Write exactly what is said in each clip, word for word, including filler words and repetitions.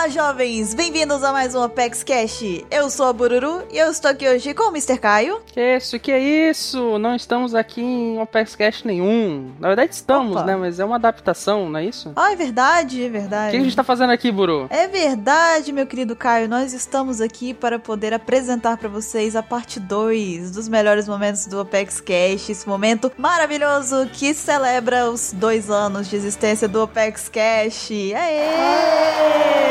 Olá, jovens! Bem-vindos a mais um Apex Cash. Eu sou a Bururu e eu estou aqui hoje com o mister Caio. Que isso, que é isso? Não estamos aqui em Apex Cash nenhum. Na verdade estamos, Opa. né? Mas é uma adaptação, não é isso? Ah, é verdade, é O verdade. que a gente tá fazendo aqui, Buru? É verdade, meu querido Caio. Nós estamos aqui para poder apresentar para vocês a parte dois dos melhores momentos do Apex Cash. Esse momento maravilhoso que celebra os dois anos de existência do Apex Cash. Aê!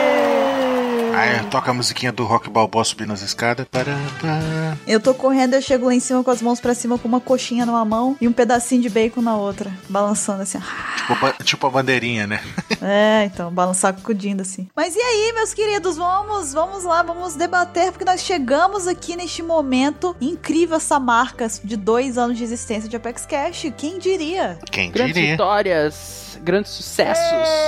Aí toca a musiquinha do Rock Balboa subindo as escadas. Pará, pará. Eu tô correndo, eu chego lá em cima com as mãos pra cima com uma coxinha numa mão e um pedacinho de bacon na outra, balançando assim. Tipo, ba- tipo a bandeirinha, né? É, então, balançar cucudindo assim. Mas e aí, meus queridos, vamos, vamos lá, vamos debater, porque nós chegamos aqui neste momento incrível, essa marca de dois anos de existência de Apex Cash. Quem diria? Quem Grandes diria? vitórias, grandes sucessos.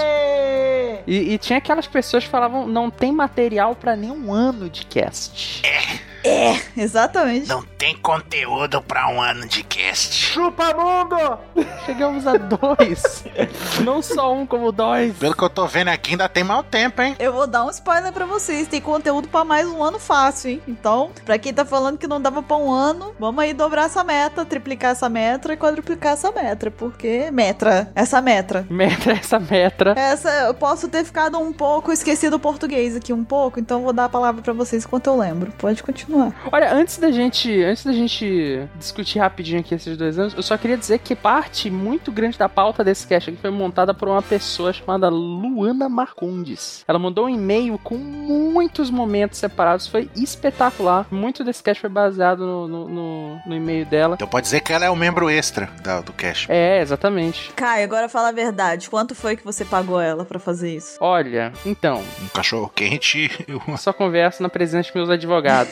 E, e tinha aquelas pessoas que falavam, não tem material pra nenhum ano de cast. É, exatamente. Não tem conteúdo pra um ano de cast. Chupa mundo! Chegamos a dois. Não só um, como dois. Pelo que eu tô vendo aqui, ainda tem mau tempo, hein? Eu vou dar um spoiler pra vocês, tem conteúdo pra mais um ano fácil, hein? Então, pra quem tá falando que não dava pra um ano, vamos aí dobrar essa meta, triplicar essa meta e quadruplicar essa meta, porque... Metra, essa metra. Metra, essa metra. Essa, eu posso ter ficado um pouco esquecido o português aqui um pouco, então vou dar a palavra pra vocês enquanto eu lembro. Pode continuar. Olha, antes da gente, antes da gente discutir rapidinho aqui esses dois anos, eu só queria dizer que parte muito grande da pauta desse cast aqui foi montada por uma pessoa chamada Luana Marcondes. Ela mandou um e-mail com muitos momentos separados, foi espetacular. Muito desse cast foi baseado no, no, no, no e-mail dela. Então pode dizer que ela é o membro extra da- do cast. É, exatamente. Caio, agora fala a verdade. Quanto foi que você pagou ela pra fazer isso? Olha, então, Um cachorro quente e uma... eu só converso na presença dos meus advogados.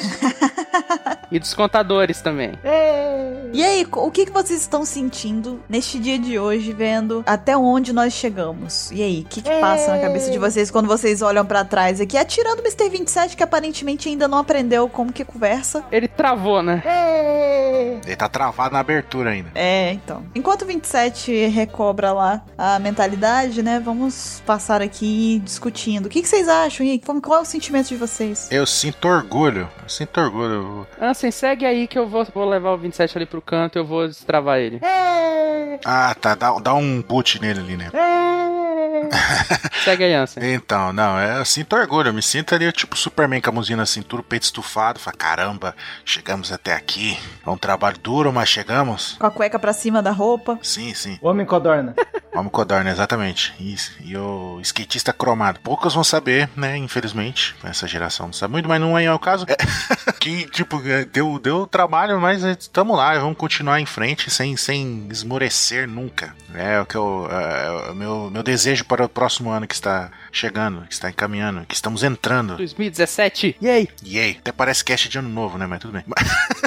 E dos contadores também. E aí, o que, que vocês estão sentindo neste dia de hoje, vendo até onde nós chegamos? E aí, o que, que passa na cabeça de vocês quando vocês olham pra trás aqui? Atirando o mister vinte e sete, que aparentemente ainda não aprendeu como que conversa. Ele travou, né? Ele tá travado na abertura ainda. É, então. Enquanto o vinte e sete recobra lá a mentalidade, né, vamos passar aqui discutindo. O que, que vocês acham? E aí, como- qual é o sentimento de vocês? Eu sinto orgulho. Eu sinto orgulho. Ansem, segue aí que eu vou, vou levar o vinte e sete ali pro canto e eu vou destravar ele. Ah, tá. Dá, dá um boot nele ali, né? Segue aí, Ansem. Então, não, é, eu sinto orgulho, eu me sinto ali tipo Superman com a mãozinha na cintura, o peito estufado, fala, caramba, chegamos até aqui, é um trabalho duro, mas chegamos. Com a cueca pra cima da roupa. Sim, sim, Homem Codorna. vamos Codorna, exatamente, isso, e o skatista cromado. Poucos vão saber, né, infelizmente, essa geração não sabe muito, mas não é o caso, é, que tipo, é, deu, deu trabalho, mas estamos lá, vamos continuar em frente sem, sem esmorecer nunca. É o que eu, é, o meu, meu desejo para o próximo ano que está chegando, que está encaminhando, que estamos entrando. dois mil e dezessete, yay! Yay! Até parece cast de ano novo, né? Mas tudo bem.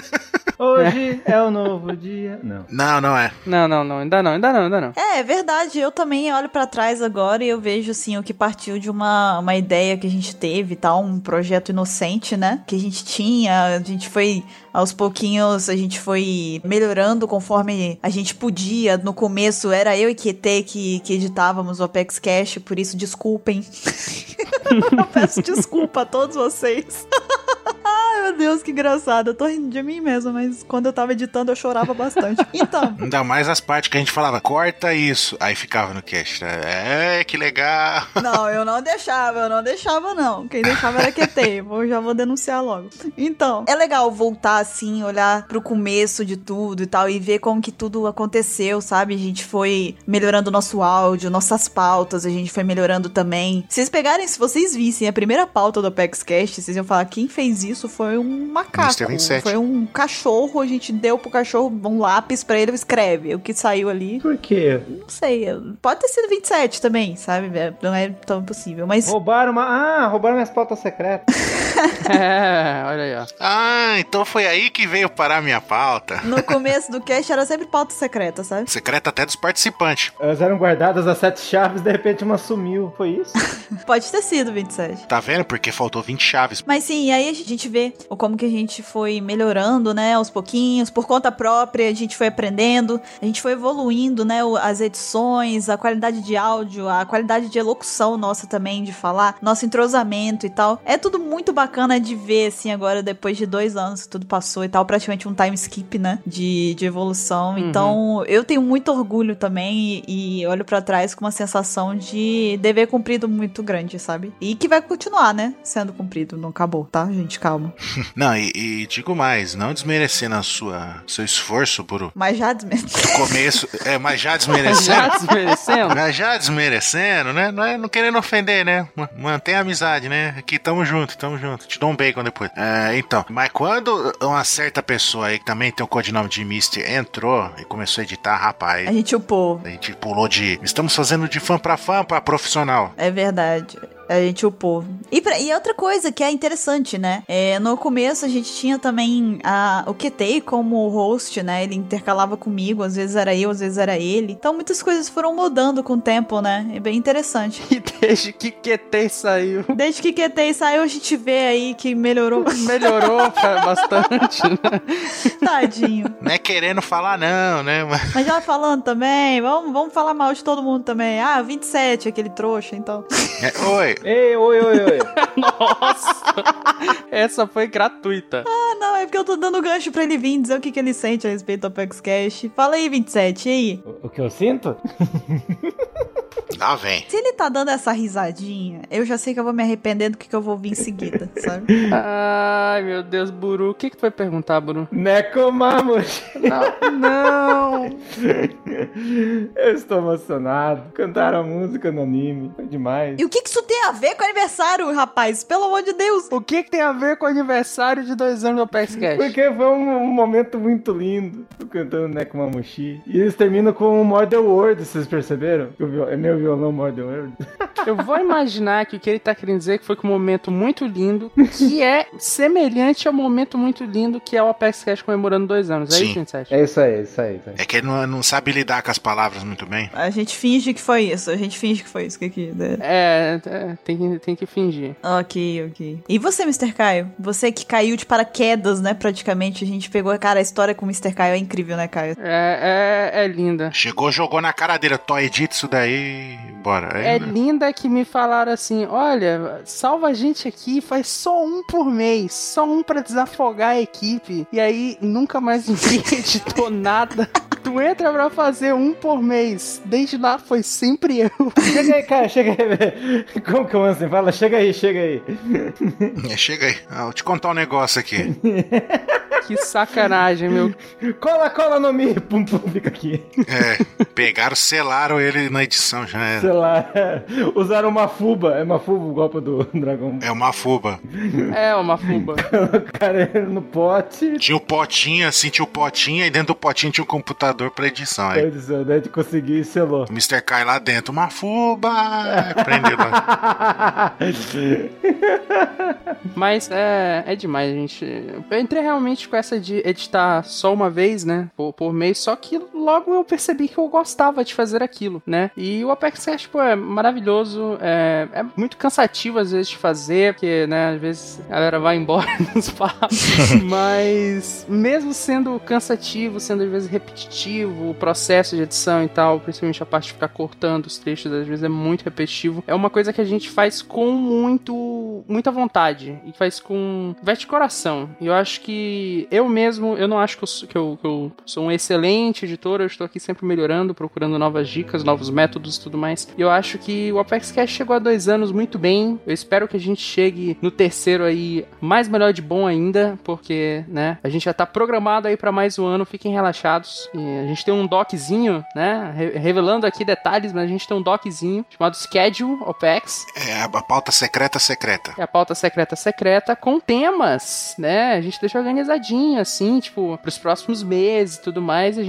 Hoje é o novo dia. Não. Não, não é. Não, não, não, ainda não, ainda não, ainda não. É, é verdade, eu também olho pra trás agora e eu vejo, assim, o que partiu de uma, uma ideia que a gente teve, tal, um projeto inocente, né, que a gente tinha, a gente foi, aos pouquinhos, a gente foi melhorando conforme a gente podia. No começo era eu e Q T que, que editávamos o Apex Cash, por isso desculpem. Eu peço desculpa a todos vocês. Ai, meu Deus, que engraçado. Eu tô rindo de mim mesma, mas quando eu tava editando eu chorava bastante. Então... Ainda mais as partes que a gente falava, corta isso. Aí ficava no cast. É, que legal. Não, eu não deixava, eu não deixava não. Quem deixava era Q T, eu já vou denunciar logo. Então, é legal voltar assim, olhar pro começo de tudo e tal, e ver como que tudo aconteceu, sabe? A gente foi melhorando o nosso áudio, nossas pautas, a gente foi melhorando também. Se vocês pegarem, se vocês vissem a primeira pauta do Apex Cash, vocês iam falar, quem fez isso foi um macaco. mister vinte e sete. Foi um cachorro, a gente deu pro cachorro um lápis pra ele, escreve. O que saiu ali, Por quê? não sei, pode ter sido vinte e sete também, sabe? Não é tão possível, mas... Roubaram uma... Ah, roubaram minhas pautas secretas. É, olha aí, ó. Ah, então foi aí que veio parar a minha pauta. No começo do cast era sempre pauta secreta, sabe? Secreta até dos participantes. Elas eram guardadas as sete chaves, de repente uma sumiu. Foi isso? Pode ter sido vinte e sete. Tá vendo? Porque faltou vinte chaves. Mas sim, aí a gente vê o como que a gente foi melhorando, né, aos pouquinhos, por conta própria, a gente foi aprendendo, a gente foi evoluindo, né, as edições, a qualidade de áudio, a qualidade de elocução nossa também, de falar, nosso entrosamento e tal. É tudo muito bacana de ver, assim, agora, depois de dois anos que tudo passou e tal, praticamente um time skip, né, de, de evolução. Uhum. Então, eu tenho muito orgulho também e, e olho pra trás com uma sensação de dever cumprido muito grande, sabe? E que vai continuar, né, sendo cumprido, não acabou, tá, gente? Calma. Não, e, e digo mais, não desmerecendo a sua, seu esforço, Buru. Mas já desmerecendo. No começo, é, mas já desmerecendo. Já desmerecendo? Mas já desmerecendo, né? Não, é, não querendo ofender, né? Mantém a amizade, né? Aqui tamo junto, tamo junto. Te dou um bacon depois. É, então, mas quando uma certa pessoa aí que também tem o codinome de Mister entrou e começou a editar, rapaz. A gente upou. A gente pulou de. Estamos fazendo de fã pra fã pra profissional. É verdade. A gente upou. E, pra, e outra coisa que é interessante, né? É, no começo a gente tinha também a, o Q T como host, né? Ele intercalava comigo, às vezes era eu, às vezes era ele. Então muitas coisas foram mudando com o tempo, né? É bem interessante. E desde que Q T saiu. Desde que Q T saiu, a gente vê aí que melhorou. Melhorou, cara, bastante, né? Tadinho. Não é querendo falar, não, né? Mas já falando também, vamos, vamos falar mal de todo mundo também. Ah, vinte e sete, aquele trouxa, então. É, oi. Ei, oi, oi, oi. Nossa! Essa foi gratuita. Ah, não, é porque eu tô dando gancho pra ele vir dizer o que, que ele sente a respeito do Apex Cash. Fala aí, vinte e sete, e aí? O, o que eu sinto? Lá vem. Se ele tá dando essa risadinha, eu já sei que eu vou me arrepender do que, que eu vou vir em seguida, sabe? Ai, meu Deus, Buru. O que que tu vai perguntar, Buru? Necomamos. Não, não. Eu estou emocionado. Cantaram a música no anime. Foi demais. E o que, que isso tem a ver com aniversário, rapaz? Pelo amor de Deus! O que que tem a ver com o aniversário de dois anos do Apex Cash? Porque foi um, um momento muito lindo. Tô cantando Nekomamushi. E eles terminam com o More the World, vocês perceberam? O viol... É meu violão More the World. Eu vou imaginar que o que ele tá querendo dizer é que foi com um momento muito lindo, que é semelhante ao momento muito lindo que é o Apex Cash comemorando dois anos. É Sim. isso, vinte e sete? É isso aí, é isso aí. Isso aí. É que ele não, não sabe lidar com as palavras muito bem. A gente finge que foi isso, a gente finge que foi isso. Que que... É, é tem, que, tem que fingir. Ok, ok. E você, mister Caio? Você que caiu de paraquedas, né, praticamente. A gente pegou, cara, a história com o mister Caio é incrível, né, Caio? É, é, é linda. Chegou, jogou na cara dele. Tô, edita isso daí e bora. Aí, É linda que me falaram assim, olha, salva a gente aqui, faz só um por mês, só um pra desafogar a equipe. E aí, nunca mais ninguém editou nada. Tu entra pra fazer um por mês. Desde lá foi sempre eu. Chega aí, cara, chega aí. Como que o Ansem fala? Chega aí, chega aí. É, chega aí. Ah, vou te contar um negócio aqui. Que sacanagem, meu. Cola, cola no Mi. Pum, pum, fica aqui. É, pegaram, selaram ele na edição, já era. Sei lá. Usaram uma fuba. É uma fuba o golpe do Dragon. É uma fuba. É, uma fuba. Colocaram ele no pote. Tinha o potinho, assim, tinha o potinho, e dentro do potinho tinha um computador pra edição. Aí Edição, daí de conseguir e selou. o mister Kai lá dentro, uma fuba! Prendeu lá. Mas é, é demais, gente. Eu entrei realmente com essa de editar só uma vez, né? Por, por mês, só que logo eu percebi que eu gostava de fazer aquilo, né? E o Apex Cash, pô, é maravilhoso. É, é muito cansativo às vezes de fazer, porque, né, às vezes a galera vai embora nos papos. Mas mesmo sendo cansativo, sendo às vezes repetitivo, o processo de edição e tal, principalmente a parte de ficar cortando os trechos, às vezes é muito repetitivo. É uma coisa que a gente faz com muito, muita vontade e faz com veste de coração. E eu acho que eu mesmo, eu não acho que eu, sou, que, eu, que eu sou um excelente editor, eu estou aqui sempre melhorando, procurando novas dicas, novos métodos e tudo mais. E eu acho que o Apex Cash chegou há dois anos muito bem. Eu espero que a gente chegue no terceiro aí mais melhor de bom ainda, porque, né, a gente já tá programado aí para mais um ano, fiquem relaxados. E a gente tem um doczinho, né, re- revelando aqui detalhes, mas a gente tem um doczinho chamado Schedule Apex. É a pauta secreta secreta. É a pauta secreta secreta com temas, né? A gente deixa organizadinho, assim, tipo, pros próximos meses e tudo mais. A gente já tem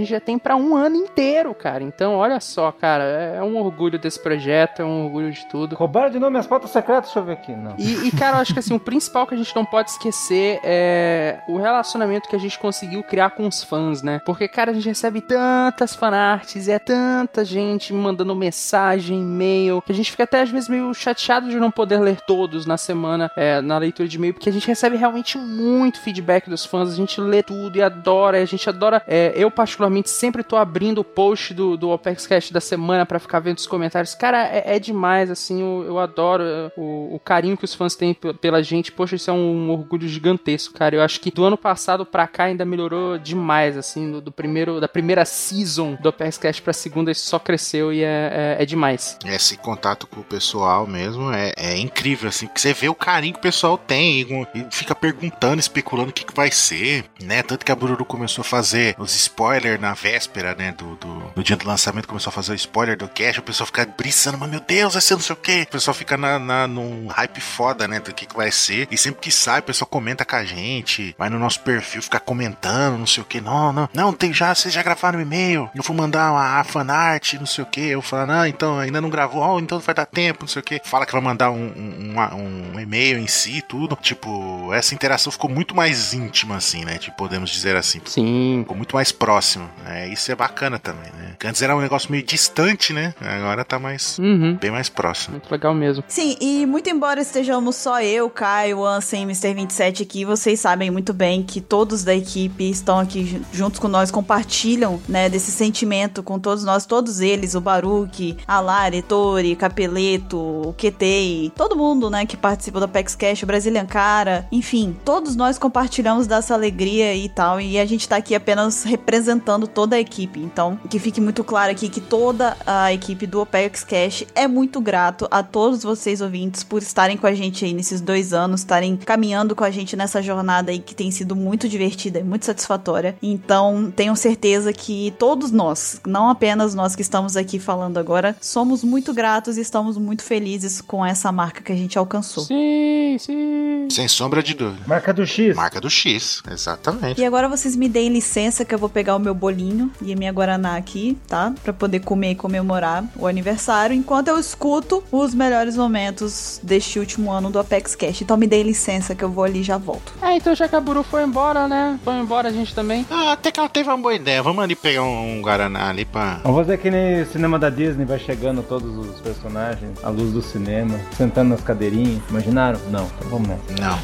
pra um ano inteiro, cara. Então, olha só, cara, é um orgulho desse projeto, é um orgulho de tudo. Roubaram de novo minhas pautas secretas? Deixa eu ver aqui, não. E, e, cara, eu acho que assim, o principal que a gente não pode esquecer é o relacionamento que a gente conseguiu criar com os fãs, né? Porque, cara, a gente recebe tantas fanarts e é tanta gente mandando mensagem, e-mail, que a gente fica até às vezes meio chateado de não poder ler todos na semana, é, na leitura de e-mail, porque a gente recebe realmente muito feedback dos fãs, a gente lê tudo e adora, a gente adora, é, eu particularmente sempre tô abrindo o post do, do OpexCast da semana pra ficar vendo os comentários, cara, é, é demais, assim, eu, eu adoro o, o carinho que os fãs têm p- pela gente, poxa, isso é um orgulho gigantesco, cara, eu acho que do ano passado pra cá ainda melhorou demais, assim, do, do primeiro, da primeira season do OpexCast pra segunda, isso só cresceu e é, é, é demais. Esse contato com o pessoal mesmo é, é incrível, assim, porque você vê o carinho que o pessoal tem e, e fica perguntando, especulando o que, que vai ser, né? Tanto que a Bururu começou a fazer os spoilers na véspera, né? Do, do, do dia do lançamento, começou a fazer o spoiler do cast, o pessoal fica briçando, mas meu Deus, vai ser não sei o que. O pessoal fica na, na, num hype foda, né? Do que, que vai ser. E sempre que sai, o pessoal comenta com a gente, vai no nosso perfil, fica comentando, não sei o que. Não, não, não, tem já, vocês já gravaram um e-mail. Eu vou mandar uma, uma fanart, não sei o que. Eu falo, ah, então ainda não gravou, oh, então vai dar tempo, não sei o que. Fala que vai mandar um, um, um, um e-mail em si, tudo. Tipo, essa interação ficou muito mais íntima, assim, né? Tipo, podemos dizer assim. Sim. Ficou muito mais próximo. É, isso é bacana também, né? Porque antes era um negócio meio distante, né? Agora tá mais, Uhum. bem mais próximo. Muito legal mesmo. Sim, e muito embora estejamos só eu, Caio, Ansem e mister vinte e sete aqui, vocês sabem muito bem que todos da equipe estão aqui ju- juntos com nós, compartilham, né, desse sentimento com todos nós, todos eles, o Baruque, a Lari, Tori, Capeleto, o Q T, todo mundo, né, que participa do ApexCast, o Brazilian Cara, enfim, todos nós compartilhamos dessa alegria e tal, e a gente tá aqui apenas representando toda a equipe, então, que fique muito claro aqui que toda a equipe do ApexCast é muito grato a todos vocês ouvintes por estarem com a gente aí nesses dois anos, estarem caminhando com a gente nessa jornada aí que tem sido muito divertida e muito satisfatória. Então, tenham certeza que todos nós, não apenas nós que estamos aqui falando agora, somos muito gratos e estamos muito felizes com essa marca que a gente alcançou. Sim, sim. Sem sombra de dúvida. Marca do X. Marca do X, exatamente. E agora vocês me deem licença que eu vou pegar o meu bolinho e a minha guaraná aqui, tá? Pra poder comer e comemorar o aniversário, enquanto eu escuto os melhores momentos deste último ano do ApexCast. Então me deem licença que eu vou ali e já volto. É, então já que a Buru foi embora, né? Foi embora a gente também. Ah, até que ela teve uma boa ideia. Vamos ali pegar um, um Guaraná ali pra... Vamos fazer que nem o cinema da Disney, vai chegando todos os personagens à luz do cinema, sentando nas cadeirinhas. Imaginaram? Não, então vamos nessa. Não.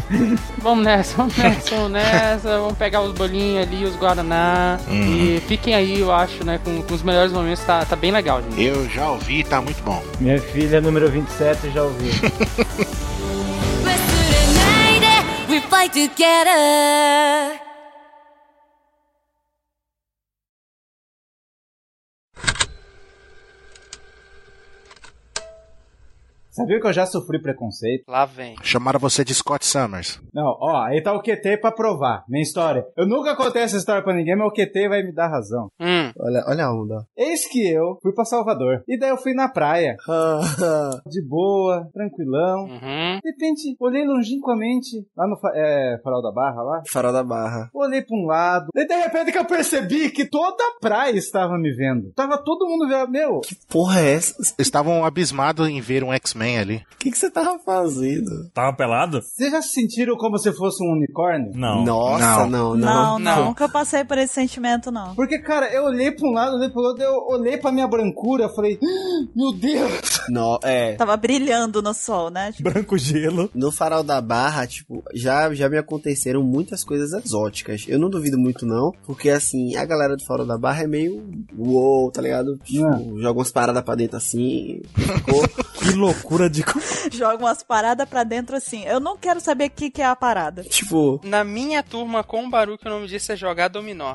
Vamos nessa, vamos nessa, vamos nessa. Vamos pegar os bolinhos ali, os Guaraná. Uhum. E fiquem aí, eu acho, né? Com, com os melhores momentos. Tá, tá bem legal, gente. Eu já ouvi, tá muito bom. Minha filha número vinte e sete já ouviu. We fight together. Sabia que eu já sofri preconceito? Lá vem. Chamaram você de Scott Summers. Não, ó, aí tá o Q T pra provar. Minha história. Eu nunca contei essa história pra ninguém, mas o Q T vai me dar razão. Hum. Olha, olha a onda. Eis que eu fui pra Salvador. E daí eu fui na praia. De boa, tranquilão. Uhum. De repente, olhei longínquamente lá no fa- é, Farol da Barra, lá. Farol da Barra. Olhei pra um lado. Daí de repente que eu percebi que toda a praia estava me vendo. Tava todo mundo vendo. Meu, Porra, é essa? Estavam abismados em ver um X-Men ali. O que que você tava fazendo? Tava pelado? vocês já se sentiram como se fosse um unicórnio? Não. Nossa, não, não. Não, não. nunca passei por esse sentimento, não. Porque, cara, eu olhei pra um lado, olhei pro outro, eu olhei pra minha brancura, eu falei, "Ah, meu Deus!" Não, é. Tava brilhando no sol, né? Tipo, Branco gelo. No Farol da Barra, tipo, já, já me aconteceram muitas coisas exóticas. Eu não duvido muito, não, porque, assim, a galera do Farol da Barra é meio uou, tá ligado? Tipo, joga umas paradas pra dentro assim, ficou... Que loucura de... co- joga umas paradas pra dentro assim. Eu não quero saber o que, que é a parada. Tipo, Na minha turma com o Baruque, o nome disso é jogar dominó.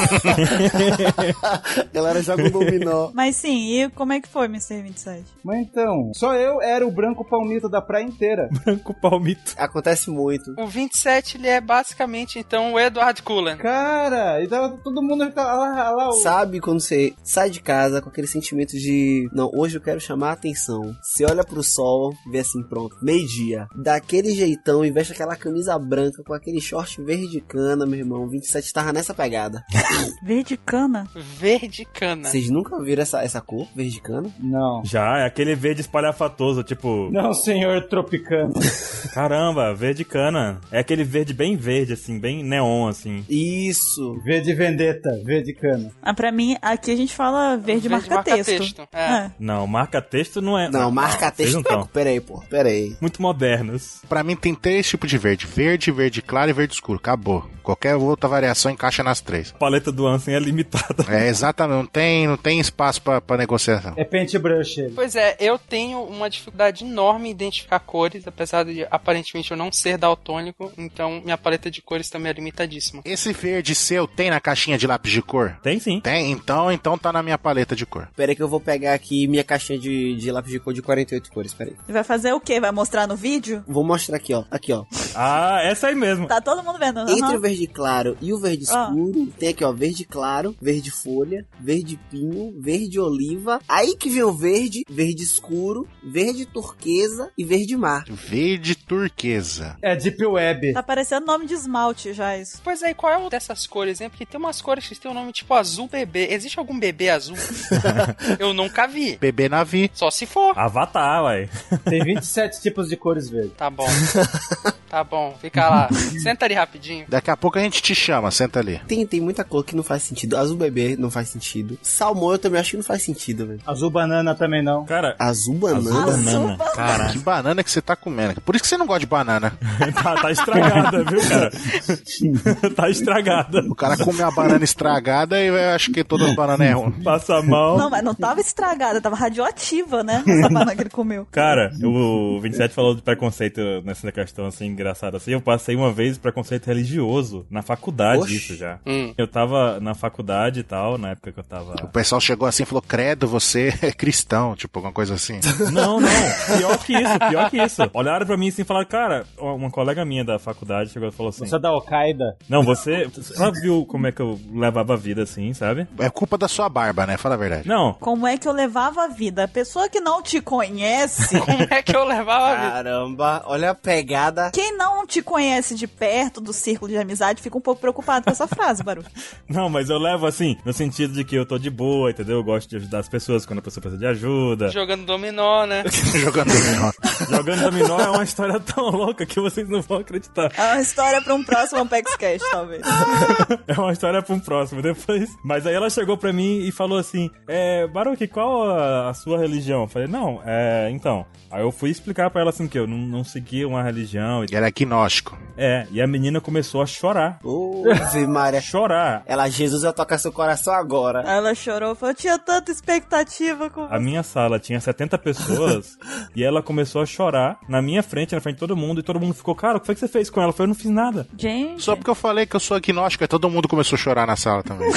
a galera joga um dominó. Mas sim, e como é que foi, mister vinte e sete? Mas então, só eu era o branco palmito da praia inteira. Branco palmito. Acontece muito. O vinte e sete, ele é basicamente, então, o Edward Cullen. Cara, e tava todo mundo tá lá, lá, o... Sabe quando você sai de casa com aquele sentimento de... Não, hoje eu quero chamar a atenção. Você olha pro pro sol, vê assim, pronto, meio-dia. Daquele jeitão e veste aquela camisa branca com aquele short verde cana, meu irmão. vinte e sete tava nessa pegada. Verde cana? Verde cana. Vocês nunca viram essa, essa cor, verde cana? Não. Já, é aquele verde espalhafatoso, tipo... Não, senhor tropicano. Caramba, verde cana. É aquele verde bem verde, assim, bem neon, assim. Isso. Verde vendetta, verde cana. Ah, pra mim, aqui a gente fala verde, Verde marca-texto. marca-texto, é. É. Não, marca-texto não é... Não, marca-texto vocês não não. tão. Pera aí, pô, pera aí. Muito modernos. Pra mim tem três tipos de verde. Verde, verde claro e verde escuro. Acabou. Qualquer outra variação encaixa nas três. A paleta do Ansem é limitada. É, exatamente. Não tem, não tem espaço pra, pra negociação. É paintbrush ele. Pois é, eu tenho uma dificuldade enorme em identificar cores, apesar de aparentemente eu não ser daltônico, então minha paleta de cores também é limitadíssima. Esse verde seu tem na caixinha de lápis de cor? Tem sim. Tem? Então, então tá na minha paleta de cor. Pera aí que eu vou pegar aqui minha caixinha de, de lápis de cor de quarenta e oito cores, pera aí. Vai fazer o quê? Vai mostrar no vídeo? Vou mostrar aqui, ó. Aqui, ó. Ah, essa aí mesmo. Tá todo mundo vendo. Entre Uhum. o verde claro e o verde Ah. escuro, tem aqui, ó, verde claro, verde folha, verde pinho, verde oliva. Aí que vem o verde, verde escuro, verde turquesa e verde mar. Verde turquesa. É Deep Web. Tá parecendo nome de esmalte já isso. Pois é, e qual é uma dessas cores, hein? Porque tem umas cores que tem o nome tipo azul bebê. Existe algum bebê azul? Eu nunca vi. Bebê Navi. Só se for. Avatar, uai. Tem vinte e sete tipos de cores verdes. Tá bom. Tá bom, fica lá. Senta ali rapidinho. Daqui a pouco a gente te chama, senta ali. Tem, tem muita cor que não faz sentido. Azul bebê não faz sentido. Salmão eu também acho que não faz sentido, velho. Azul banana também não. Cara, Azul banana? azul banana. Cara, Que banana que você tá comendo. Por isso que você não gosta de banana. tá, tá estragada, viu, cara? Tá estragada. O cara come uma banana estragada e eu acho que todas as bananas é ruim. Passa mal. Não, mas não tava estragada, tava radioativa, né? Essa banana que ele comeu. Cara, o vinte e sete falou de preconceito nessa questão assim, engraçada assim. Eu passei uma vez preconceito religioso na faculdade, Oxi. isso já. Hum. Eu tava na faculdade e tal, na época que eu tava... O pessoal chegou assim e falou, credo, você é cristão, tipo, alguma coisa assim. Não, não, pior que isso, pior que isso. Olharam pra mim assim e falaram, cara, uma colega minha da faculdade chegou e falou assim... Você é da Al-Qaeda? Não, você... Ela viu como é que eu levava a vida assim, sabe? É culpa da sua barba, né? Fala a verdade. Não, Como é que eu levava a vida? A pessoa que não te conhece, Como é que eu levava a vida? Caramba, olha a pegada. quem não te conhece de perto do círculo de amizade, fica um pouco preocupado com essa frase, Baru. não, mas eu levo assim, no sentido de que eu tô de boa, entendeu? Eu gosto de ajudar as pessoas quando a pessoa precisa de ajuda. Jogando dominó, né? Jogando dominó. Jogando dominó é uma história tão louca que vocês não vão acreditar. É uma história pra um próximo Apex Cash, talvez. É uma história pra um próximo depois. Mas aí ela chegou pra mim e falou assim: É, Baruch, qual a, a sua religião? Eu falei, não, é, então. Aí eu fui explicar pra ela assim que eu não, não seguia uma religião. Ele era agnóstico. É, e a menina começou a chorar. Ô, Ave Maria. Chorar. Ela, Jesus, eu tocar seu coração agora. Aí ela chorou, falou, eu tinha tanta expectativa com A você. minha sala tinha setenta pessoas e ela começou a chorar na minha frente, na frente de todo mundo, e todo mundo ficou, cara, o que foi que você fez com ela? Eu falei, eu não fiz nada. Gente, Só porque eu falei que eu sou agnóstico, aí todo mundo começou a chorar na sala também.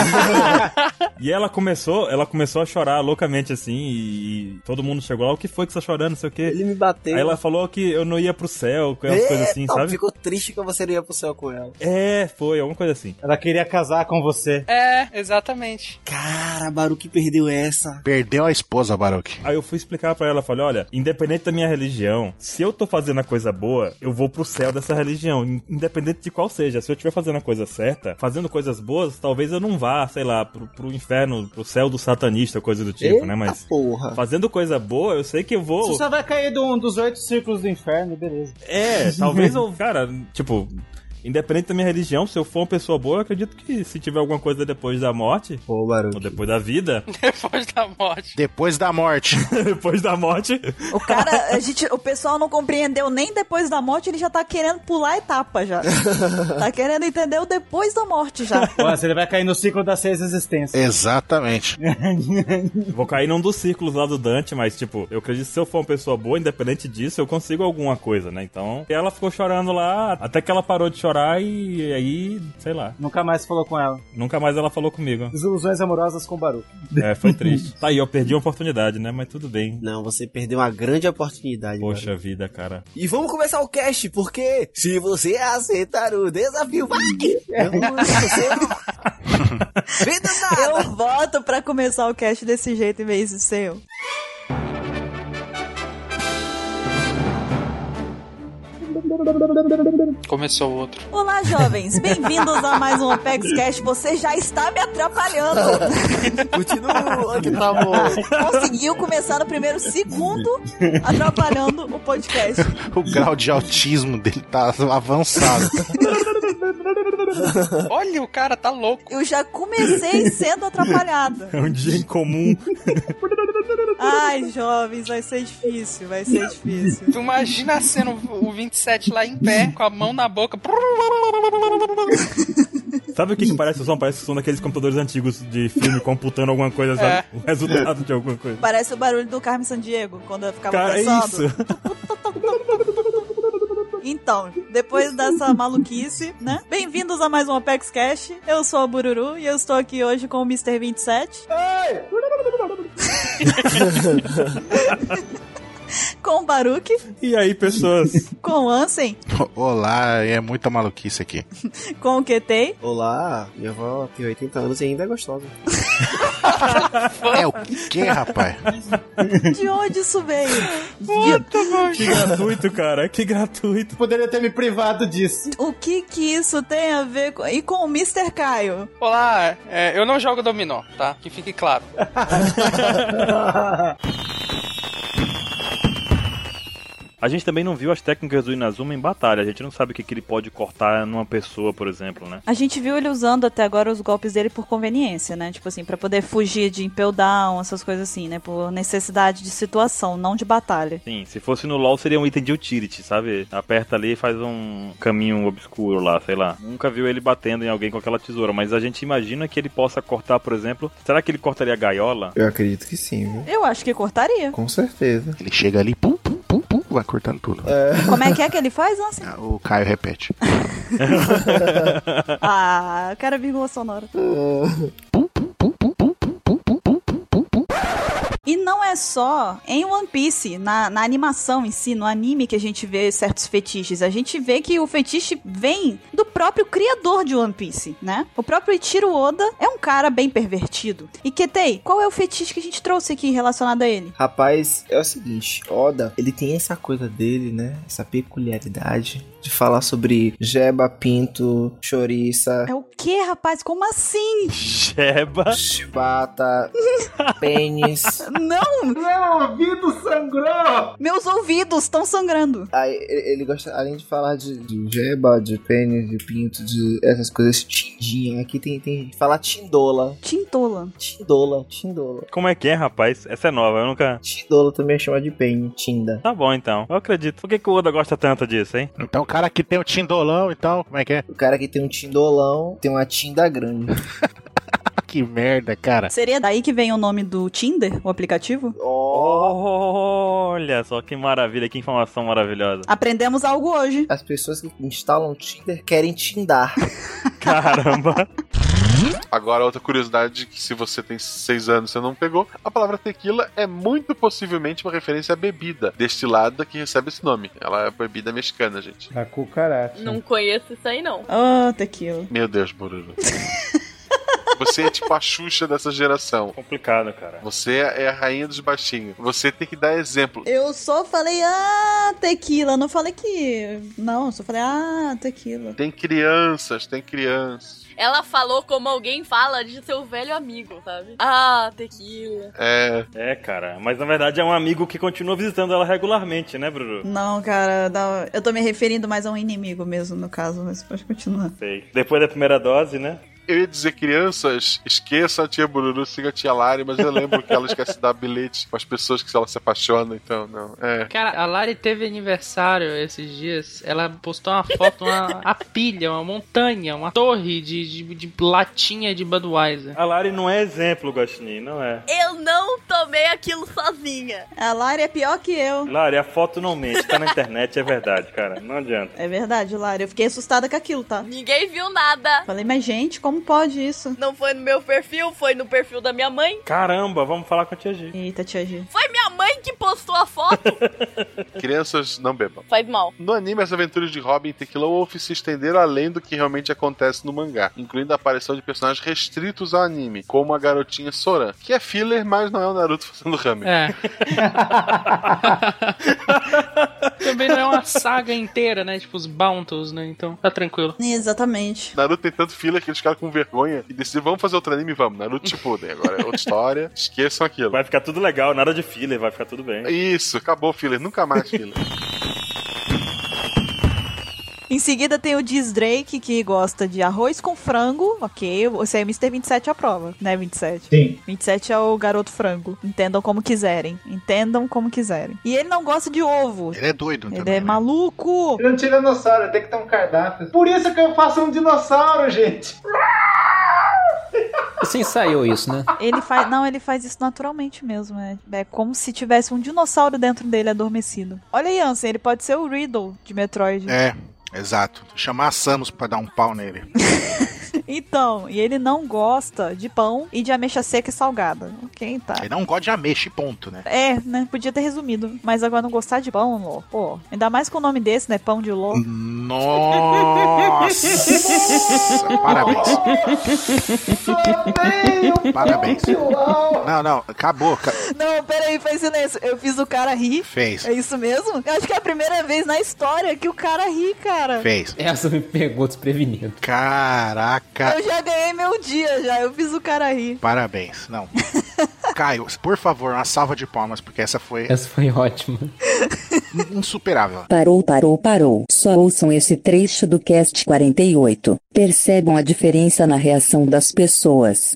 E ela começou, ela começou a chorar loucamente assim, e, e todo mundo chegou lá, o que foi que você tá chorando, não sei o quê. Ele me bateu. Aí ela falou que eu não ia pro céu, com umas coisas assim, Eita, sabe? Ficou triste que você não ia pro céu com ela. É, foi, alguma coisa assim. Ela queria casar com você. É, exatamente. Cara, Baruque perdeu essa. Perdeu a esposa, Baruch. Aí eu fui explicar pra ela, falei, olha, independente da minha religião, se eu tô fazendo a coisa boa, eu vou pro céu dessa religião, in- independente de qual seja. Se eu estiver fazendo a coisa certa, fazendo coisas boas, talvez eu não vá, sei lá, pro, pro inferno, pro céu do satanista, coisa do tipo, Eita né? Mas porra. fazendo coisa boa, eu sei que eu vou... Você só vai cair de um dos oito círculos do inferno, beleza. É, talvez eu, cara, tipo, independente da minha religião, se eu for uma pessoa boa, eu acredito que se tiver alguma coisa depois da morte, Pô, ou Baruque. depois da vida, Depois da morte. Depois da morte. depois da morte, o cara, a gente, o pessoal não compreendeu nem depois da morte, ele já tá querendo pular a etapa já. Tá querendo entender o depois da morte já. Nossa, ele vai cair no ciclo das seis existências. Exatamente. vou cair num dos círculos lá do Dante, mas, tipo, eu acredito que se eu for uma pessoa boa, independente disso, eu consigo alguma coisa, né? Então, ela ficou chorando lá, até que ela parou de chorar e aí, sei lá, Nunca mais falou com ela. nunca mais ela falou comigo. Desilusões amorosas com Baruque. É, foi triste. Tá aí, eu perdi a oportunidade, né? Mas tudo bem. Não, você perdeu uma grande oportunidade, Poxa Baruque. vida, cara. E vamos começar o cast, porque se você aceitar o desafio, vai! Vem do nada! Eu voto pra começar o cast desse jeito em vez de seu. Começou o outro. Olá, jovens. Bem-vindos a mais um Apex Cash. Você já está me atrapalhando. Continua, que tá bom. Conseguiu começar no primeiro segundo atrapalhando o podcast. O grau de autismo dele tá avançado. Olha, o cara tá louco. Eu já comecei sendo atrapalhada. É um dia em comum. Ai, jovens, vai ser difícil, vai ser difícil. Tu imagina sendo o vinte e sete lá em pé, com a mão na boca. Sabe o que, que parece o som? Parece o som daqueles computadores antigos de filme computando alguma coisa, sabe? É. O resultado de alguma coisa. Parece o barulho do Carmen Sandiego, quando eu ficava Cara, é pensando. isso. Então, depois dessa maluquice, né? Bem-vindos a mais um Apex Cash. Eu sou a Bururu e eu estou aqui hoje com o mister vinte e sete. Ai! Com o Baruque. E aí, pessoas? Com o Ansem. Olá, é muita maluquice aqui. Com o Ketei. Olá, minha avó tem oitenta anos e ainda é gostosa. É o quê, rapaz? De onde isso veio? Que gratuito, cara. Que gratuito. Poderia ter me privado disso. O que que isso tem a ver com... E com o mister Caio? Olá, é, eu não jogo dominó, tá? Que fique claro. A gente também não viu as técnicas do Inazuma em batalha. A gente não sabe o que, que ele pode cortar numa pessoa, por exemplo, né? A gente viu ele usando até agora os golpes dele por conveniência, né? Tipo assim, pra poder fugir de Impel Down, essas coisas assim, né? Por necessidade de situação, não de batalha. Sim, se fosse no LoL seria um item de utility, sabe? Aperta ali e faz um caminho obscuro lá, sei lá. Nunca viu ele batendo em alguém com aquela tesoura, mas a gente imagina que ele possa cortar, por exemplo... Será que ele cortaria a gaiola? Eu acredito que sim, viu? Eu acho que cortaria. Com certeza. Ele chega ali, pum, pum, pum, pum, vai cortando tudo. Como é que é que ele faz, Ansem? Ah, o Caio repete. Ah, cara, vírgula sonora. Pum, pum, pum, pum, pum, pum, pum, pum, pum, pum, pum. E não é só em One Piece, na, na animação em si, no anime que a gente vê certos fetiches. A gente vê que o fetiche vem do próprio criador de One Piece, né? O próprio Ichiro Oda é um cara bem pervertido. E Ketei, qual é o fetiche que a gente trouxe aqui relacionado a ele? Rapaz, é o seguinte, Oda, ele tem essa coisa dele, né? Essa peculiaridade de falar sobre jeba, pinto, chouriça, É o que, rapaz? Como assim? Jeba. chibata, pênis. Não! Meu ouvido sangrou! Meus ouvidos estão sangrando. Aí ele ele gosta, além de falar de, de jeba, de pênis, de pinto, de essas coisas tindinha. Aqui tem, tem gente que fala tindola. Tintola. Tindola, tindola. Como é que é, rapaz? Essa é nova, eu nunca... Tindola também chama de pênis, tinda. Tá bom, então. Eu acredito. Por que, que o Oda gosta tanto disso, hein? Então o cara que tem o tindolão, então, como é que é? O cara que tem um tindolão tem uma tinda grande. Que merda, cara. Seria daí que vem o nome do Tinder, o aplicativo? Olha só que maravilha, que informação maravilhosa. Aprendemos algo hoje. As pessoas que instalam o Tinder querem tindar. Caramba. Agora, outra curiosidade, que se você tem seis anos e você não pegou, a palavra tequila é muito possivelmente uma referência à bebida destilada que recebe esse nome. Ela é bebida mexicana, gente. Da cucaracha. Não conheço isso aí, não. Oh, tequila. Meu Deus, Bururu. Você é tipo a Xuxa dessa geração. Complicado, cara. Você é a rainha dos baixinhos. Você tem que dar exemplo. Eu só falei, ah, tequila. Não falei que... Não, eu só falei, ah, tequila. Tem crianças, tem crianças. Ela falou como alguém fala de seu velho amigo, sabe? Ah, tequila. É. É, cara. Mas na verdade é um amigo que continua visitando ela regularmente, né, Bruno? Não, cara, não, eu tô me referindo mais a um inimigo mesmo, no caso, mas pode continuar. Sei. Depois da primeira dose, né? Eu ia dizer crianças, esqueça a tia Bururu, siga a tia Lari, mas eu lembro que ela esquece de dar bilhete com as pessoas que ela se apaixona, então não. É. Cara, a Lari teve aniversário esses dias. Ela postou uma foto, uma a pilha, uma montanha, uma torre de, de, de latinha de Budweiser. A Lari não é exemplo, Gostinho, não é. Eu não tomei aquilo sozinha. A Lari é pior que eu. Lari, a foto não mente, tá na internet, é verdade, cara. Não adianta. É verdade, Lari. Eu fiquei assustada com aquilo, tá? Ninguém viu nada. Falei, mas gente, como pode isso? Não foi no meu perfil, foi no perfil da minha mãe. Caramba, vamos falar com a tia G. Eita, tia G. Foi minha mãe mãe que postou a foto. Crianças, não bebam. Faz mal. No anime, as aventuras de Robin e Tequila Wolf se estenderam além do que realmente acontece no mangá, incluindo a aparição de personagens restritos ao anime, como a garotinha Soran, que é filler, mas não é o Naruto fazendo ramen. É. Também não é uma saga inteira, né? Tipo os Bountos, né? Então tá tranquilo. Exatamente. Naruto tem tanto filler que eles ficaram com vergonha e decidiram, vamos fazer outro anime? Vamos. Naruto Shippuden. Agora é outra história. Esqueçam aquilo. Vai ficar tudo legal, nada de filler, vai ficar tudo bem. Isso, acabou o filler. Nunca mais filler. Em seguida tem o Diz Drake, que gosta de arroz com frango. Ok, você é mister vinte e sete à prova, né, vinte e sete? Sim. vinte e sete é o garoto frango. Entendam como quiserem. Entendam como quiserem. E ele não gosta de ovo. Ele é doido Ele também, é né? maluco. Ele é um tiranossauro, tem que ter um cardápio. Por isso que eu faço um dinossauro, gente. Você ensaiou isso, né? Ele faz... Não, ele faz isso naturalmente mesmo. É, é como se tivesse um dinossauro dentro dele adormecido. Olha aí, Ansem, ele pode ser o Riddle de Metroid. É, exato. Chamar a Samus pra dar um pau nele. Então, e ele não gosta de pão e de ameixa seca e salgada. Ok, tá. Ele não gosta de ameixa e ponto, né? É, né? Podia ter resumido. Mas agora não gostar de pão, Ló. Pô, ainda mais com o nome desse, né? Pão de Ló. Nossa! Parabéns. Parabéns. Não, não, acabou. Ca... Não, peraí, faz silêncio. Eu fiz o cara rir. Fez. É isso mesmo? Eu acho que é a primeira vez na história que o cara ri, cara. Fez. Essa me pegou desprevenido. Caraca. Eu já ganhei meu dia, já. Eu fiz o cara rir. Parabéns. Não. Caio, por favor, uma salva de palmas, porque essa foi... Essa foi ótima. Insuperável. Parou, parou, parou. Só ouçam esse trecho do cast quarenta e oito. Percebam a diferença na reação das pessoas.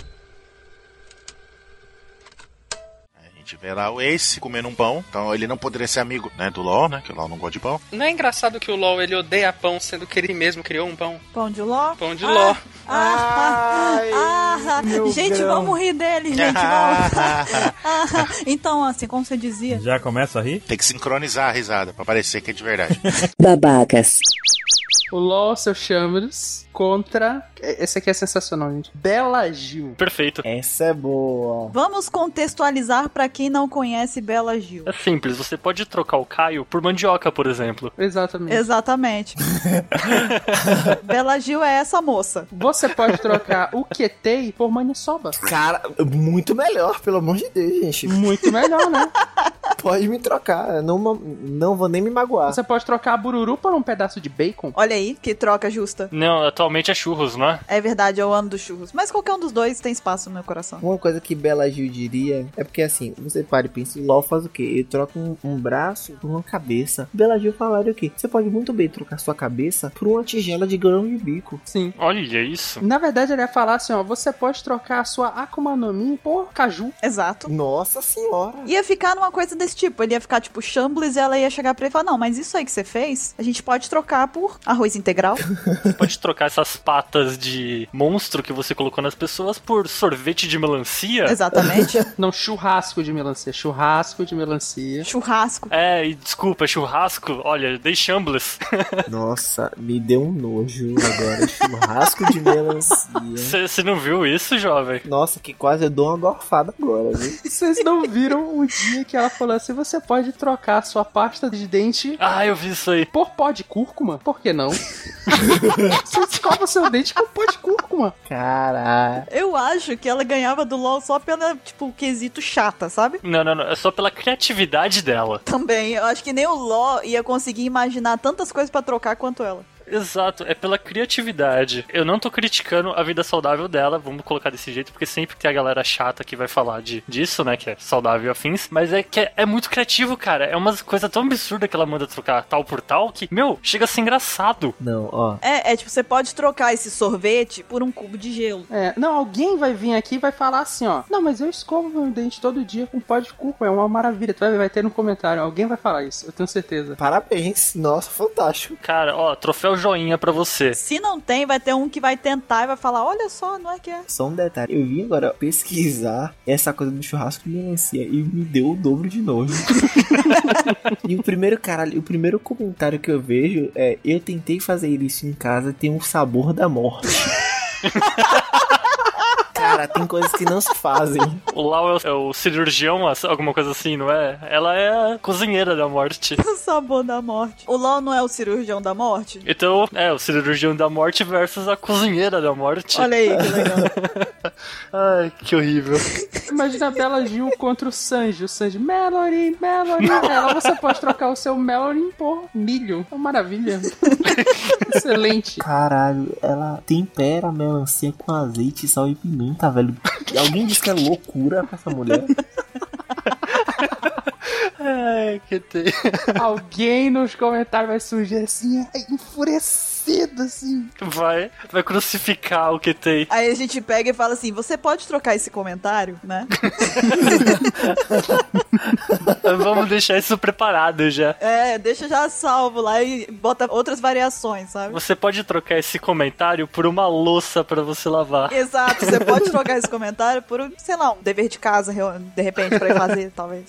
A gente vê lá o Ace comendo um pão, então ele não poderia ser amigo, né, do LoL, né, que o LoL não gosta de pão. Não é engraçado que o LoL, ele odeia pão, sendo que ele mesmo criou um pão? Pão de Ló? Pão de ah, Ló. Ah, Ai, ah, meu gente, grão. vamos rir dele, gente. Vamos. Ah, então, assim, como você dizia... Já começa a rir? Tem que sincronizar a risada, pra parecer que é de verdade. Babacas. O LoL, seu Chamers, contra... Esse aqui é sensacional, gente. Bela Gil. Perfeito. Essa é boa. Vamos contextualizar pra quem não conhece Bela Gil. É simples, você pode trocar o Caio por mandioca, por exemplo. Exatamente. Exatamente. Bela Gil é essa moça. Você pode trocar o Ketei por maniçoba. Cara, muito melhor, pelo amor de Deus, gente. Muito melhor, né? Pode me trocar, não, não vou nem me magoar. Você pode trocar a bururu por um pedaço de bacon. Olha aí, que troca justa. Não, atualmente é churros, não é? É verdade, eu amo dos churros. Mas qualquer um dos dois tem espaço no meu coração. Uma coisa que Bela Gil diria é porque assim, você para e pensa, o LoL faz o quê? Ele troca um, um braço por uma cabeça. Bela Gil falaria o quê? Você pode muito bem trocar sua cabeça por uma tigela de grão de bico. Sim. Olha isso. Na verdade, ele ia falar assim, ó, você pode trocar a sua Akuma no Mi por caju. Exato. Nossa senhora. Ia ficar numa coisa desse tipo. Ele ia ficar tipo Shambles e ela ia chegar pra ele e falar, não, mas isso aí que você fez, a gente pode trocar por arroz integral. Você pode trocar essas patas de monstro que você colocou nas pessoas por sorvete de melancia. Exatamente. Não, churrasco de melancia. Churrasco de melancia. Churrasco. É, e desculpa, churrasco, olha, dei Shambles. Nossa, me deu um nojo agora. Churrasco de melancia. Você não viu isso, jovem? Nossa, que quase eu dou uma gorfada agora, viu? Vocês não viram o dia que ela falou assim, você pode trocar a sua pasta de dente... Ah, eu vi isso aí. Por pó de cúrcuma? Por que não? Você escova seu dente com pó de cúrcuma. Caralho. Eu acho que ela ganhava do LoL só pela, tipo, quesito chata, sabe? Não, não, não. É só pela criatividade dela. Também. Eu acho que nem o LoL ia conseguir imaginar tantas coisas pra trocar quanto ela. Exato, é pela criatividade. Eu não tô criticando a vida saudável dela, vamos colocar desse jeito, porque sempre tem a galera chata que vai falar de, disso, né, que é saudável e afins, mas é que é, é muito criativo, cara. É uma coisa tão absurda que ela manda trocar tal por tal que, meu, chega a ser engraçado. Não, ó. É, é tipo, você pode trocar esse sorvete por um cubo de gelo. É, não, alguém vai vir aqui e vai falar assim, ó, não, mas eu escovo meu dente todo dia com pó de cúrcuma, é uma maravilha. Tu vai ver, vai ter no comentário, alguém vai falar isso, eu tenho certeza. Parabéns, nossa, fantástico. Cara, ó, troféu joinha pra você. Se não tem, vai ter um que vai tentar e vai falar, olha só, não é que é. Só um detalhe, eu vim agora pesquisar essa coisa do churrasco de melancia e me deu o dobro de novo. E o primeiro, cara, o primeiro comentário que eu vejo é, eu tentei fazer isso em casa, tem um sabor da morte. Cara, Cara, tem coisas que não se fazem. O Lau é o, é o cirurgião, alguma coisa assim, não é? Ela é a cozinheira da morte. O sabor da morte. O Lau não é o cirurgião da morte? Então, é, o cirurgião da morte versus a cozinheira da morte. Olha aí, que legal. Ai, que horrível. Imagina a Bela Gil contra o Sanji. O Sanji, Melody, Melody. Ela, você pode trocar o seu Melody por milho. É uma maravilha. Excelente. Caralho, ela tempera a melancia com azeite, sal e pimenta, velho. Alguém disse que é loucura pra essa mulher? Ai, que tem. Alguém nos comentários vai surgir assim, enfurecido, assim. Vai, vai crucificar o que tem. Aí a gente pega e fala assim, você pode trocar esse comentário, né? Vamos deixar isso preparado já. É, deixa já salvo lá e bota outras variações, sabe? Você pode trocar esse comentário por uma louça pra você lavar. Exato, você pode trocar esse comentário por, sei lá, um dever de casa, de repente, pra ir fazer, talvez.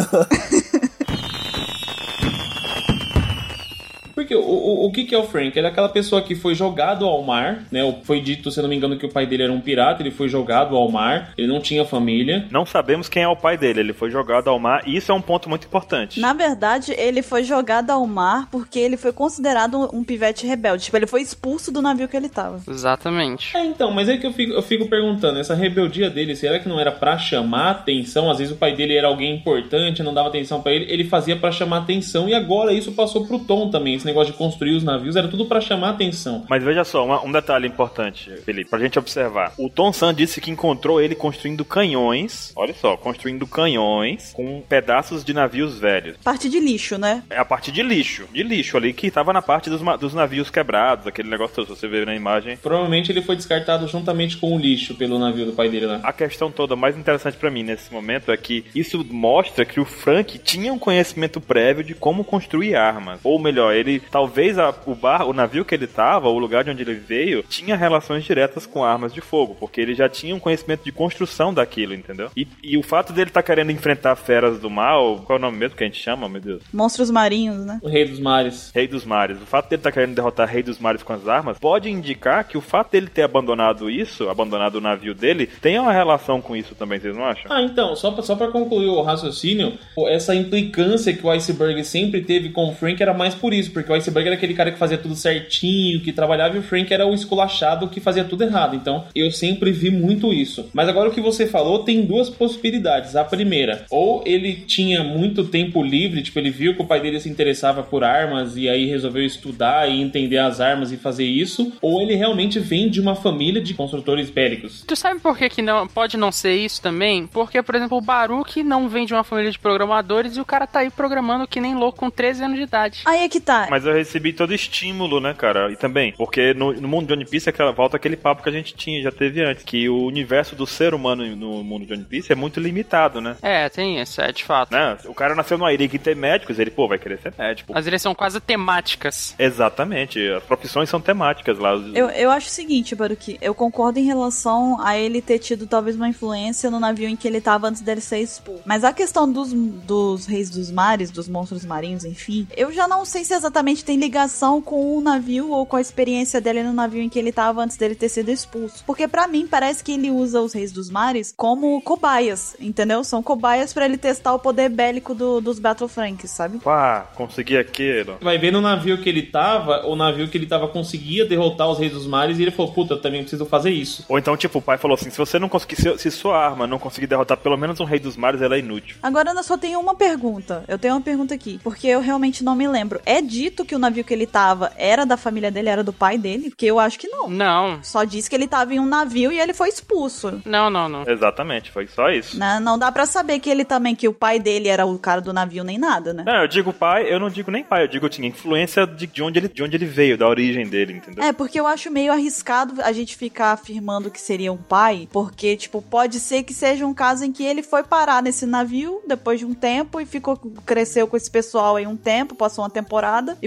Porque o, o, o que, que é o Frank? Ele é aquela pessoa que foi jogado ao mar, né? Foi dito, se eu não me engano, que o pai dele era um pirata, ele foi jogado ao mar, ele não tinha família. Não sabemos quem é o pai dele, ele foi jogado ao mar, e isso é um ponto muito importante. Na verdade, ele foi jogado ao mar porque ele foi considerado um, um pivete rebelde. Tipo, ele foi expulso do navio que ele tava. Exatamente. É, então, mas é que eu fico, eu fico perguntando, essa rebeldia dele, será que não era pra chamar atenção? Às vezes o pai dele era alguém importante, não dava atenção pra ele, ele fazia pra chamar atenção, e agora isso passou pro Tom também, esse negócio de construir os navios, era tudo pra chamar atenção. Mas veja só, uma, um detalhe importante, Felipe, pra gente observar. O Tom San disse que encontrou ele construindo canhões, olha só, construindo canhões com pedaços de navios velhos. Parte de lixo, né? É a parte de lixo, de lixo ali, que tava na parte dos, dos navios quebrados, aquele negócio todo, se você ver na imagem. Provavelmente ele foi descartado juntamente com o lixo pelo navio do pai dele lá. A questão toda mais interessante pra mim nesse momento é que isso mostra que o Frank tinha um conhecimento prévio de como construir armas. Ou melhor, ele talvez a, o, bar, o navio que ele tava, o lugar de onde ele veio, tinha relações diretas com armas de fogo, porque ele já tinha um conhecimento de construção daquilo, entendeu? E, e o fato dele estar tá querendo enfrentar feras do mal, qual é o nome mesmo que a gente chama, meu Deus? Monstros marinhos, né? O Rei dos Mares. Rei dos Mares. O fato dele estar tá querendo derrotar Rei dos Mares com as armas pode indicar que o fato dele ter abandonado isso, abandonado o navio dele, tem uma relação com isso também, vocês não acham? Ah, então, só pra, só pra concluir o raciocínio, essa implicância que o Iceberg sempre teve com o Frank era mais por isso, porque o Iceberg era aquele cara que fazia tudo certinho, que trabalhava, e o Frank era o esculachado que fazia tudo errado. Então, eu sempre vi muito isso. Mas agora o que você falou tem duas possibilidades. A primeira, ou ele tinha muito tempo livre, tipo, ele viu que o pai dele se interessava por armas e aí resolveu estudar e entender as armas e fazer isso, ou ele realmente vem de uma família de construtores bélicos. Tu sabe por que, que não, pode não ser isso também? Porque, por exemplo, o Baruch não vem de uma família de programadores e o cara tá aí programando que nem louco com treze anos de idade. Aí é que tá. Mas eu recebi todo estímulo, né, cara? E também, porque no, no mundo de One Piece é aquela, volta aquele papo que a gente tinha, já teve antes, que o universo do ser humano no mundo de One Piece é muito limitado, né? É, tem isso, é de fato. Né? O cara nasceu numa ilha que tem médicos, ele, pô, vai querer ser médico. As ilhas são quase temáticas. Exatamente, as profissões são temáticas lá. Eu, eu acho o seguinte, Baruch, eu concordo em relação a ele ter tido talvez uma influência no navio em que ele tava antes dele ser expulso. Mas a questão dos, dos reis dos mares, dos monstros marinhos, enfim, eu já não sei se exatamente tem ligação com o navio ou com a experiência dele no navio em que ele tava antes dele ter sido expulso. Porque pra mim parece que ele usa os reis dos mares como cobaias, entendeu? São cobaias pra ele testar o poder bélico do, dos Battle Franks, sabe? Pá, consegui aquilo. Vai ver no navio que ele tava, o navio que ele tava conseguia derrotar os reis dos mares e ele falou, puta, eu também preciso fazer isso. Ou então, tipo, o pai falou assim, se você não conseguir, se, se sua arma não conseguir derrotar pelo menos um rei dos mares, ela é inútil. Agora eu só tenho uma pergunta. Eu tenho uma pergunta aqui, porque eu realmente não me lembro. É dito que o navio que ele tava era da família dele, era do pai dele? Porque eu acho que não. Não. Só disse que ele tava em um navio e ele foi expulso. Não, não, não. Exatamente, foi só isso. Não, não dá pra saber que ele também, que o pai dele era o cara do navio nem nada, né? Não, eu digo pai, eu não digo nem pai, eu digo tinha influência de, de, onde ele, de onde ele veio, da origem dele, entendeu? É, porque eu acho meio arriscado a gente ficar afirmando que seria um pai, porque, tipo, pode ser que seja um caso em que ele foi parar nesse navio depois de um tempo e ficou, cresceu com esse pessoal aí um tempo, passou uma temporada e foi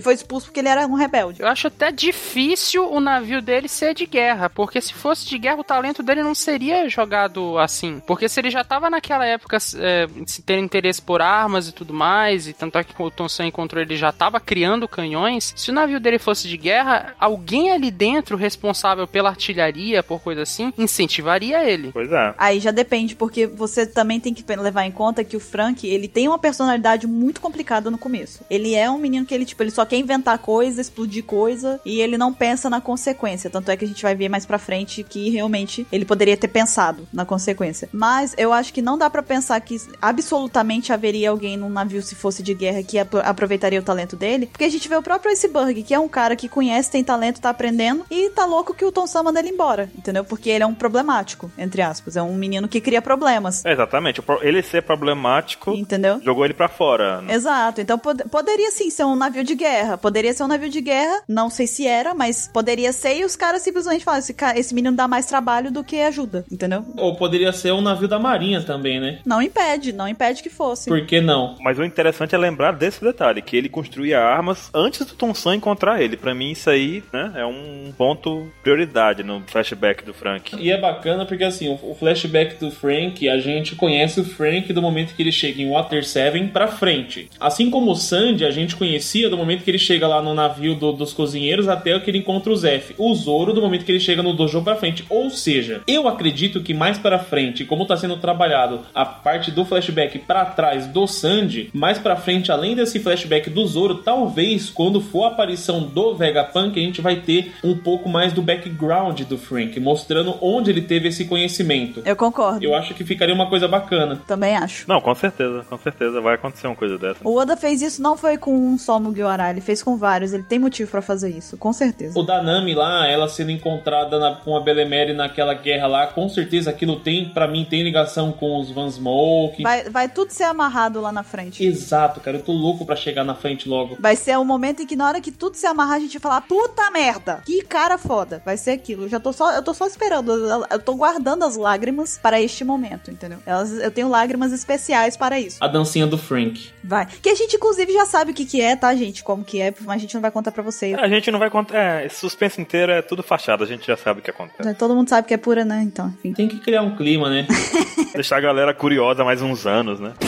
foi expulso porque ele era um rebelde. Eu acho até difícil o navio dele ser de guerra, porque se fosse de guerra, o talento dele não seria jogado assim. Porque se ele já tava naquela época é, se ter interesse por armas e tudo mais, e tanto é que o Tom San encontrou, ele já tava criando canhões, se o navio dele fosse de guerra, alguém ali dentro responsável pela artilharia, por coisa assim, incentivaria ele. Pois é. Aí já depende, porque você também tem que levar em conta que o Frank, ele tem uma personalidade muito complicada no começo. Ele é um menino que ele, tipo, ele só quer inventar coisa, explodir coisa, e ele não pensa na consequência. Tanto é que a gente vai ver mais pra frente que realmente ele poderia ter pensado na consequência. Mas eu acho que não dá pra pensar que absolutamente haveria alguém num navio, se fosse de guerra, que ap- aproveitaria o talento dele, porque a gente vê o próprio Iceberg, que é um cara que conhece, tem talento, tá aprendendo, e tá louco que o Tom Sam manda ele embora, entendeu? Porque ele é um problemático, entre aspas. É um menino que cria problemas. É, exatamente. Ele ser problemático, entendeu? Jogou ele pra fora. Né? Exato. Então pod- poderia sim ser um navio de guerra. Poderia ser um navio de guerra. Não sei se era, mas poderia ser, e os caras simplesmente falam, esse, cara, esse menino dá mais trabalho do que ajuda, entendeu? Ou poderia ser um navio da marinha também, né? Não impede, não impede que fosse. Por que não? Mas o interessante é lembrar desse detalhe, que ele construía armas antes do Tom San encontrar ele. Pra mim isso aí, né, é um ponto prioridade no flashback do Frank. E é bacana porque assim, o flashback do Frank, a gente conhece o Frank do momento que ele chega em Water Seven pra frente. Assim como o Sandy, a gente conhecia do momento que ele chega lá no navio do, dos cozinheiros até que ele encontra o Zef. O Zoro do momento que ele chega no dojo pra frente. Ou seja, eu acredito que mais pra frente, como tá sendo trabalhado a parte do flashback pra trás do Sandy, mais pra frente, além desse flashback do Zoro, talvez quando for a aparição do Vegapunk, a gente vai ter um pouco mais do background do Frank, mostrando onde ele teve esse conhecimento. Eu concordo. Eu acho que ficaria uma coisa bacana. Também acho. Não, com certeza, com certeza vai acontecer uma coisa dessa. O Oda fez isso, não foi com um só Mugiwara, ele fez com vários, ele tem motivo pra fazer isso, com certeza. O da Nami lá, ela sendo encontrada na, com a Belemere naquela guerra lá, com certeza aquilo tem, pra mim, tem ligação com os Van Smoke. Vai, vai tudo ser amarrado lá na frente. Exato, cara, eu tô louco pra chegar na frente logo. Vai ser o momento em que na hora que tudo se amarrar, a gente vai falar, puta merda, que cara foda, vai ser aquilo. Eu já tô só, eu tô só esperando, eu tô guardando as lágrimas para este momento, entendeu? Elas, eu tenho lágrimas especiais para isso. A dancinha do Frank. Vai. Que a gente, inclusive, já sabe o que que é, tá, gente? Como que é, mas a gente não vai contar pra vocês. A gente não vai contar, é, esse suspense inteiro é tudo fachada, a gente já sabe o que acontece. Todo mundo sabe que é pura, né? Então, enfim. Tem que criar um clima, né? Deixar a galera curiosa mais uns anos, né?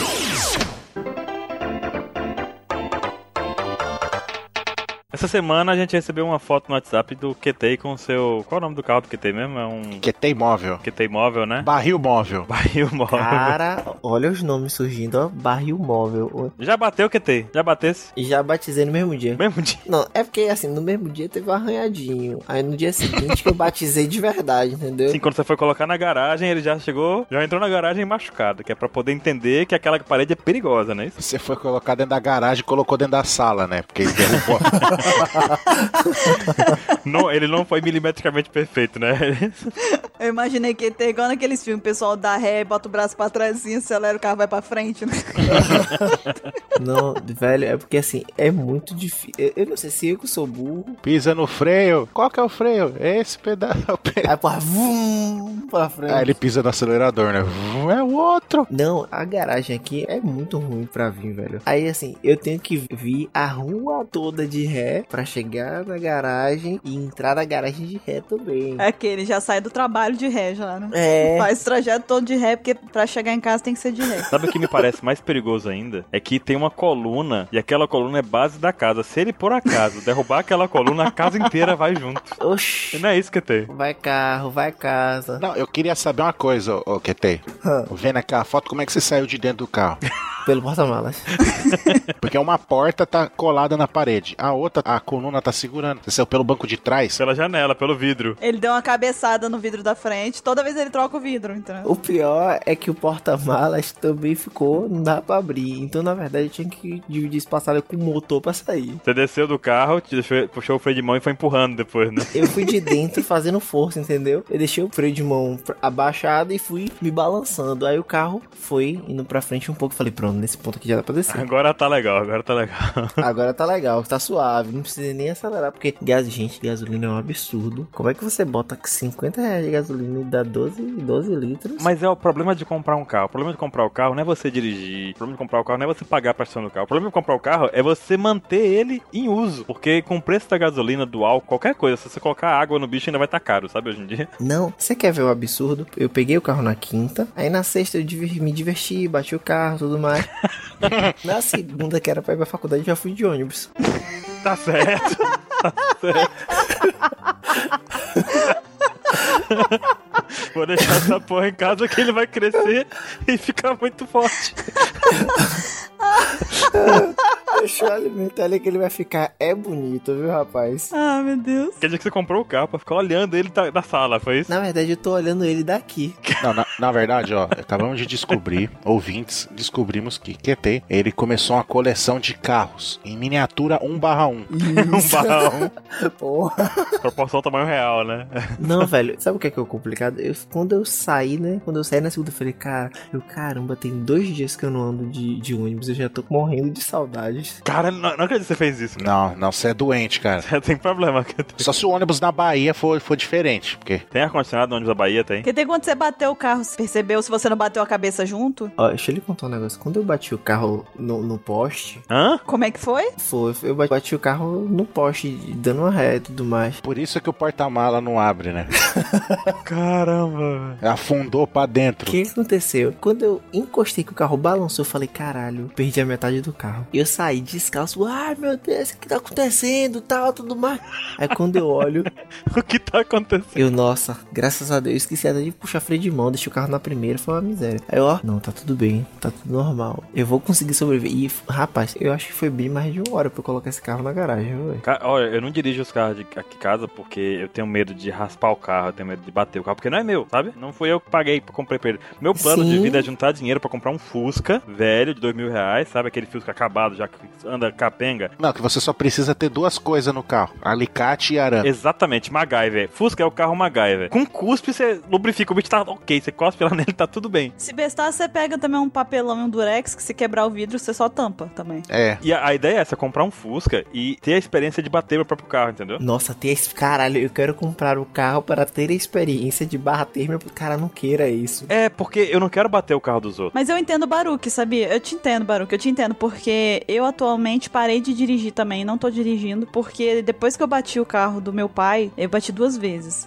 Essa semana a gente recebeu uma foto no WhatsApp do Q T com o seu... Qual é o nome do carro do Q T mesmo? É um... Q T móvel. Q T móvel, né? Barril móvel. Barril móvel. Cara, olha os nomes surgindo, ó. Barril móvel. Já bateu o Q T? Já batesse? Já batizei no mesmo dia. Mesmo dia? Não, é porque assim, no mesmo dia teve um arranhadinho. Aí no dia seguinte que eu batizei de verdade, entendeu? Sim, quando você foi colocar na garagem, ele já chegou, já entrou na garagem machucado, que é pra poder entender que aquela parede é perigosa, né? Você foi colocar dentro da garagem e colocou dentro da sala, né? Porque ele derrubou. Não, ele não foi milimetricamente perfeito, né? Eu imaginei que tem igual naqueles filmes, o pessoal dá ré, bota o braço pra trás assim, acelera, o carro vai pra frente, né? Não, velho, é porque assim, é muito difícil. Eu, eu não sei se eu que sou burro. Pisa no freio. Qual que é o freio? Esse pedaço. Aí, porra, vum, pra frente. Aí ele pisa no acelerador, né? Vum, é o outro. Não, a garagem aqui é muito ruim pra vir, velho. Aí, assim, eu tenho que vir a rua toda de ré pra chegar na garagem e entrar na garagem de ré também. É que ele já sai do trabalho de ré já, né? É. Faz o trajeto todo de ré, porque pra chegar em casa tem que ser de ré. Sabe o que me parece mais perigoso ainda? É que tem uma coluna e aquela coluna é base da casa. Se ele, por acaso, derrubar aquela coluna, a casa inteira vai junto. Oxi. E não é isso que tem. Vai carro, vai casa. Não, eu queria saber uma coisa, ô, ô Q T. Hum. Vendo aquela foto, como é que você saiu de dentro do carro? Pelo porta-malas. Porque uma porta tá colada na parede, a outra, a coluna tá segurando. Você saiu pelo banco de trás? Pela janela, pelo vidro. Ele deu uma cabeçada no vidro da frente, toda vez ele troca o vidro, entendeu? O pior é que o porta-malas também ficou, não dá pra abrir. Então, na verdade, eu tinha que dividir esse passado com o motor pra sair. Você desceu do carro, te deixou, puxou o freio de mão e foi empurrando depois, né? Eu fui de dentro fazendo força, entendeu? Eu deixei o freio de mão abaixado e fui me balançando. Aí o carro foi indo pra frente um pouco. Falei, pronto, Pronto, nesse ponto aqui já dá pra descer. Agora tá legal, agora tá legal. Agora tá legal, tá suave, não precisa nem acelerar, porque, gás, gente, gasolina é um absurdo. Como é que você bota cinquenta reais de gasolina e dá doze, doze litros? Mas é o problema de comprar um carro. O problema de comprar o carro não é você dirigir. O problema de comprar o carro não é você pagar a prestação do carro. O problema de comprar o carro é você manter ele em uso. Porque com o preço da gasolina, do álcool, qualquer coisa, se você colocar água no bicho ainda vai estar caro, sabe, hoje em dia? Não, você quer ver o absurdo? Eu peguei o carro na quinta, aí na sexta eu diver- me diverti, bati o carro, tudo mais. Na segunda, que era pra ir pra faculdade, já fui de ônibus. Tá certo. Tá certo. Vou deixar essa porra em casa que ele vai crescer e ficar muito forte. Deixa eu alimentar ele que ele vai ficar. É bonito, viu, rapaz? Ah, meu Deus. Quer dizer que você comprou o carro pra ficar olhando ele da, da sala, foi isso? Na verdade, eu tô olhando ele daqui. Não, na, na verdade, ó, acabamos de descobrir, ouvintes, descobrimos que Q T, ele começou uma coleção de carros em miniatura um barra um. um barra um. Porra. Proporção ao tamanho real, né? Não, velho, sabe o que é que é o complicado? Eu, quando eu saí, né? Quando eu saí na segunda, eu falei, cara, eu, caramba, tem dois dias que eu não ando de, de ônibus, eu já tô morrendo de saudades. Cara, não, não acredito que você fez isso. Não, não, você é doente, cara. Você tem problema. Só se o ônibus na Bahia for, for diferente, porque... Tem ar-condicionado no ônibus da Bahia, tem? Porque tem quando você bateu o carro, você percebeu se você não bateu a cabeça junto? Ó, deixa eu lhe contar um negócio. Quando eu bati o carro no, no poste... Hã? Como é que foi? Foi, eu bati, bati o carro no poste, dando uma ré e tudo mais. Por isso é que o porta-mala não abre, né? Caramba. Afundou pra dentro. O que aconteceu? Quando eu encostei que o carro balançou, eu falei, caralho, perdi a metade do carro. E eu saí descalço, ai meu Deus, o que tá acontecendo, tal, tudo mais. Aí quando eu olho... O que tá acontecendo? Eu, nossa, graças a Deus, esqueci até de puxar freio de mão, deixei o carro na primeira, foi uma miséria. Aí eu, ó, não, tá tudo bem, tá tudo normal. Eu vou conseguir sobreviver. E, rapaz, eu acho que foi bem mais de uma hora pra eu colocar esse carro na garagem, velho. Olha, eu não dirijo os carros de, aqui em casa porque eu tenho medo de raspar o carro, eu tenho medo de bater o carro, porque não é meu, sabe? Não fui eu que paguei pra comprar pra ele. Meu plano Sim. de vida é juntar dinheiro pra comprar um Fusca velho de dois mil reais, sabe? Aquele Fusca acabado, já que anda capenga. Não, que você só precisa ter duas coisas no carro: alicate e arame. Exatamente, MacGyver. Fusca é o carro MacGyver. Com cuspe você lubrifica, o bicho tá ok, você cospe lá nele, tá tudo bem. Se bestar, você pega também um papelão e um durex, que se quebrar o vidro, você só tampa também. É. E a, a ideia é essa, comprar um Fusca e ter a experiência de bater o próprio carro, entendeu? Nossa, ter esse... Caralho, eu quero comprar o carro para ter a experiência de bater meu... Cara, não queira isso. É, porque eu não quero bater o carro dos outros. Mas eu entendo o Baruque, sabia? Eu te entendo, Baruque, eu te entendo, porque eu atualmente parei de dirigir também, não tô dirigindo, porque depois que eu bati o carro do meu pai, eu bati duas vezes.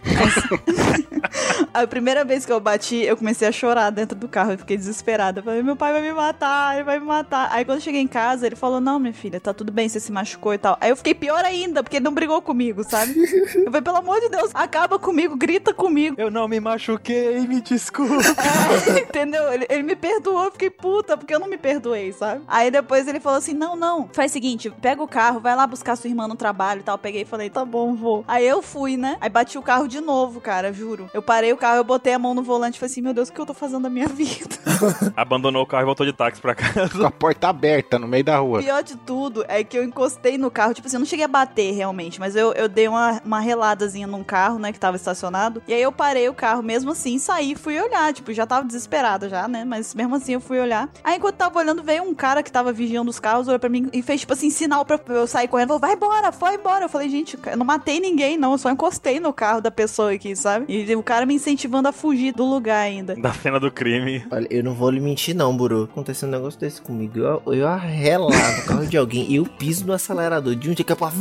A primeira vez que eu bati, eu comecei a chorar dentro do carro, eu fiquei desesperada. Eu falei, meu pai vai me matar, ele vai me matar. Aí quando eu cheguei em casa, ele falou, não, minha filha, tá tudo bem, você se machucou e tal. Aí eu fiquei pior ainda, porque ele não brigou comigo, sabe? Eu falei, pelo amor de Deus, acaba comigo, grita comigo. Eu não me machuquei, me desculpa. É, entendeu? Ele, ele me perdoou, eu fiquei puta, porque eu não me perdoei, sabe? Aí depois ele falou assim, não, não, faz o seguinte, pega o carro, vai lá buscar sua irmã no trabalho e tal. Eu peguei e falei, tá bom, vou. Aí eu fui, né? Aí bati o carro de novo, cara, juro. Eu parei o carro, eu botei a mão no volante e falei assim, meu Deus, o que eu tô fazendo da minha vida? Abandonou o carro e voltou de táxi pra casa. Com a porta aberta, no meio da rua. O pior de tudo é que eu encostei no carro, tipo assim, eu não cheguei a bater realmente, mas eu, eu dei uma, uma reladazinha num carro, né, que tava estacionado, e aí eu parei o carro mesmo assim, saí e fui olhar, tipo, já tava desesperada já, né, mas mesmo assim eu fui olhar. Aí enquanto tava olhando, veio um cara que tava vigiando os carros, olhou pra mim e fez, tipo assim, sinal pra eu sair correndo, falou, vai embora, foi embora. Eu falei, gente, eu não matei ninguém, não, eu só encostei no carro da pessoa aqui, sabe? E o cara me incentivando a fugir do lugar ainda. Da cena do crime. Olha, eu não vou lhe mentir não, Buru. Aconteceu um negócio desse comigo. Eu, eu arrelado o carro de alguém e eu piso no acelerador de um dia que é pra...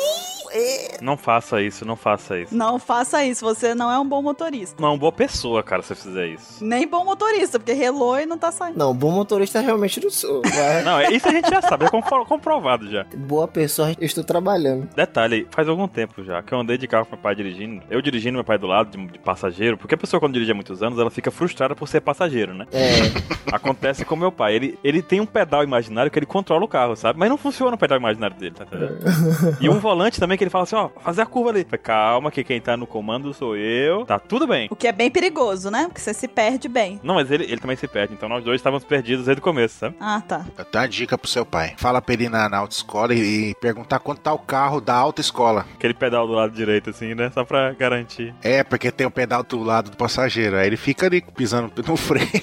Não faça isso, não faça isso. Não faça isso, você não é um bom motorista. Não é uma boa pessoa, cara, se você fizer isso. Nem bom motorista, porque relou e não tá saindo. Não, bom motorista realmente não sou. Mas... Não, isso a gente já sabe, é compro- comprovado já. Boa pessoa, eu estou trabalhando. Detalhe, faz algum tempo já que eu andei de carro com meu pai dirigindo. Eu dirigindo, meu pai do lado, de, de passageiro. Porque a pessoa quando dirige há muitos anos, ela fica frustrada por ser passageiro, né? É. Acontece com meu pai. Ele, ele tem um pedal imaginário que ele controla o carro, sabe? Mas não funciona o pedal imaginário dele, tá entendendo? E um volante também que ele fala assim, ó, fazer a curva ali. Falei, calma, que quem tá no comando sou eu. Tá tudo bem. O que é bem perigoso, né? Porque você se perde bem. Não, mas ele, ele também se perde. Então nós dois estávamos perdidos desde o começo, sabe? Ah, tá. Eu tenho uma dica pro seu pai. Fala pra ele na, na autoescola e, e perguntar quanto tá o carro da autoescola. Aquele pedal do lado direito, assim, né? Só pra garantir. É, porque tem o pedal do lado do passageiro. Aí ele fica ali pisando no freio.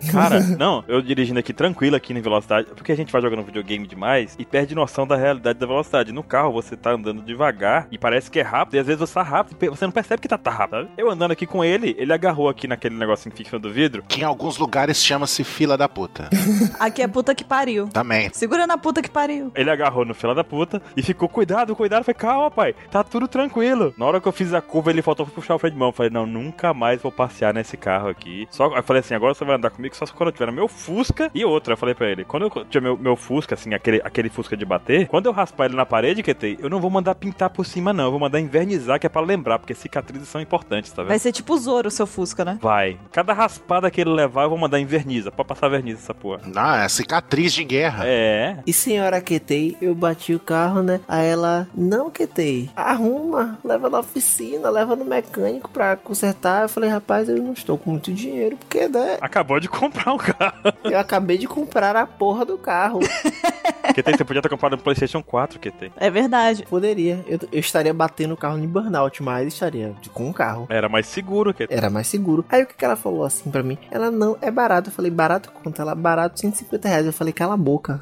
Cara, não, eu dirigindo aqui tranquilo aqui na velocidade, porque a gente vai jogando videogame demais e perde noção da realidade da velocidade. No carro você tá andando devagar e parece que é rápido, e às vezes você tá rápido e você não percebe que tá, tá rápido, sabe? Eu andando aqui com ele, ele agarrou aqui naquele negocinho que fica do vidro. Que em alguns lugares chama-se fila da puta. Aqui é puta que pariu. Também. Segura na puta que pariu. Ele agarrou no fila da puta e ficou, cuidado, cuidado. Eu falei, calma, pai, tá tudo tranquilo. Na hora que eu fiz a curva, ele faltou puxar o freio de mão. Eu falei, não, nunca mais vou passear nesse carro aqui. Só, eu falei assim, agora você vai andar comigo só quando eu tiver no meu Fusca. E outra, eu falei pra ele, quando eu tiver meu, meu Fusca, assim, aquele, aquele Fusca de bater, quando eu raspar ele na parede, Q T, eu não vou mandar pintar por cima, não. Eu vou mandar invernizar, que é pra lembrar, porque cicatrizes são importantes, tá vendo? Vai ser tipo o Zoro, o seu Fusca, né? Vai. Cada raspada que ele levar, eu vou mandar inverniza. Pode passar verniz essa porra. Não, é cicatriz de guerra. É. E senhora Q T, eu bati o carro, né? Aí ela, não, Q T, arruma, leva na oficina, leva no mecânico pra consertar. Eu falei, rapaz, eu não estou com muito dinheiro, porque, né? Acabou de comprar um carro. Eu acabei de comprar a porra do carro. Q T, você podia ter comprado um PlayStation quatro, Q T. É verdade. Poderia. Eu, eu estaria batendo o carro em burnout, mas estaria com o carro. Era mais seguro, Q T. Era mais seguro. Aí o que, que ela falou assim pra mim? Ela, não, é barato. Eu falei, barato quanto? Ela, barato, cento e cinquenta reais. Eu falei, cala a boca.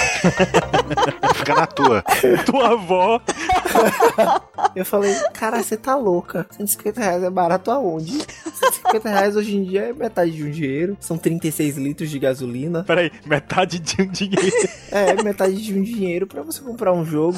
Fica na tua. Tua avó. Eu falei, cara, você tá louca. cento e cinquenta reais é barato aonde? cento e cinquenta reais hoje em dia é metade de um dinheiro. São trinta e seis litros de gasolina. Peraí, metade de um dinheiro. É, metade de um dinheiro pra você comprar um jogo.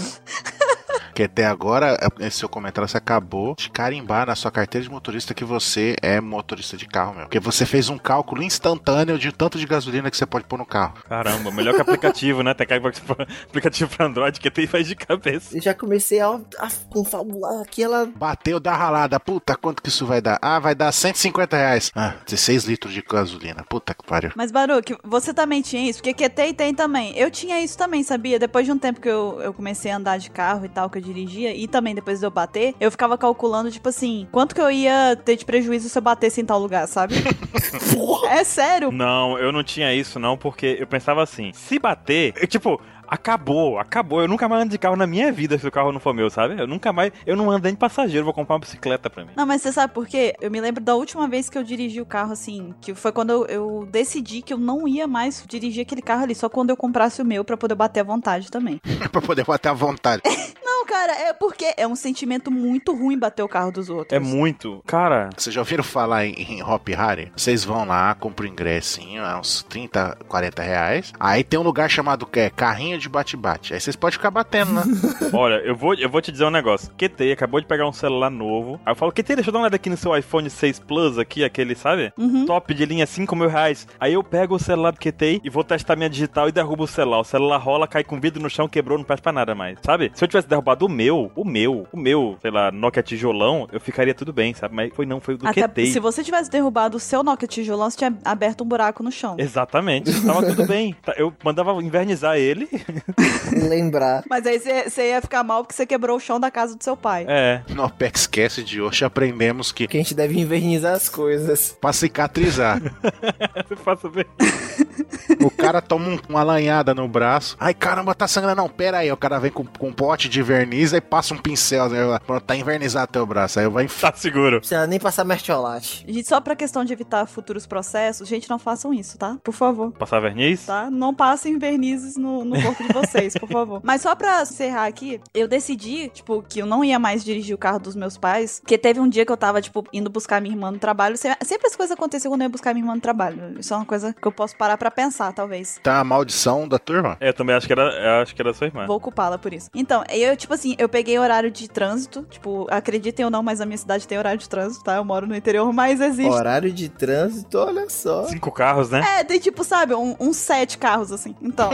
Que até agora, esse seu comentário, você acabou de carimbar na sua carteira de motorista que você é motorista de carro, meu. Porque você fez um cálculo instantâneo de tanto de gasolina que você pode pôr no carro. Caramba, melhor que aplicativo, né? Tem aplicativo pra Android que tem faz de cabeça. Eu já comecei a, a confabular aqui, ela... Bateu da ralada. Puta, quanto que isso vai dar? Ah, vai dar cento e cinquenta reais. Ah, dezesseis litros de gasolina. Puta que pariu. Mas, Baruch, você também tinha isso? Porque Q T tem também. Eu tinha isso também, sabia? Depois de um tempo que eu, eu comecei a andar de carro e tal, que eu dirigia, e também depois de eu bater, eu ficava calculando, tipo assim, quanto que eu ia ter de prejuízo se eu batesse em tal lugar, sabe? É sério. Não, eu não tinha isso não, porque eu pensava assim, se bater, eu, tipo... Acabou, acabou. Eu nunca mais ando de carro na minha vida se o carro não for meu, sabe? Eu nunca mais... Eu não ando nem de passageiro, vou comprar uma bicicleta pra mim. Não, mas você sabe por quê? Eu me lembro da última vez que eu dirigi o carro, assim, que foi quando eu, eu decidi que eu não ia mais dirigir aquele carro ali, só quando eu comprasse o meu pra poder bater à vontade também. Pra poder bater à vontade. Não, cara, é porque é um sentimento muito ruim bater o carro dos outros. É muito. Cara... Vocês já ouviram falar em, em Hop Harry? Vocês vão lá, compram um ingressinho, é uns trinta, quarenta reais. Aí tem um lugar chamado que é carrinho de bate-bate. Aí vocês podem ficar batendo, né? Olha, eu vou, eu vou te dizer um negócio. Q T acabou de pegar um celular novo. Aí eu falo, Q T, deixa eu dar uma olhada aqui no seu iPhone seis Plus aqui, aquele, sabe? Uhum. Top de linha, cinco mil reais. Aí eu pego o celular do Q T e vou testar minha digital e derrubo o celular. O celular rola, cai com vidro no chão, quebrou, não presta pra nada mais, sabe? Se eu tivesse derrubado o meu, o meu, o meu, sei lá, Nokia tijolão, eu ficaria tudo bem, sabe? Mas foi não, foi o do Até Q T. Se você tivesse derrubado o seu Nokia tijolão, você tinha aberto um buraco no chão. Exatamente, tava tudo bem. Eu mandava invernizar ele. Lembrar. Mas aí você ia ficar mal porque você quebrou o chão da casa do seu pai. É. No PEXCast de hoje aprendemos que... Que a gente deve invernizar as coisas. Pra cicatrizar. Você faça bem. O cara toma um, uma lanhada no braço. Ai, caramba, tá sangrando. Não, pera aí. O cara vem com, com um pote de verniz e passa um pincel. Né? Pronto, tá invernizado teu braço. Aí vai... Tá seguro. Não precisa nem passar mertiolate. Gente, só pra questão de evitar futuros processos, gente, não façam isso, tá? Por favor. Passar verniz? Tá? Não passem vernizes no, no corpo de vocês, por favor. Mas só pra encerrar aqui, eu decidi, tipo, que eu não ia mais dirigir o carro dos meus pais, porque teve um dia que eu tava, tipo, indo buscar minha irmã no trabalho. Sempre as coisas aconteciam quando eu ia buscar minha irmã no trabalho. Isso é uma coisa que eu posso parar pra pensar, talvez. Tá a maldição da turma? É, eu também acho que era, eu acho que era sua irmã. Vou culpá-la por isso. Então, eu, tipo assim, eu peguei horário de trânsito, tipo, acreditem ou não, mas a minha cidade tem horário de trânsito, tá? Eu moro no interior, mas existe. Horário de trânsito, olha só. Cinco carros, né? É, tem tipo, sabe, uns um, um sete carros, assim. Então.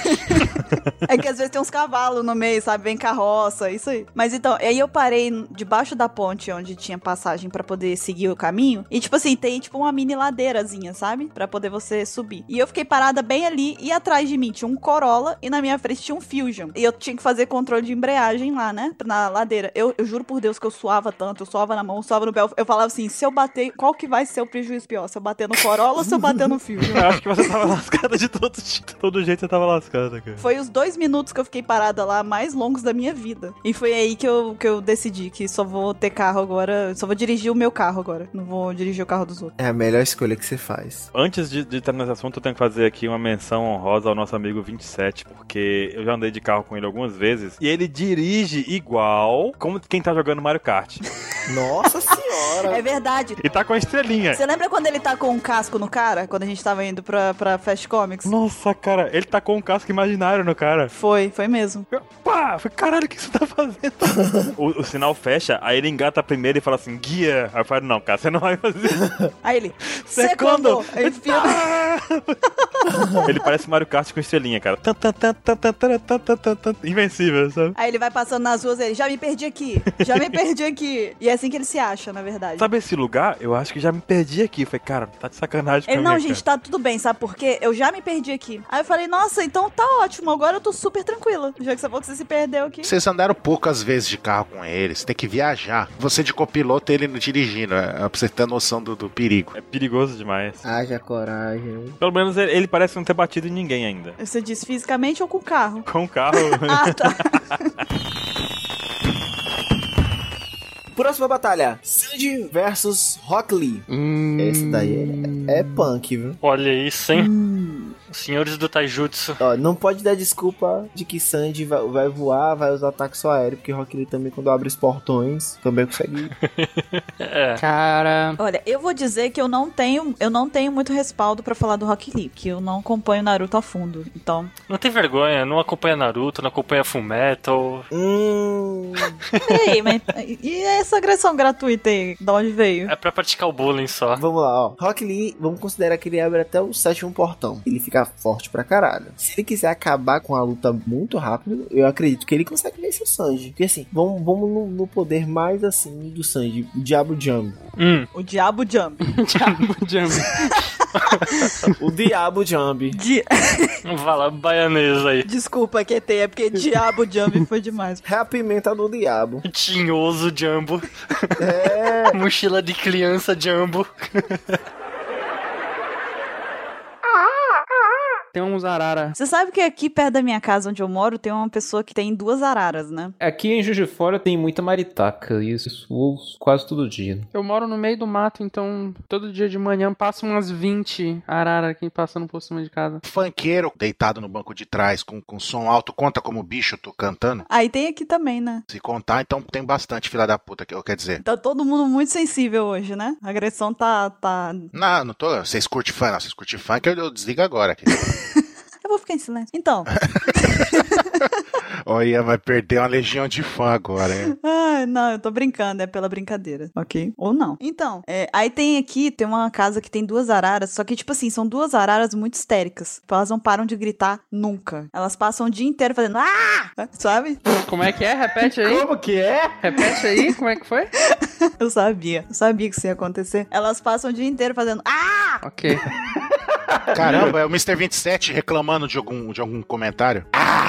É que às vezes tem uns cavalos no meio, sabe? Vem carroça, isso aí. Mas então, aí eu parei debaixo da ponte onde tinha passagem pra poder seguir o caminho. E tipo assim, tem tipo uma mini ladeirazinha, sabe? Pra poder você subir. E eu fiquei parada bem ali e atrás de mim tinha um Corolla e na minha frente tinha um Fusion. E eu tinha que fazer controle de embreagem lá, né? Na ladeira. Eu, eu juro por Deus que eu suava tanto, eu suava na mão, eu suava no pé. Eu falava assim, se eu bater, qual que vai ser o prejuízo pior? Se eu bater no Corolla ou se eu bater no Fusion? Eu acho que você tava lascada de todo, de todo jeito, você tava lascada, cara. Foi os dois minutos que eu fiquei parada lá mais longos da minha vida. E foi aí que eu, que eu decidi que só vou ter carro agora, só vou dirigir o meu carro agora. Não vou dirigir o carro dos outros. É a melhor escolha que você faz. Antes de, de terminar esse assunto, eu tenho que fazer aqui uma menção honrosa ao nosso amigo vinte e sete, porque eu já andei de carro com ele algumas vezes e ele dirige igual como quem tá jogando Mario Kart. Nossa senhora! É verdade. E tá com a estrelinha. Você lembra quando ele tá com um casco no cara? Quando a gente tava indo pra, pra Fast Comics? Nossa, cara, ele tá com um casco imaginário no cara. Foi, foi mesmo. Eu, pá, foi, caralho, o que você tá fazendo? o, o sinal fecha, aí ele engata primeiro e fala assim, guia. Aí eu falo, não, cara, você não vai fazer isso. Aí ele, segundo. Aí enfia... Ele parece Mario Kart com estrelinha, cara. Invencível, sabe? Aí ele vai passando nas ruas e ele, já me perdi aqui, já me perdi aqui. E é assim que ele se acha, na verdade. Sabe esse lugar? Eu acho que já me perdi aqui. Eu falei, cara, tá de sacanagem ele, com a não, minha, gente, cara. tá tudo bem, sabe por quê? Eu já me perdi aqui. Aí eu falei, nossa, então tá ótimo, agora eu tô super tranquila. Já que você falou que você se perdeu aqui. Vocês andaram poucas vezes de carro com ele, você tem que viajar. Você de copiloto, ele dirigindo, é, pra você ter noção do, do perigo. É perigoso demais. Haja coragem. Pelo menos ele, ele parece não ter batido em ninguém ainda. Você diz fisicamente ou com o carro? Com o carro. Ah, tá. Próxima batalha, Sanji versus Rock Lee. Hum... Esse daí é, é punk, viu? Olha isso, hein? Hum... Os senhores do Taijutsu. Ó, não pode dar desculpa de que Sanji vai, vai voar, vai usar ataque só aéreo, porque Rock Lee também, quando abre os portões, também consegue. É. Cara... Olha, eu vou dizer que eu não tenho, eu não tenho muito respaldo pra falar do Rock Lee, porque eu não acompanho Naruto a fundo, então... Não tem vergonha, não acompanha Naruto, não acompanha Fullmetal. Hum... Peraí, mas... E essa agressão gratuita aí, de onde veio? É pra praticar o bullying só. Vamos lá, ó. Rock Lee, vamos considerar que ele abre até o sétimo portão. Ele fica forte pra caralho. Se ele quiser acabar com a luta muito rápido, eu acredito que ele consegue vencer o Sanji. Porque assim, vamos, vamos no, no poder mais assim do Sanji, o Diabo Jump. Hum. O Diabo Jump. O Diabo Jump. O Diabo Jump. Di... Vai lá, baianês aí. Desculpa, Q T, é porque Diabo Jump foi demais. É a pimenta do diabo. Tinhoso Jumbo. É. Mochila de criança Jumbo. Tem uns arara. Você sabe que aqui perto da minha casa, onde eu moro, tem uma pessoa que tem duas araras, né? Aqui em Juiz de Fora tem muita maritaca, e isso eu ouço quase todo dia. Eu moro no meio do mato, então todo dia de manhã passa umas vinte arara aqui passando por cima de casa. Funkeiro deitado no banco de trás com, com som alto, conta como bicho, tô cantando? Aí tem aqui também, né? Se contar, então tem bastante filha da puta, que eu quero dizer. Tá todo mundo muito sensível hoje, né? A agressão tá... tá... Não, não tô... Vocês curtem funk, não. Vocês curtem funk, eu, eu desligo agora aqui. Eu vou ficar em silêncio. Então... Olha, vai perder uma legião de fã agora, hein? Ah, não, eu tô brincando, é pela brincadeira, ok? Ou não. Então, é, aí tem aqui, tem uma casa que tem duas araras, só que, tipo assim, são duas araras muito histéricas. Tipo, elas não param de gritar nunca. Elas passam o dia inteiro fazendo ah! Sabe? Como é que é? Repete aí. Como que é? Repete aí, como é que foi? Eu sabia, eu sabia que isso ia acontecer. Elas passam o dia inteiro fazendo ah! Ok. Caramba, é o mister vinte e sete reclamando de algum, de algum comentário. Ah!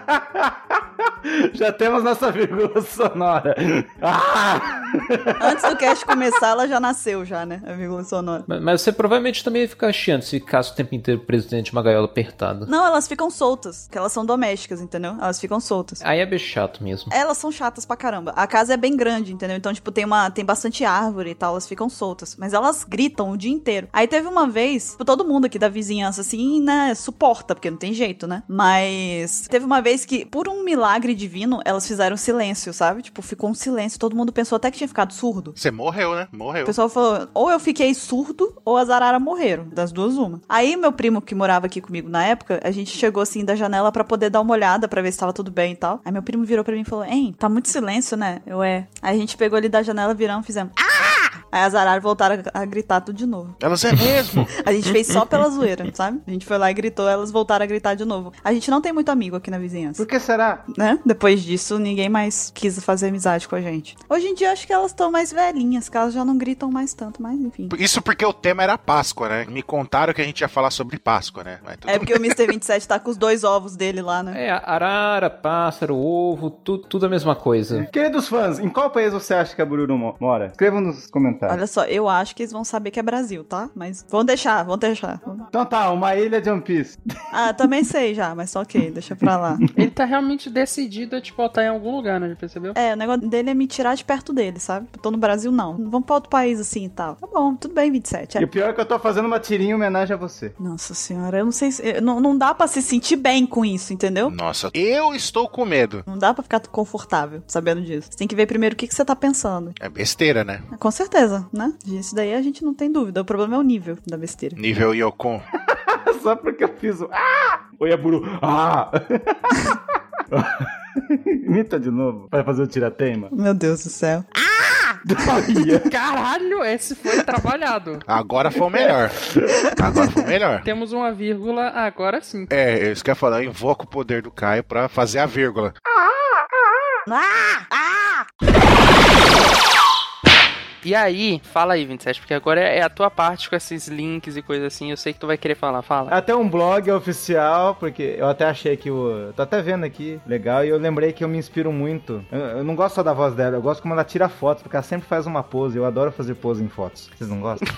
Já temos nossa vírgula sonora. Ah! Antes do cast começar, ela já nasceu já, né? A vírgula sonora. Mas, mas você provavelmente também ia ficar chiando se ficasse o tempo inteiro preso dentro de uma gaiola apertada. Não, elas ficam soltas, porque elas são domésticas, entendeu? Elas ficam soltas. Aí é bem chato mesmo. Elas são chatas pra caramba. A casa é bem grande, entendeu? Então, tipo, tem, uma, tem bastante árvore e tal, elas ficam soltas. Mas elas gritam o dia inteiro. Aí teve uma vez, tipo, todo mundo aqui da vizinhança, assim, né, suporta, porque não tem jeito, né? Mas teve uma vez que, por um milagre divino, elas fizeram silêncio, sabe? Tipo, ficou um silêncio, todo mundo pensou até que tinha ficado surdo. Você morreu, né? Morreu. O pessoal falou, ou eu fiquei surdo, ou as araras morreram, das duas uma. Aí, meu primo, que morava aqui comigo na época, a gente chegou, assim, da janela pra poder dar uma olhada, pra ver se tava tudo bem e tal. Aí meu primo virou pra mim e falou, hein, tá muito silêncio, né? Eu, é. Aí a gente pegou ali da janela, viramos, fizemos, ah! Aí as araras voltaram a, a gritar tudo de novo. Elas é mesmo? A gente fez só pela zoeira, sabe? A gente foi lá e gritou, elas voltaram a gritar de novo. A gente não tem muito amigo aqui na vizinhança. Por que será? Né? Depois disso, ninguém mais quis fazer amizade com a gente. Hoje em dia, acho que elas estão mais velhinhas, que elas já não gritam mais tanto, mas enfim. Isso porque o tema era Páscoa, né? Me contaram que a gente ia falar sobre Páscoa, né? Mas tudo É porque o mister vinte e sete tá com os dois ovos dele lá, né? É, arara, pássaro, ovo, tu, tudo a mesma coisa. Queridos fãs, em qual país você acha que a Bururu mo- mora? Escrevam nos comentários. Olha só, eu acho que eles vão saber que é Brasil, tá? Mas vão deixar, vão deixar. Então tá, uma ilha de One Piece. Ah, também sei já, mas só ok, deixa pra lá. Ele tá realmente decidido a te botar em algum lugar, né? Já percebeu? É, o negócio dele é me tirar de perto dele, sabe? Eu tô no Brasil, não. Vamos pra outro país assim e tal. Tá bom, tudo bem, vinte e sete. É. E o pior é que eu tô fazendo uma tirinha em homenagem a você. Nossa senhora, eu não sei se... Não, não dá pra se sentir bem com isso, entendeu? Nossa, eu estou com medo. Não dá pra ficar confortável sabendo disso. Você tem que ver primeiro o que, que você tá pensando. É besteira, né? Com certeza, né? Isso daí a gente não tem dúvida. O problema é o nível da besteira. Nível Yokon. Só porque eu fiz o... Ah! Oi, Buru. Ah! Imita de novo, pra fazer o tirateima. Meu Deus do céu. Caralho, esse foi trabalhado. Agora foi o melhor. Agora foi o melhor. Temos uma vírgula, agora sim. É, isso que eu ia falar. Eu invoco o poder do Caio pra fazer a vírgula. Ah! Ah! E aí, fala aí, vinte e sete, porque agora é a tua parte com esses links e coisas assim. Eu sei que tu vai querer falar, fala. Até um blog oficial, porque eu até achei que o... Tô até vendo aqui, legal, e eu lembrei que eu me inspiro muito. Eu, eu não gosto só da voz dela, eu gosto como ela tira fotos, porque ela sempre faz uma pose. Eu adoro fazer pose em fotos. Vocês não gostam?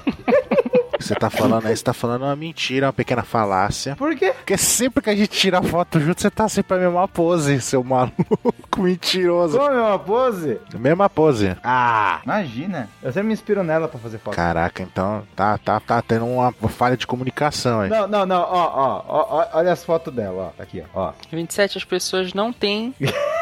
Você tá falando aí, você tá falando uma mentira, uma pequena falácia. Por quê? Porque sempre que a gente tira foto junto, você tá sempre a mesma pose, seu maluco mentiroso. Como é uma pose? Mesma pose. Ah, imagina. Eu sempre me inspiro nela pra fazer foto. Caraca, então tá, tá, tá tendo uma falha de comunicação aí. Não, não, não, ó, ó, ó, ó, olha as fotos dela, ó, aqui, ó. vinte e sete, as pessoas não têm...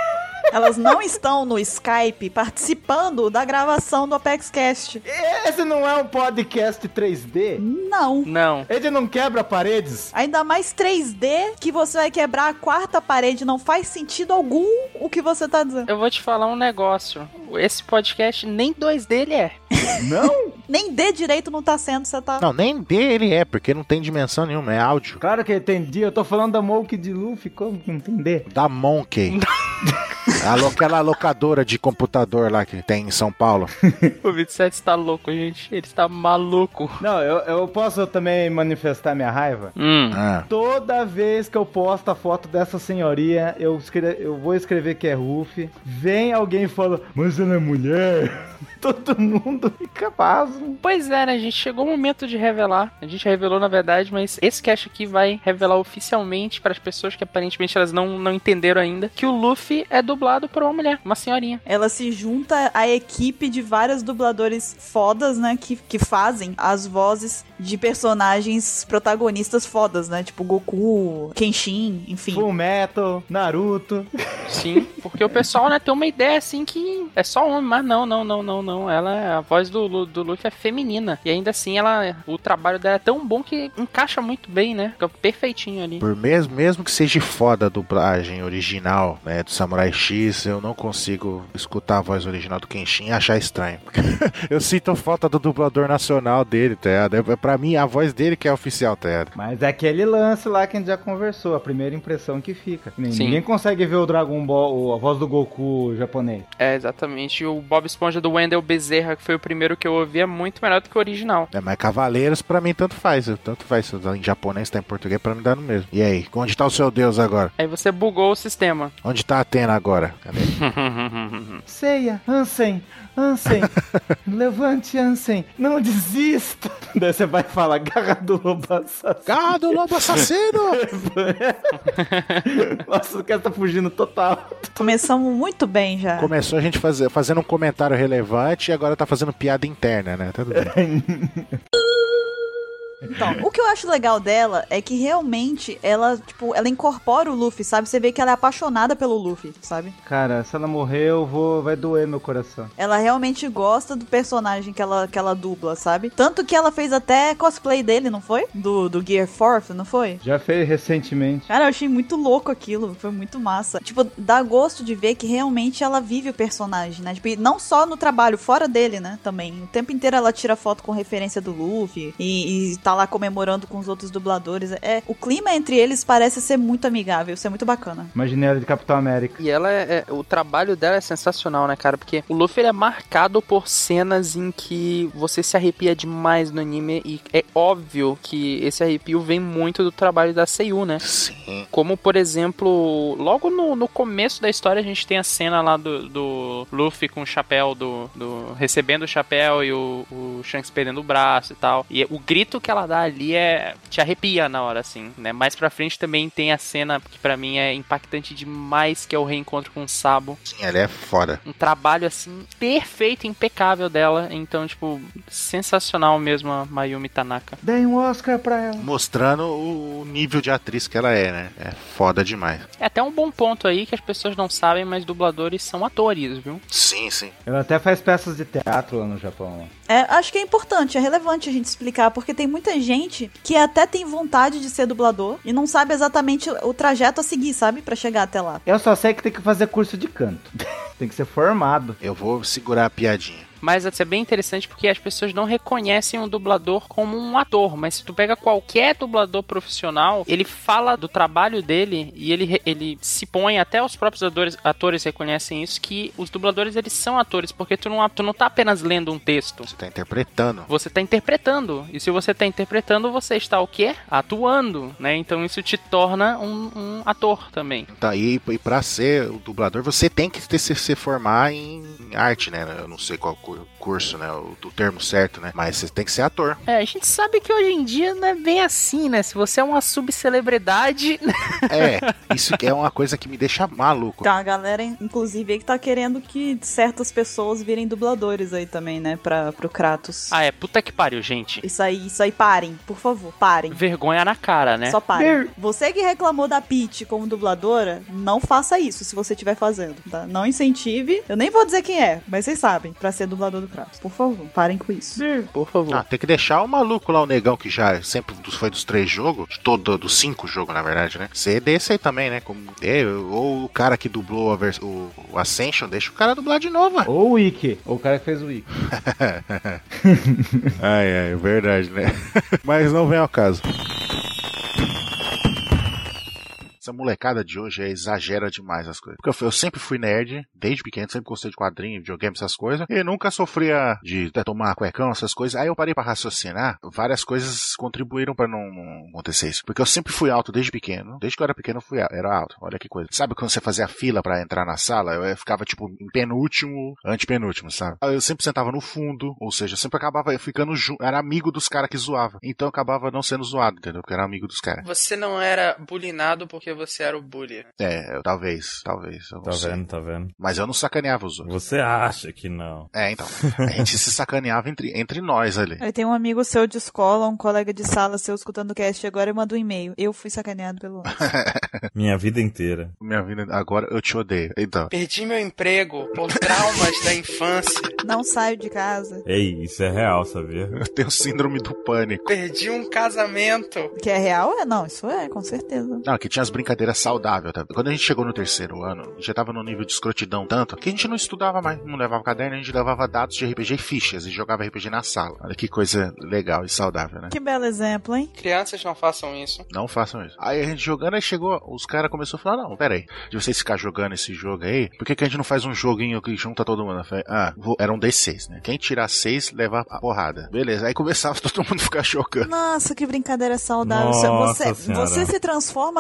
Elas não estão no Skype participando da gravação do ApexCast. Esse não é um podcast três D? Não. Não. Ele não quebra paredes? Ainda mais três D, que você vai quebrar a quarta parede. Não faz sentido algum o que você tá dizendo. Eu vou te falar um negócio. Esse podcast nem dois D ele é. Não? Nem D direito não tá sendo, você tá... Não, nem D ele é, porque não tem dimensão nenhuma, é áudio. Claro que entendi, eu tô falando da Monkey de Luffy, como que entender? Da Monkey. Alô, aquela locadora de computador lá que tem em São Paulo. O vinte e sete está louco, gente. Ele está maluco. Não, eu, eu posso também manifestar minha raiva? Hum. Ah. Toda vez que eu posto a foto dessa senhoria, eu, escre- eu vou escrever que é Ruff. Vem alguém e fala, mas ela é mulher. Todo mundo fica pasmo. Pois é, né? A gente chegou o momento de revelar. A gente revelou, na verdade, mas esse cast aqui vai revelar oficialmente para as pessoas que aparentemente elas não, não entenderam ainda que o Luffy é dublado por uma mulher, uma senhorinha. Ela se junta à equipe de vários dubladores fodas, né? Que, que fazem as vozes de personagens protagonistas fodas, né? Tipo Goku, Kenshin, enfim. Fullmetal, Naruto. Sim, porque o pessoal, né, tem uma ideia assim que é só homem, mas não, não, não, não, não. Ela, a voz do, do Luffy é feminina. E ainda assim, ela, o trabalho dela é tão bom que encaixa muito bem, né? Fica perfeitinho ali. Por mesmo, mesmo que seja foda a dublagem original, né, do Samurai X, eu não consigo escutar a voz original do Kenshin e achar estranho. Eu sinto falta do dublador nacional dele, tá ligado? É, pra mim, a voz dele que é oficial, tá ligado? Mas é aquele lance lá que a gente já conversou, a primeira impressão que fica. Sim. Ninguém consegue ver o Dragon Ball, a voz do Goku japonês. É, exatamente. O Bob Esponja do Wendell Bezerra, que foi o primeiro que eu ouvi, é muito melhor do que o original. É, mas Cavaleiros, pra mim, tanto faz. Tanto faz. Se tá em japonês, tá em português, pra mim dá no mesmo. E aí, onde tá o seu Deus agora? Aí você bugou o sistema. Onde tá a Atena agora? Cadê? Seiya, Ansem, Ansem, levante Ansem, não desista. Daí você vai falar, garra do lobo assassino. Garra do lobo assassino! Nossa, o cara tá fugindo total. Começamos muito bem já. Começou a gente fazer, fazendo um comentário relevante e agora tá fazendo piada interna, né? Tudo bem. Então, o que eu acho legal dela é que realmente ela, tipo, ela incorpora o Luffy, sabe? Você vê que ela é apaixonada pelo Luffy, sabe? Cara, se ela morrer, eu vou... vai doer meu coração. Ela realmente gosta do personagem que ela, que ela dubla, sabe? Tanto que ela fez até cosplay dele, não foi? Do, do Gear Force, não foi? Já fez recentemente. Cara, eu achei muito louco aquilo, foi muito massa. Tipo, dá gosto de ver que realmente ela vive o personagem, né? Tipo, e não só no trabalho, fora dele, né? Também. O tempo inteiro ela tira foto com referência do Luffy e, e tá lá comemorando com os outros dubladores. É, o clima entre eles parece ser muito amigável, ser muito bacana. Imaginei ela de Capitão América. E ela é, é, o trabalho dela é sensacional, né, cara? Porque o Luffy ele é marcado por cenas em que você se arrepia demais no anime e é óbvio que esse arrepio vem muito do trabalho da Seiyu, né? Sim. Como, por exemplo, logo no, no começo da história a gente tem a cena lá do, do Luffy com o chapéu, do, do recebendo o chapéu e o, o Shanks perdendo o braço e tal. E o grito que ela dá ali é te arrepia na hora, assim, né? Mais pra frente também tem a cena que pra mim é impactante demais, que é o reencontro com o Sabo. Sim, ela é foda. Um trabalho, assim, perfeito, impecável dela. Então, tipo, sensacional mesmo a Mayumi Tanaka. Dei um Oscar pra ela. Mostrando o nível de atriz que ela é, né? É foda demais. É até um bom ponto aí que as pessoas não sabem, mas dubladores são atores, viu? Sim, sim. Ela até faz peças de teatro lá no Japão. É, acho que é importante, é relevante a gente explicar, porque tem muita gente que até tem vontade de ser dublador e não sabe exatamente o trajeto a seguir, sabe? Pra chegar até lá. Eu só sei que tem que fazer curso de canto. Tem que ser formado. Eu vou segurar a piadinha. Mas isso é bem interessante porque as pessoas não reconhecem um dublador como um ator. Mas se tu pega qualquer dublador profissional, ele fala do trabalho dele e ele, ele se põe, até os próprios atores, atores reconhecem isso, que os dubladores eles são atores, porque tu não, tu não tá apenas lendo um texto. Você tá interpretando. Você tá interpretando. E se você tá interpretando, você está o quê? Atuando, né? Então isso te torna um, um ator também. Tá, e, e pra ser o dublador, você tem que ter, se, se formar em arte, né? Eu não sei qual curso, né? O, o termo certo, né? Mas você tem que ser ator. É, a gente sabe que hoje em dia não é bem assim, né? Se você é uma subcelebridade... É, isso que é uma coisa que me deixa maluco. Tá, a galera, inclusive, aí que tá querendo que certas pessoas virem dubladores aí também, né? Pra, pro Kratos. Ah, é, puta que pariu, gente. Isso aí, isso aí, parem, por favor, parem. Vergonha na cara, né? Só parem. Você que reclamou da Peach como dubladora, não faça isso se você estiver fazendo, tá? Não incentive, eu nem vou dizer quem é, mas vocês sabem, pra ser dublador do Kratos. Por favor, parem com isso. Por favor. Ah, tem que deixar o maluco lá, o negão que já sempre foi dos três jogos, de todo, dos cinco jogos, na verdade, né? Ser desse aí também, né? Como, é, ou o cara que dublou a vers- o, o Ascension, deixa o cara dublar de novo, mano. Ou o Wiki, ou o cara que fez o Wiki. Ai, ai, verdade, né? Mas não vem ao caso. Essa molecada de hoje é, exagera demais as coisas. Porque eu, eu sempre fui nerd, desde pequeno, sempre gostei de quadrinho, videogame, essas coisas. E nunca sofria de, de tomar cuecão, essas coisas. Aí eu parei pra raciocinar. Várias coisas contribuíram pra não, não acontecer isso. Porque eu sempre fui alto desde pequeno. Desde que eu era pequeno eu fui, era alto. Olha que coisa. Sabe quando você fazia fila pra entrar na sala? Eu ficava tipo em penúltimo, antepenúltimo, sabe? Eu sempre sentava no fundo. Ou seja, eu sempre acabava ficando junto. Era amigo dos caras que zoavam. Então eu acabava não sendo zoado, entendeu? Porque eu era amigo dos caras. Você não era bulinado porque você era o bully. É, eu, talvez, talvez. Eu não Tá sei. vendo, tá vendo? Mas eu não sacaneava os outros. Você acha que não. É, então. A gente se sacaneava entre, entre nós ali. Aí tem um amigo seu de escola, um colega de sala seu escutando o cast agora e manda um e-mail. Eu fui sacaneado pelo Minha vida inteira. Minha vida, agora eu te odeio. Então. Perdi meu emprego por traumas da infância. Não saio de casa. Ei, isso é real, sabia? Eu tenho síndrome do pânico. Perdi um casamento. Que é real? É, não, isso é, com certeza. Não, que tinha as brincadeiras saudáveis. Tá? Quando a gente chegou no terceiro ano, a gente já tava no nível de escrotidão tanto que a gente não estudava mais, não levava caderno, a gente levava dados de R P G e fichas e jogava R P G na sala. Olha que coisa legal e saudável, né? Que belo exemplo, hein? Crianças não façam isso. Não façam isso. Aí a gente jogando, aí chegou, os caras começaram a falar, não, pera aí, de vocês ficar jogando esse jogo aí, por que, que a gente não faz um joguinho que junta todo mundo? Eu falei, ah, vou... era um D seis, né? Quem tirar seis, leva a porrada. Beleza, aí começava todo mundo ficar jogando. Nossa, que brincadeira saudável. Nossa você, senhora. você se transforma cada vez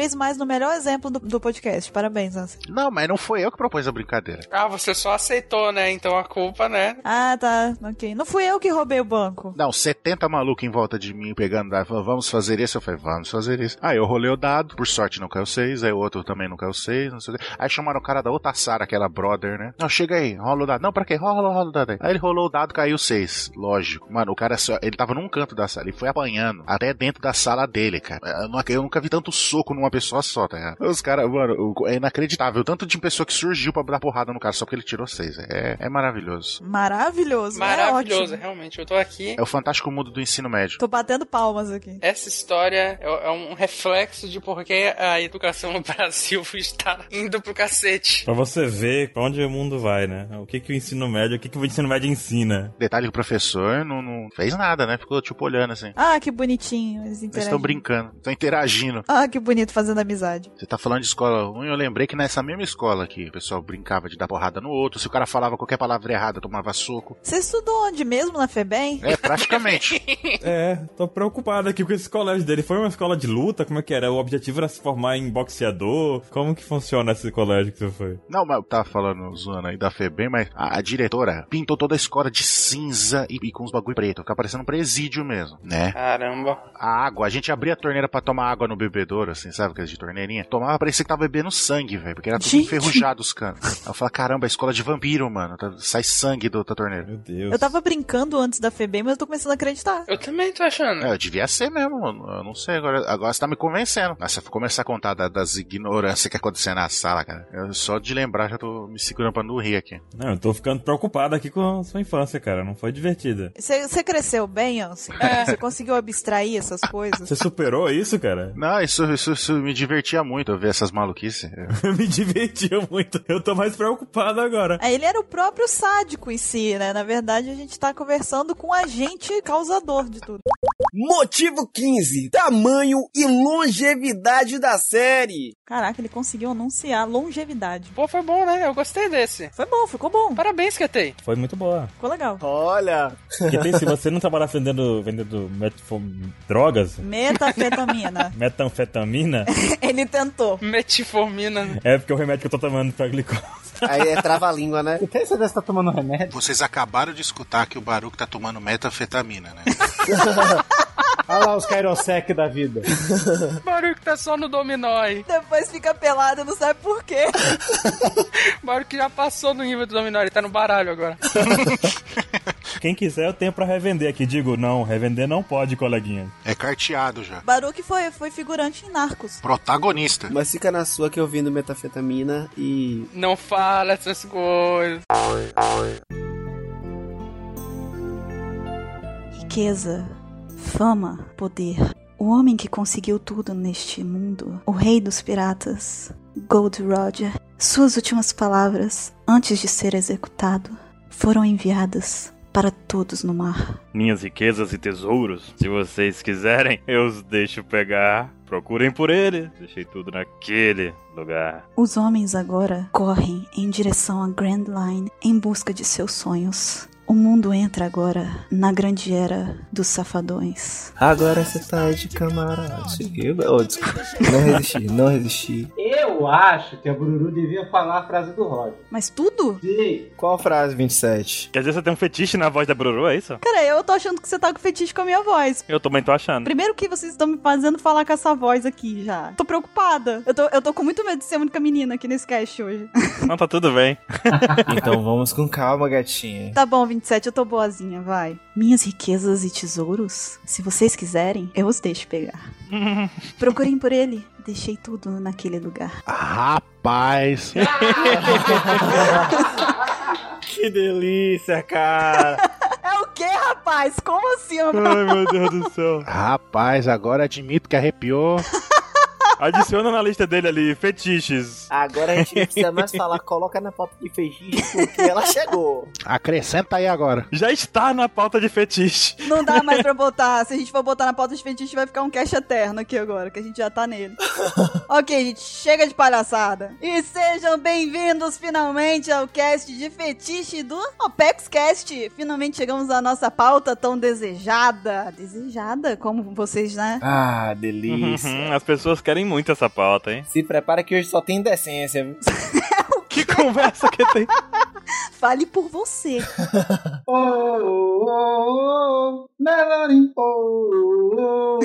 vez mais no melhor exemplo do, do podcast. Parabéns, Ansem. Não, mas não foi eu que propus a brincadeira. Ah, você só aceitou, né? Então a culpa, né? Ah, tá. Ok. Não fui eu que roubei o banco. Não, setenta malucos em volta de mim pegando dado. Vamos fazer isso? Eu falei, vamos fazer isso. Aí eu rolei o dado, por sorte não caiu seis, aí o outro também não caiu seis, não sei o que. Aí chamaram o cara da outra Sara, aquela brother, né? Não, chega aí, rola o dado. Não, pra quê? Rola, rola, rola o dado aí. Aí ele rolou o dado, caiu seis. Lógico. Mano, o cara só, ele tava num canto da sala, ele foi apanhando até dentro da sala dele, cara. Eu nunca, eu nunca vi tanto soco numa pessoa só, tá ligado? Os caras, mano, é inacreditável. Tanto de pessoa que surgiu pra dar porrada no cara só porque ele tirou seis. É, é maravilhoso. Maravilhoso. Maravilhoso, é realmente. Eu tô aqui. É o fantástico mundo do ensino médio. Tô batendo palmas aqui. Essa história é, é um reflexo de por que a educação no Brasil está indo pro cacete. Pra você ver pra onde o mundo vai, né? O que que o ensino médio, o que que o ensino médio ensina. Detalhe que o professor não, não fez nada, né? Ficou tipo olhando assim. Ah, que bonitinho. Eles Eles estão brincando, estão interagindo. Ah, que bonito, fazendo amizade. Você tá falando de escola ruim, eu lembrei que nessa mesma escola aqui, o pessoal brincava de dar porrada no outro, se o cara falava qualquer palavra errada, tomava soco. Você estudou onde mesmo? Na FEBEM? É, praticamente. É, tô preocupado aqui com esse colégio dele. Foi uma escola de luta? Como é que era? O objetivo era se formar em boxeador? Como que funciona esse colégio que você foi? Não, mas eu tava falando, zoando aí da FEBEM, mas a, a diretora pintou toda a escola de cinza e, e com os bagulho preto, fica parecendo um presídio mesmo, né? Caramba. A água, a gente abria a torneira pra tomar água no bebedouro, assim, sabe, aquelas de torneirinha? Tomava, parecia que tava bebendo sangue, velho, porque era tudo Gente. enferrujado os canos. Aí eu falei, caramba, a escola de vampiro, mano, tá- sai sangue do- da torneira. Meu Deus. Eu tava brincando antes da FEBEM, mas eu tô começando a acreditar. Eu também tô achando. É, eu devia ser mesmo, mano. Eu não sei, agora, agora você tá me convencendo. Mas se eu for começar a contar da- das ignorâncias que aconteceu na sala, cara, eu, só de lembrar já tô me segurando pra não rir aqui. Não, eu tô ficando preocupado aqui com a sua infância, cara. Não foi divertida. Você cresceu bem, Ansem? Você conseguiu abstrair essas coisas? Você superou isso, cara? Não, isso, isso, isso me divertia muito, eu ver essas maluquices. Eu me divertia muito. Eu tô mais preocupado agora. Aí ele era o próprio sádico em si, né? Na verdade, a gente tá conversando com o agente causador de tudo. Motivo quinze. Tamanho e longevidade da série. Caraca, ele conseguiu anunciar longevidade. Pô, foi bom, né? Eu gostei desse. Foi bom, ficou bom. Parabéns, Ketei. Foi muito boa. Ficou legal. Olha. Porque tem, se você não trabalhar vendendo, vendendo metfo- drogas, Metafetamina. metanfetamina, Ele tentou. Metformina. é porque é o remédio que eu tô tomando pra glicose. Aí é trava-língua, né? Você tem certeza que tá tomando remédio? Vocês acabaram de escutar que o Baruch tá tomando metanfetamina, né? Olha lá os Kairosek da vida. Baruch tá só no dominó aí. Depois fica pelado, não sabe por quê. Baruch já passou no nível do dominó, ele tá no baralho agora. Quem quiser, eu tenho pra revender aqui. Digo, não, revender não pode, coleguinha. É carteado já. Baruch foi, foi figurante em Narcos. Protagonista. Mas fica na sua que eu vindo metafetamina e... Não fala essas coisas. Riqueza, fama, poder. O homem que conseguiu tudo neste mundo. O rei dos piratas. Gold Roger. Suas últimas palavras, antes de ser executado, foram enviadas para todos no mar. Minhas riquezas e tesouros, se vocês quiserem, eu os deixo pegar. Procurem por ele. Deixei tudo naquele lugar. Os homens agora correm em direção à Grand Line em busca de seus sonhos. O mundo entra agora na grande era dos safadões. Agora você tá de camarada. Oh, desculpa. Não resisti, não resisti. Eu acho que a Bururu devia falar a frase do Roger. Mas tudo? Sim. Qual frase, vinte e sete? Quer dizer, você tem um fetiche na voz da Bruru, é isso? Cara, eu tô achando que você tá com fetiche com a minha voz. Eu também tô achando. Primeiro que vocês estão me fazendo falar com essa voz aqui já. Tô preocupada. Eu tô, eu tô com muito medo de ser a única menina aqui nesse cast hoje. Não, tá tudo bem. Então vamos com calma, gatinha. Tá bom, vinte e sete, eu tô boazinha, vai. Minhas riquezas e tesouros, se vocês quiserem, eu os deixo pegar. Procurem por ele. Deixei tudo naquele lugar. Rapaz. Que delícia, cara. É o quê, rapaz? Como assim? Ai, meu Deus do céu. Rapaz, agora admito que arrepiou. Adiciona na lista dele ali, fetiches. Agora a gente não precisa mais falar, coloca na pauta de fetiche, porque ela chegou. Acrescenta aí agora. Já está na pauta de fetiche. Não dá mais pra botar. Se a gente for botar na pauta de fetiche, vai ficar um cast eterno aqui agora, que a gente já tá nele. Ok, gente, chega de palhaçada. E sejam bem-vindos finalmente ao cast de fetiche do Opex Cast. Finalmente chegamos à nossa pauta tão desejada. Desejada, como vocês, né? Ah, delícia. Uhum, as pessoas querem muito essa pauta, hein? Se prepara que hoje só tem indecência, viu? Que conversa que tem? Fale por você. Oh, oh, oh, oh, Melanie, oh, oh,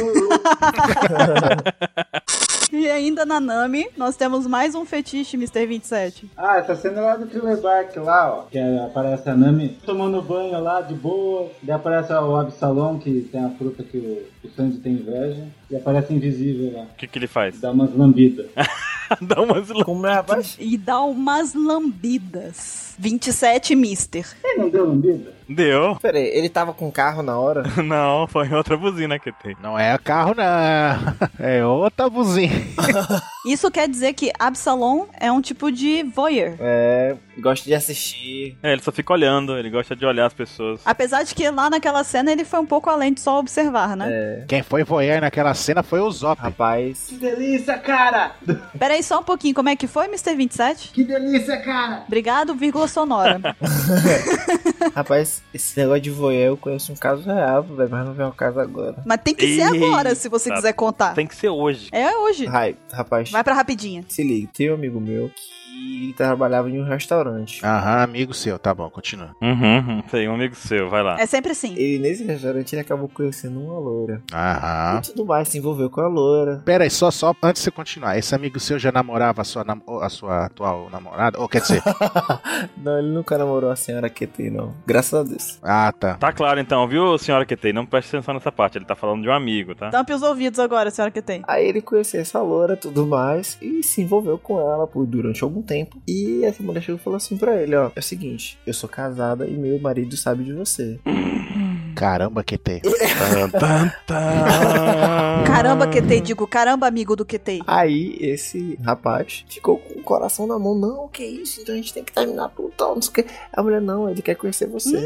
oh. E ainda na Nami, nós temos mais um fetiche, mister vinte e sete. Ah, essa cena lá do Thriller Bark lá, ó. Que aparece a Nami tomando banho lá, de boa. Daí aparece o Absalom, que tem a fruta que o, o Sanji tem inveja. E aparece invisível lá. O que que ele faz? Dá umas lambidas. Dá umas lambidas. Como é, rapaz? E dá umas lambidas. vinte e sete, mister. Ele não deu lambida? Deu. Pera aí, ele tava com carro na hora? Não, foi outra buzina que tem. Não é carro, não. É outra buzina. Isso quer dizer que Absalom é um tipo de voyeur. É, gosta de assistir. É, ele só fica olhando, ele gosta de olhar as pessoas. Apesar de que lá naquela cena ele foi um pouco além de só observar, né? É. Quem foi voyeur naquela cena foi o Zop. Rapaz. Que delícia, cara! Pera aí só um pouquinho, como é que foi, mister vinte e sete? Que delícia, cara! Obrigado, vírgula sonora. Rapaz, esse negócio de voyeur eu conheço um caso real, velho, mas não vem um caso agora. Mas tem que ser agora, se você Tá. quiser contar. Tem que ser hoje. É hoje. Ai, rapaz, Vai pra rapidinha. se liga, tem um amigo meu que trabalhava em um restaurante. Aham, amigo seu. Tá bom, continua. Uhum, uhum. Sei, um amigo seu, vai lá. É sempre assim. E nesse restaurante ele acabou conhecendo uma loura. Aham. E tudo mais, se envolveu com a loura. Pera aí, só, só antes de você continuar. Esse amigo seu já namorava a sua, nam- a sua atual namorada? Ou quer dizer... Não, ele nunca namorou a senhora Q T, não. Graças a Deus. Ah, tá. Tá claro então, viu, senhora Q T? Não preste atenção nessa parte, ele tá falando de um amigo, tá? Tampe os ouvidos agora, senhora que tem. Aí ele conheceu essa loura, tudo mais, e se envolveu com ela por durante algum tempo. E essa mulher chegou e falou assim pra ele, ó, é o seguinte, eu sou casada e meu marido sabe de você. Caramba, Q T. Caramba, Q T, digo, caramba, amigo do Q T. Aí esse rapaz ficou com o coração na mão, não, que isso, então a gente tem que terminar tudo, tal, não sei o que. A mulher, não, ele quer conhecer você.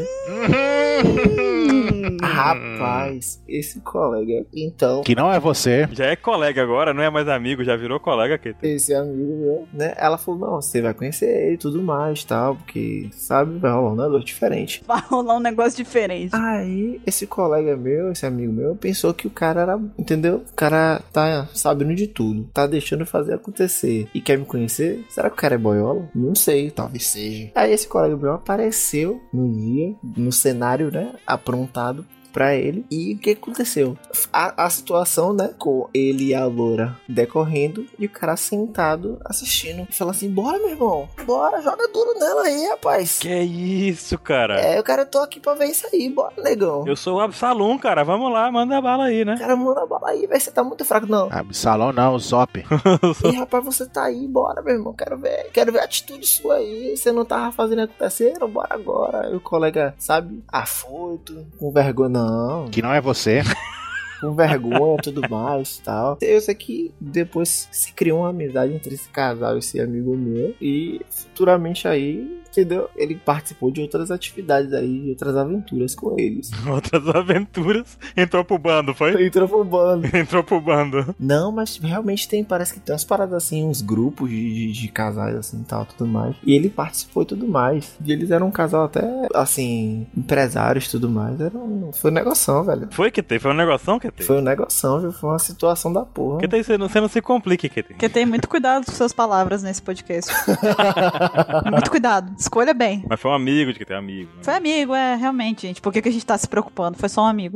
Hum. Rapaz, esse colega, então... Que não é você. Já é colega agora, não é mais amigo, já virou colega, Q T. Esse amigo meu, né? Ela falou, não, você vai conhecer ele e tudo mais, tal, porque, sabe, vai rolar um negócio diferente. Vai rolar um negócio diferente. Aí, esse colega meu, esse amigo meu, pensou que o cara era, entendeu? O cara tá sabendo de tudo, tá deixando eu fazer acontecer e quer me conhecer? Será que o cara é boiola? Não sei, talvez seja. Aí esse colega meu apareceu no dia, no cenário, né, aprontado pra ele. E o que aconteceu? A, a situação, né, com ele e a loura decorrendo e o cara sentado assistindo. E fala assim, bora, meu irmão, bora, joga duro nela aí, rapaz. Que isso, cara? É, o cara, eu tô aqui pra ver isso aí, bora, negão. Eu sou o Absalom, cara, vamos lá, manda a bala aí, né? Cara, manda a bala aí, velho, você tá muito fraco, não. Absalom não, o Zop. E rapaz, você tá aí, bora, meu irmão, quero ver, quero ver a atitude sua aí. Você não tava fazendo acontecer, bora agora. E o colega, sabe, afoito, com vergonha, não. Que não é você. Com vergonha e tudo mais e tal. Eu sei que depois se criou uma amizade entre esse casal e esse amigo meu. E futuramente aí, entendeu? Ele participou de outras atividades aí, de outras aventuras com eles. Outras aventuras. Entrou pro bando, foi? Entrou pro bando. Entrou pro bando. Não, mas realmente tem, parece que tem umas paradas assim, uns grupos de, de, de casais assim e tal, tudo mais. E ele participou e tudo mais. E eles eram um casal até, assim, empresários e tudo mais. Era um, foi um negoção, velho. Foi que tem? Foi um negoção que tem? Foi um negoção, viu? Foi uma situação da porra. Que tem? Você não, você não se complique, que tem. Que tem muito cuidado com suas palavras nesse podcast. Muito cuidado. Escolha bem. Mas foi um amigo de que tem amigo. Né? Foi amigo, é, realmente, gente. Por que, que a gente tá se preocupando? Foi só um amigo.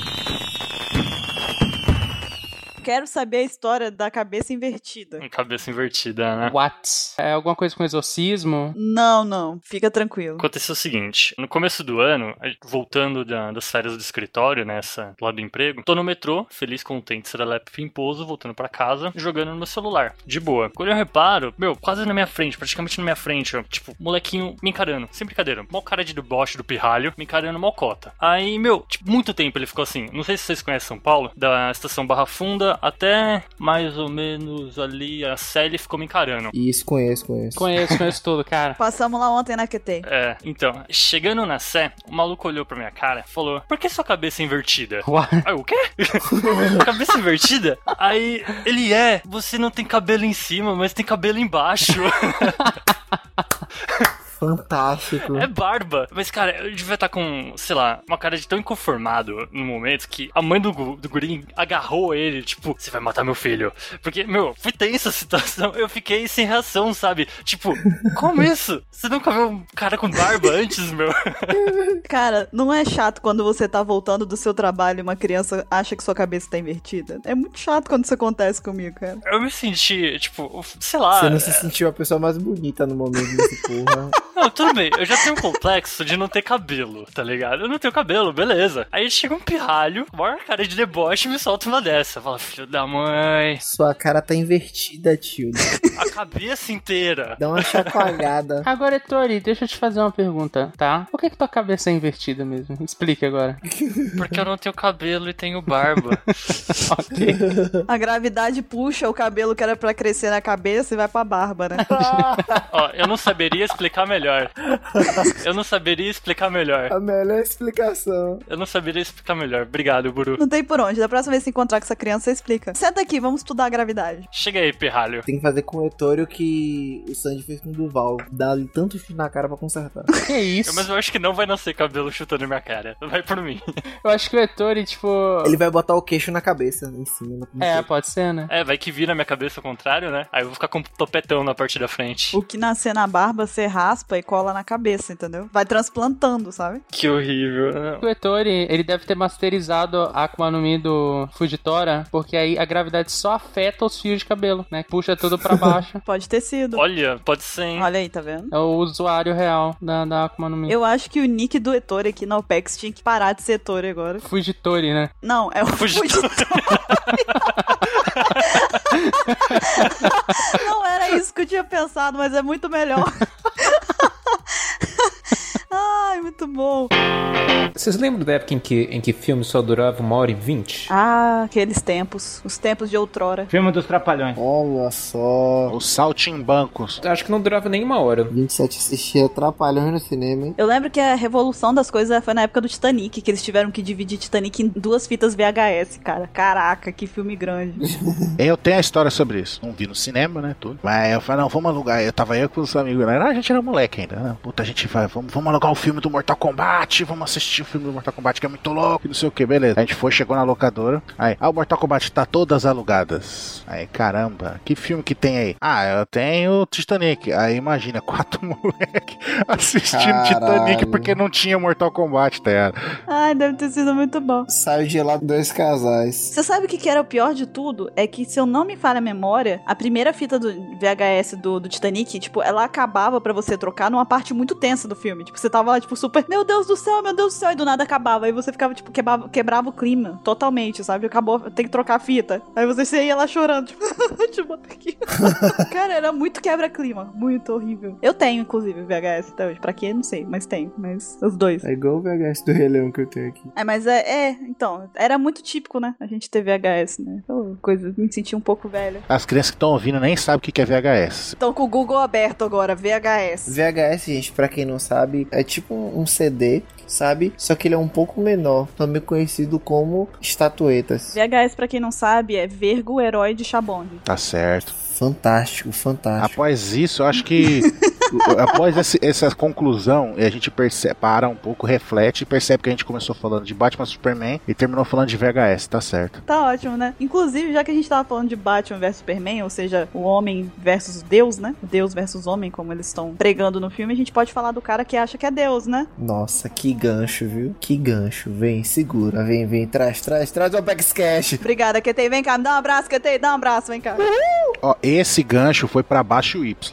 Quero saber a história da cabeça invertida. Cabeça invertida, né? What? É alguma coisa com exorcismo? Não, não. Fica tranquilo. Aconteceu o seguinte. No começo do ano, voltando da, das férias do escritório, nessa, lá do emprego, tô no metrô, feliz, contente, serelepe, pimposo, voltando pra casa, jogando no meu celular. De boa. Quando eu reparo, meu, quase na minha frente, praticamente na minha frente, ó, tipo, molequinho me encarando. Sem brincadeira. Mó cara de deboche do pirralho, me encarando mó cota. Aí, meu, tipo, muito tempo ele ficou assim. Não sei se vocês conhecem São Paulo, da estação Barra Funda até mais ou menos ali a Sé, ele ficou me encarando. Isso, conheço, conheço. Conheço, conheço tudo, cara. Passamos lá ontem na Q T. É, então, chegando na Sé, o maluco olhou pra minha cara e falou, por que sua cabeça é invertida? What? Aí, o quê? Cabeça invertida? Aí, ele é, você não tem cabelo em cima, mas tem cabelo embaixo. Fantástico. É barba. Mas, cara, eu devia estar com, sei lá, uma cara de tão inconformado no momento que a mãe do, gu- do guri agarrou ele, tipo, você vai matar meu filho. Porque, meu, foi tensa a situação. Eu fiquei sem reação, sabe? Tipo, como isso? Você nunca viu um cara com barba antes, meu? Cara, não é chato quando você tá voltando do seu trabalho e uma criança acha que sua cabeça tá invertida? É muito chato quando isso acontece comigo, cara. Eu me senti, tipo, sei lá. Você não se sentiu a pessoa mais bonita no momento desse porra. Não, tudo bem, eu já tenho um complexo de não ter cabelo, tá ligado? Eu não tenho cabelo, beleza. Aí chega um pirralho, maior cara de deboche e me solta uma dessa. Fala, filho da mãe. Sua cara tá invertida, tio. A cabeça inteira. Dá uma chacoalhada. Agora, Tori, deixa eu te fazer uma pergunta, tá? Por que que tua cabeça é invertida mesmo? Explique agora. Porque eu não tenho cabelo e tenho barba. Ok. A gravidade puxa o cabelo que era pra crescer na cabeça e vai pra barba, né? Ó, eu não saberia explicar melhor. Eu não saberia explicar melhor. A melhor explicação. Eu não saberia explicar melhor. Obrigado, Buru. Não tem por onde. Da próxima vez que se encontrar com essa criança, você explica. Senta aqui, vamos estudar a gravidade. Chega aí, pirralho. Tem que fazer com o Ettore o que o Sandy fez com o Duval. Dar-lhe tanto chute na cara pra consertar. Que isso? Mas eu acho que não vai nascer cabelo chutando minha cara. Vai por mim. Eu acho que o Ettore, tipo... Ele vai botar o queixo na cabeça, em cima. É, pode ser, né? É, vai que vira minha cabeça ao contrário, né? Aí eu vou ficar com um topetão na parte da frente. O que nascer na barba, você raspa e cola na cabeça, entendeu? Vai transplantando, sabe? Que horrível. O Ettore, ele deve ter masterizado a Akuma no Mi do Fujitora, porque aí a gravidade só afeta os fios de cabelo, né? Puxa tudo pra baixo. Pode ter sido. Olha, pode ser, hein? Olha aí, tá vendo? É o usuário real da, da Akuma no Mi. Eu acho que o nick do Ettore aqui na OPEX tinha que parar de ser Ettore agora. Fujitori, né? Não, é o Fujitori. Não era isso que eu tinha pensado, mas é muito melhor. Ai, muito bom. Vocês lembram da época em que, em que filme só durava uma hora e vinte? Ah, aqueles tempos. Os tempos de outrora. Filme dos Trapalhões. Olha só. Os saltimbancos. Acho que não durava nem uma hora. vinte e sete assistia Trapalhões no cinema, hein? Eu lembro que a revolução das coisas foi na época do Titanic, que eles tiveram que dividir Titanic em duas fitas V H S, cara. Caraca, que filme grande. Eu tenho a história sobre isso. Não vi no cinema, né, tudo. Mas eu falei, não, vamos alugar. Eu tava aí com os amigos, né? A gente era moleque ainda, né? Puta, a gente vai, vamos, vamos alugar o filme do Mortal Kombat, vamos assistir o filme do Mortal Kombat, que é muito louco, não sei o que, beleza. A gente foi, chegou na locadora, aí, ah, o Mortal Kombat tá todas alugadas. Aí, caramba, que filme que tem aí? Ah, eu tenho Titanic. Aí, imagina, quatro moleques assistindo Caralho. Titanic porque não tinha Mortal Kombat, tá ligado? Ai, deve ter sido muito bom. Saiu de lá dois casais. Você sabe o que, que era o pior de tudo? É que, se eu não me falha a memória, a primeira fita do V H S do, do Titanic, tipo, ela acabava pra você trocar numa parte muito tensa do filme. Tipo, você tava lá, tipo, super, meu Deus do céu, meu Deus do céu, e do nada acabava. Aí você ficava, tipo, quebrava, quebrava o clima totalmente, sabe? Acabou, tem que trocar a fita. Aí você, você ia lá chorando, tipo, deixa eu botar aqui. Cara, era muito quebra-clima, muito horrível. Eu tenho, inclusive, V H S até hoje. Pra quê? Não sei, mas tenho. Mas os dois. É igual o V H S do Rei Leão que eu tenho aqui. É, mas é, é, então, era muito típico, né? A gente ter V H S, né? Então, coisa, me senti um pouco velha. As crianças que estão ouvindo nem sabem o que é V H S. Estão com o Google aberto agora, V H S. V H S, gente, pra quem não sabe, é tipo um C D, sabe? Só que ele é um pouco menor, também conhecido como estatuetas. V H S, pra quem não sabe, é Vergo, o herói de Chabong. Tá certo. Fantástico, fantástico. Após isso, eu acho que após esse, essa conclusão, a gente percebe, para um pouco, reflete e percebe que a gente começou falando de Batman Superman e terminou falando de V H S, tá certo. Tá ótimo, né? Inclusive, já que a gente tava falando de Batman versus Superman, ou seja, o homem versus Deus, né? Deus versus homem, como eles estão pregando no filme, a gente pode falar do cara que acha que é Deus, né? Nossa, que gancho, viu? Que gancho. Vem, segura, vem, vem, traz, traz, traz o Apex Cash. Obrigada, Ketei. Vem cá, me dá um abraço, Ketei. Dá um abraço, vem cá. Ó, esse gancho foi pra baixo Y.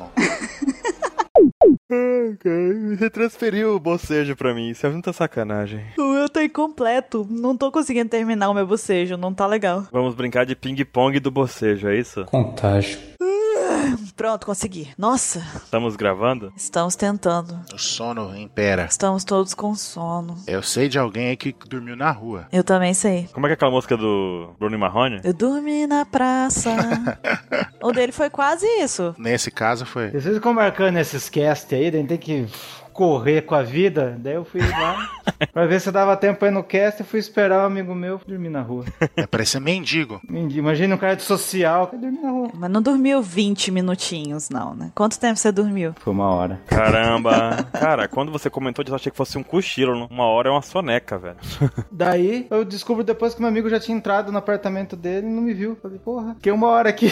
Você transferiu o bocejo pra mim, isso é muita sacanagem. O meu tá incompleto. Não tô conseguindo terminar o meu bocejo, não tá legal. Vamos brincar de ping-pong do bocejo, é isso? Contágio. Pronto, consegui. Nossa. Estamos gravando? Estamos tentando. O sono impera. Estamos todos com sono. Eu sei de alguém aí que dormiu na rua. Eu também sei. Como é que é aquela música do Bruno e Marrone? Eu dormi na praça. O dele foi quase isso. Nesse caso foi. Vocês ficam marcando esses cast aí, daí tem que correr com a vida, daí eu fui lá Pra ver se dava tempo aí no cast, eu fui esperar um amigo meu dormir na rua. É, parece mendigo. Mendigo. Imagina um cara de social que dormir na rua. Mas não dormiu vinte minutinhos, não, né? Quanto tempo você dormiu? Foi uma hora. Caramba. Cara, quando você comentou disso, eu achei que fosse um cochilo. Uma hora é uma soneca, velho. Daí, eu descubro depois que meu amigo já tinha entrado no apartamento dele e não me viu. Falei, porra, fiquei uma hora aqui.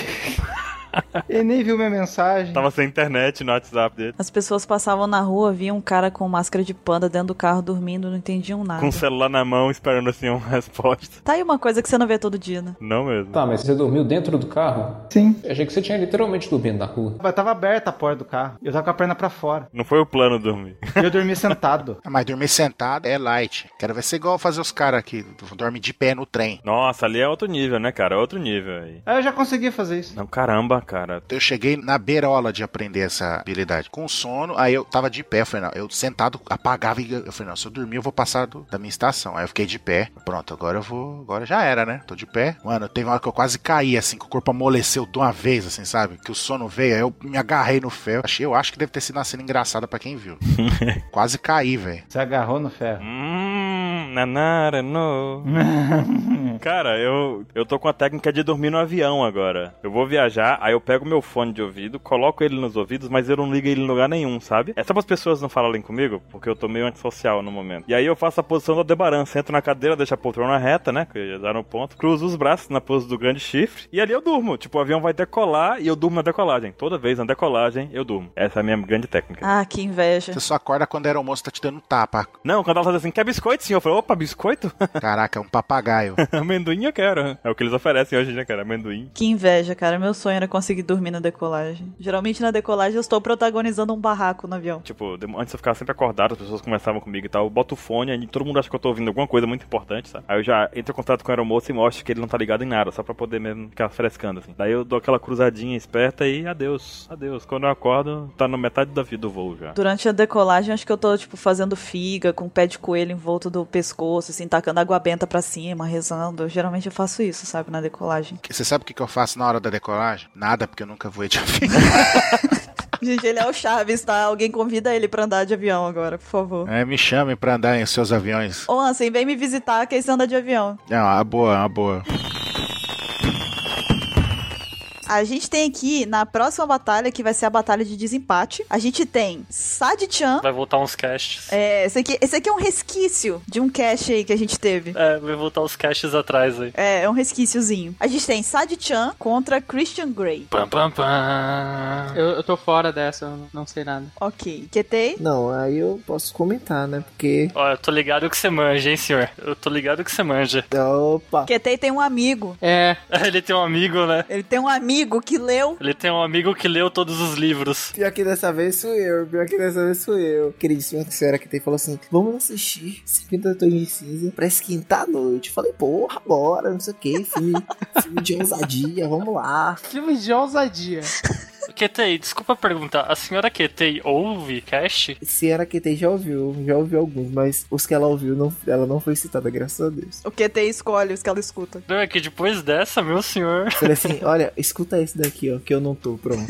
Ele nem viu minha mensagem. Tava sem internet no WhatsApp dele. As pessoas passavam na rua, viam um cara com máscara de panda dentro do carro dormindo, não entendiam nada. Com o celular na mão, esperando assim uma resposta. Tá aí uma coisa que você não vê todo dia, né? Não mesmo. Tá, mas você dormiu dentro do carro? Sim. Eu achei que você tinha literalmente dormido na rua. Mas tava aberta a porta do carro. Eu tava com a perna pra fora. Não foi o plano dormir. E eu dormi sentado. Mas dormir sentado é light. Quero ver se é igual fazer os caras aqui. Dorme de pé no trem. Nossa, ali é outro nível, né, cara? É outro nível aí. Aí eu já consegui fazer isso. Não, caramba, cara. Eu cheguei na beirola de aprender essa habilidade. Com sono, aí eu tava de pé. Eu falei, não, eu sentado apagava e eu falei, não, se eu dormir eu vou passar do, da minha estação. Aí eu fiquei de pé. Pronto, agora eu vou. Agora já era, né? Tô de pé. Mano, teve uma hora que eu quase caí, assim, que o corpo amoleceu de uma vez, assim, sabe? Que o sono veio, aí eu me agarrei no ferro. Achei, eu acho que deve ter sido uma cena engraçada pra quem viu. Quase caí, velho. Você agarrou no ferro? Hum, nanara, no. Cara, eu, eu tô com a técnica de dormir no avião agora. Eu vou viajar, aí eu pego meu fone de ouvido, coloco ele nos ouvidos, mas eu não ligo ele em lugar nenhum, sabe? É só para as pessoas não falarem comigo, porque eu tô meio antissocial no momento. E aí eu faço a posição do Aldebaran, sento na cadeira, deixo a poltrona reta, né? Que já dá no ponto, cruzo os braços na pose do grande chifre, e ali eu durmo. Tipo, o avião vai decolar e eu durmo na decolagem. Toda vez na decolagem, eu durmo. Essa é a minha grande técnica. Ah, que inveja. Você só acorda quando a aeromoça tá te dando tapa. Não, quando ela faz assim, quer biscoito, senhor? Eu falo, opa, biscoito? Caraca, é um papagaio. Amendoim eu quero. É o que eles oferecem hoje, né, cara? Amendoim. Que inveja, cara. Meu sonho era conseguir dormir na decolagem. Geralmente na decolagem eu estou protagonizando um barraco no avião. Tipo, antes eu ficava sempre acordado, as pessoas conversavam comigo e tal. Eu boto o fone e todo mundo acha que eu tô ouvindo alguma coisa muito importante, sabe? Aí eu já entro em contato com o aeromoço e mostro que ele não tá ligado em nada, só pra poder mesmo ficar frescando, assim. Daí eu dou aquela cruzadinha esperta e adeus, adeus. Quando eu acordo, tá na metade da vida do voo já. Durante a decolagem, acho que eu tô, tipo, fazendo figa com o pé de coelho em volta do pescoço, assim, tacando água benta pra cima, rezando. Geralmente eu faço isso, sabe, na decolagem. Você sabe o que eu faço na hora da decolagem? Nada, porque eu nunca voei de avião. Gente, ele é o Chaves, tá? Alguém convida ele pra andar de avião agora, por favor. É, me chamem pra andar em seus aviões. Ô, Ansem, vem me visitar, que aí você anda de avião. É uma boa, uma boa. A gente tem aqui, na próxima batalha, que vai ser a batalha de desempate, a gente tem Sadi-chan. Vai voltar uns casts. É, esse aqui, esse aqui é um resquício de um cast aí que a gente teve. É, vai voltar os casts atrás aí. É, é um resquíciozinho. A gente tem Sadi-chan contra Christian Grey. Pam, pam, pam. Eu, eu tô fora dessa, eu não, não sei nada. Ok. Ketei? Não, aí eu posso comentar, né? Porque... Ó, eu tô ligado que você manja, hein, senhor? Eu tô ligado que você manja. Opa! Ketei tem um amigo. É. Ele tem um amigo, né? Ele tem um amigo que leu. Ele tem um amigo que leu todos os livros. Pior que dessa vez sou eu, pior que dessa vez sou eu. Queridíssima senhora que tem falou assim: vamos assistir cinquenta Tons de Cinza pra esquentar a noite. Falei, porra, bora, não sei o que, filme, filme de ousadia, vamos lá. Filme de ousadia. Ketei, desculpa perguntar, a senhora Ketei ouve cast? Senhora Ketei já ouviu, já ouviu alguns, mas os que ela ouviu, não, ela não foi citada, graças a Deus. O Ketei escolhe os que ela escuta. Não, é que depois dessa, meu senhor... Falei assim, olha, escuta esse daqui, ó, que eu não tô, pronto.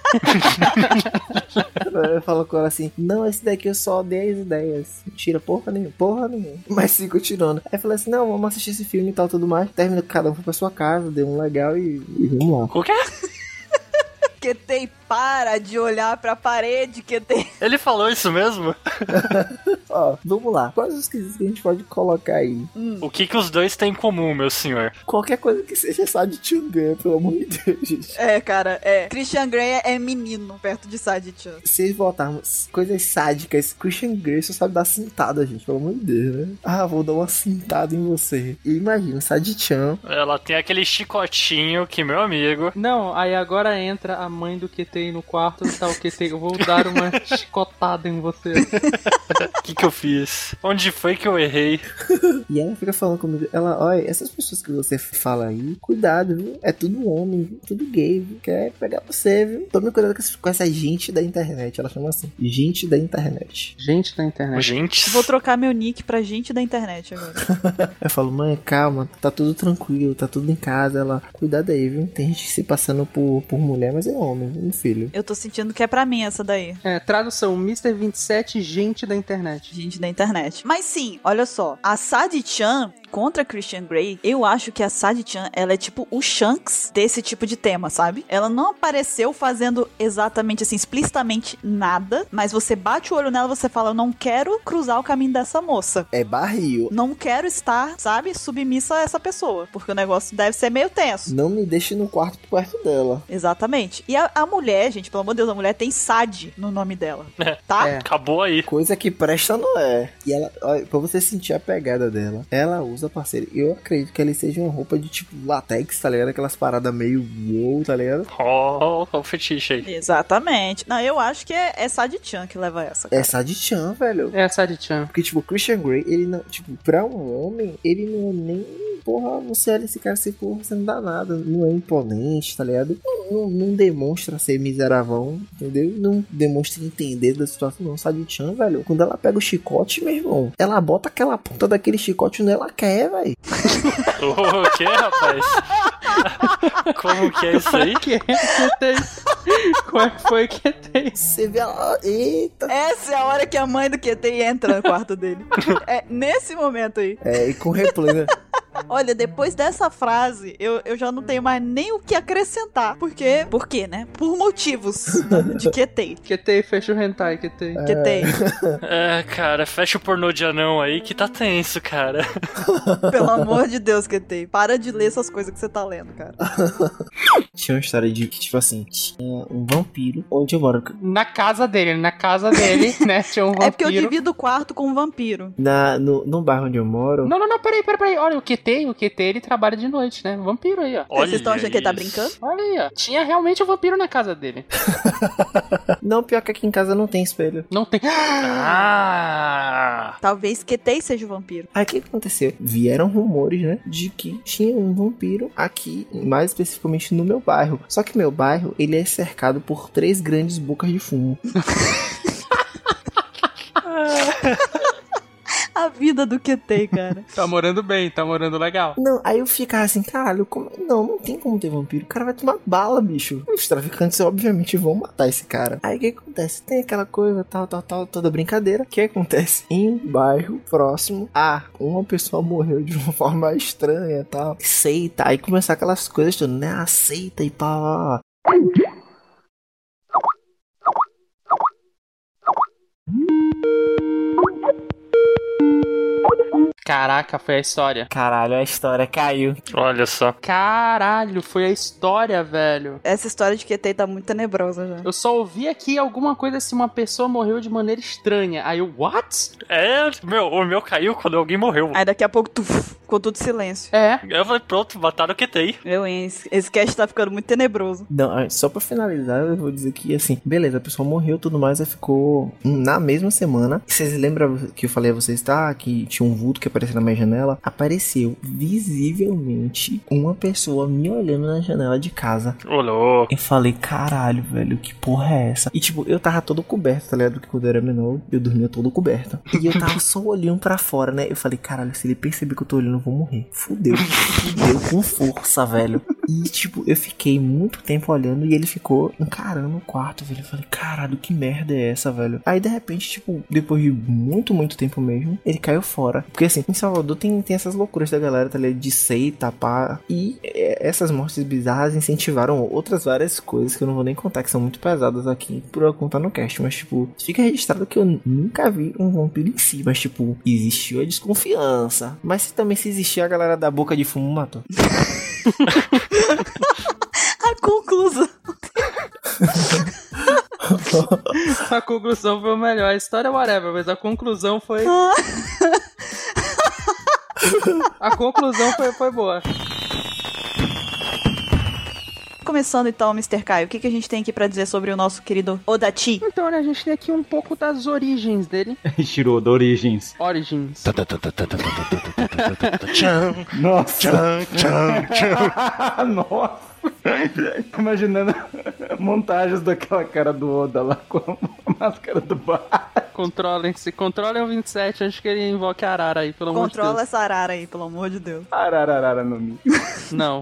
Eu falo com ela assim, não, esse daqui eu só dei as ideias. Tira porra nenhuma, porra nenhuma. Mas sim, continuando. Aí eu falei assim, não, vamos assistir esse filme e tal, tudo mais. Termina, cada um foi pra sua casa, deu um legal e, e vamos lá. O quê? Ketei, para de olhar pra parede, Ketei. Ele falou isso mesmo? Ó, vamos lá. Quais os quesitos que a gente pode colocar aí? Hum. O que que os dois têm em comum, meu senhor? Qualquer coisa que seja Sadi-chan, pelo amor de Deus, gente. É, cara, é. Christian Grey é menino perto de Sadi-chan. Se voltarmos coisas sádicas, Christian Grey só sabe dar cintada, gente, pelo amor de Deus, né? Ah, vou dar uma cintada em você. E imagina, Sadi-chan. Ela tem aquele chicotinho que, meu amigo... Não, aí agora entra a mãe do Ketei no quarto e tá o Ketei, eu vou dar uma chicotada em você. O que que eu fiz? Onde foi que eu errei? E ela fica falando comigo, ela, olha, essas pessoas que você fala aí, cuidado, viu? É tudo homem, viu? Tudo gay, viu? Quer pegar você, viu? Tome cuidado com essa, com essa gente da internet, ela chama assim, gente da internet. Gente da internet. Gente. Vou trocar meu nick pra gente da internet agora. Eu falo, mãe, calma, tá tudo tranquilo, tá tudo em casa, ela, cuidado aí, viu? Tem gente se passando por, por mulher, mas é homem, enfim. filho. Eu tô sentindo que é pra mim essa daí. É, tradução, mister vinte e sete, gente da internet. Gente da internet. Mas sim, olha só, a Sadie-chan contra Christian Grey, eu acho que a Sadie-chan, ela é tipo o Shanks desse tipo de tema, sabe? Ela não apareceu fazendo exatamente assim, explicitamente nada, mas você bate o olho nela e você fala, eu não quero cruzar o caminho dessa moça. É barril. Não quero estar, sabe, submissa a essa pessoa, porque o negócio deve ser meio tenso. Não me deixe no quarto perto dela. Exatamente. E a, a mulher, gente, pelo amor de Deus, a mulher tem Sadie no nome dela. É. Tá? É. Acabou aí. Coisa que presta não é. E ela, olha, pra você sentir a pegada dela, ela usa, parceiro, eu acredito que ela seja uma roupa de tipo latex, tá ligado? Aquelas paradas meio wow, tá ligado? Ó, oh, o fetiche aí. Exatamente. Não, eu acho que é, é Sadie-chan que leva essa, cara. É Sadie-chan, velho. É Sadie-chan. Porque, tipo, o Christian Grey, ele não, tipo, pra um homem, ele não é nem, porra, você olha esse cara assim, porra, você não dá nada, não é imponente, tá ligado? Não, não, não demonstra ser miseravão, entendeu? Não demonstra entender da situação, não. Sadie-chan, velho, quando ela pega o chicote, meu irmão, ela bota aquela ponta daquele chicote onde ela quer, velho. O que, rapaz? Como que é isso aí? Que tem? Como é que foi que tem? Você vê ela... Eita! Essa é a hora que a mãe do Q T entra no quarto dele. É nesse momento aí. É, e com replay, né? Olha, depois dessa frase, eu, eu já não tenho mais nem o que acrescentar. Por quê? Por quê, né? Por motivos de Q T. Q T, fecha o hentai, Q T. Q T. É, cara, fecha o pornô de anão aí que tá tenso, cara. Pelo amor de Deus, Q T. Para de ler essas coisas que você tá lendo, cara. Tinha uma história de que, tipo assim, tinha um vampiro onde eu moro. Na casa dele, na casa dele, né? Tinha um vampiro. É porque eu divido o quarto com um vampiro. Na, no, no bairro onde eu moro. Não, não, não, peraí, peraí, peraí. Olha, o Q T, o Q T, ele trabalha de noite, né? Vampiro aí, ó. Olha, vocês estão achando que ele tá brincando? Olha aí, ó. Tinha realmente um vampiro na casa dele. Não, pior que aqui em casa não tem espelho. Não tem. Ah! Talvez Q T seja o vampiro. Aí o que aconteceu? Vieram rumores, né? De que tinha um vampiro aqui, mais especificamente no meu bairro. Só que meu bairro, ele é cercado por três grandes bocas de fumo. A vida do Q T, cara. Tá morando bem, tá morando legal. Não, aí eu ficava assim, caralho, como... não, não tem como ter vampiro. O cara vai tomar bala, bicho. Os traficantes, obviamente, vão matar esse cara. Aí o que acontece? Tem aquela coisa, tal, tal, tal, toda brincadeira. O que acontece? Em bairro próximo, ah, uma pessoa morreu de uma forma estranha, tal. Seita, aí começar aquelas coisas todas, né? Aceita e pá. Caraca, foi a história. Caralho, a história caiu. Olha só. Caralho, foi a história, velho. Essa história de Q T tá muito tenebrosa já. Eu só ouvi aqui alguma coisa assim, uma pessoa morreu de maneira estranha. Aí eu, what? É, meu, o meu caiu quando alguém morreu. Aí daqui a pouco tu ficou tudo silêncio. É. Eu falei, pronto, mataram o Q T aí. Eu, hein, esse, esse cast tá ficando muito tenebroso. Não, só pra finalizar, eu vou dizer que, assim, beleza, a pessoa morreu e tudo mais, aí ficou na mesma semana. Vocês lembram que eu falei a vocês, tá? Que tinha um vulto que apareceu na minha janela? Apareceu visivelmente uma pessoa me olhando na janela de casa. Ô, louco. Eu falei, caralho, velho, que porra é essa? E tipo, eu tava todo coberto, tá ligado? Porque quando eu era menor, eu dormia todo coberto. E eu tava só olhando pra fora, né? Eu falei, caralho, se ele perceber que eu tô olhando, eu vou morrer. Fudeu, fudeu com força, velho. E tipo, eu fiquei muito tempo olhando e ele ficou encarando o quarto, velho. Eu falei, caralho, que merda é essa, velho? Aí de repente, tipo, depois de muito, muito tempo mesmo, ele caiu fora. Porque assim, em Salvador tem, tem essas loucuras da galera, tá ligado? De seita, pá. E é, essas mortes bizarras incentivaram outras várias coisas que eu não vou nem contar, que são muito pesadas aqui por eu contar no cast. Mas, tipo, fica registrado que eu nunca vi um vampiro em si. Mas, tipo, existiu a desconfiança. Mas se também se existia a galera da boca de fumo matou. A conclusão. A conclusão foi o melhor. A história, whatever, mas a conclusão foi. A conclusão foi, foi boa. Começando então, mister Caio, o que, que a gente tem aqui pra dizer sobre o nosso querido Odachi? Então, né, a gente tem aqui um pouco das origens dele. Tirou da Origins. Origins. Nossa. Nossa. Imaginando montagens daquela cara do Oda lá com a máscara do bar. Controlem-se, controlem o vinte e sete antes que ele invoque a Arara aí, pelo amor de Deus. Controla essa Arara aí, pelo amor de Deus. Arararara no Mi. Não.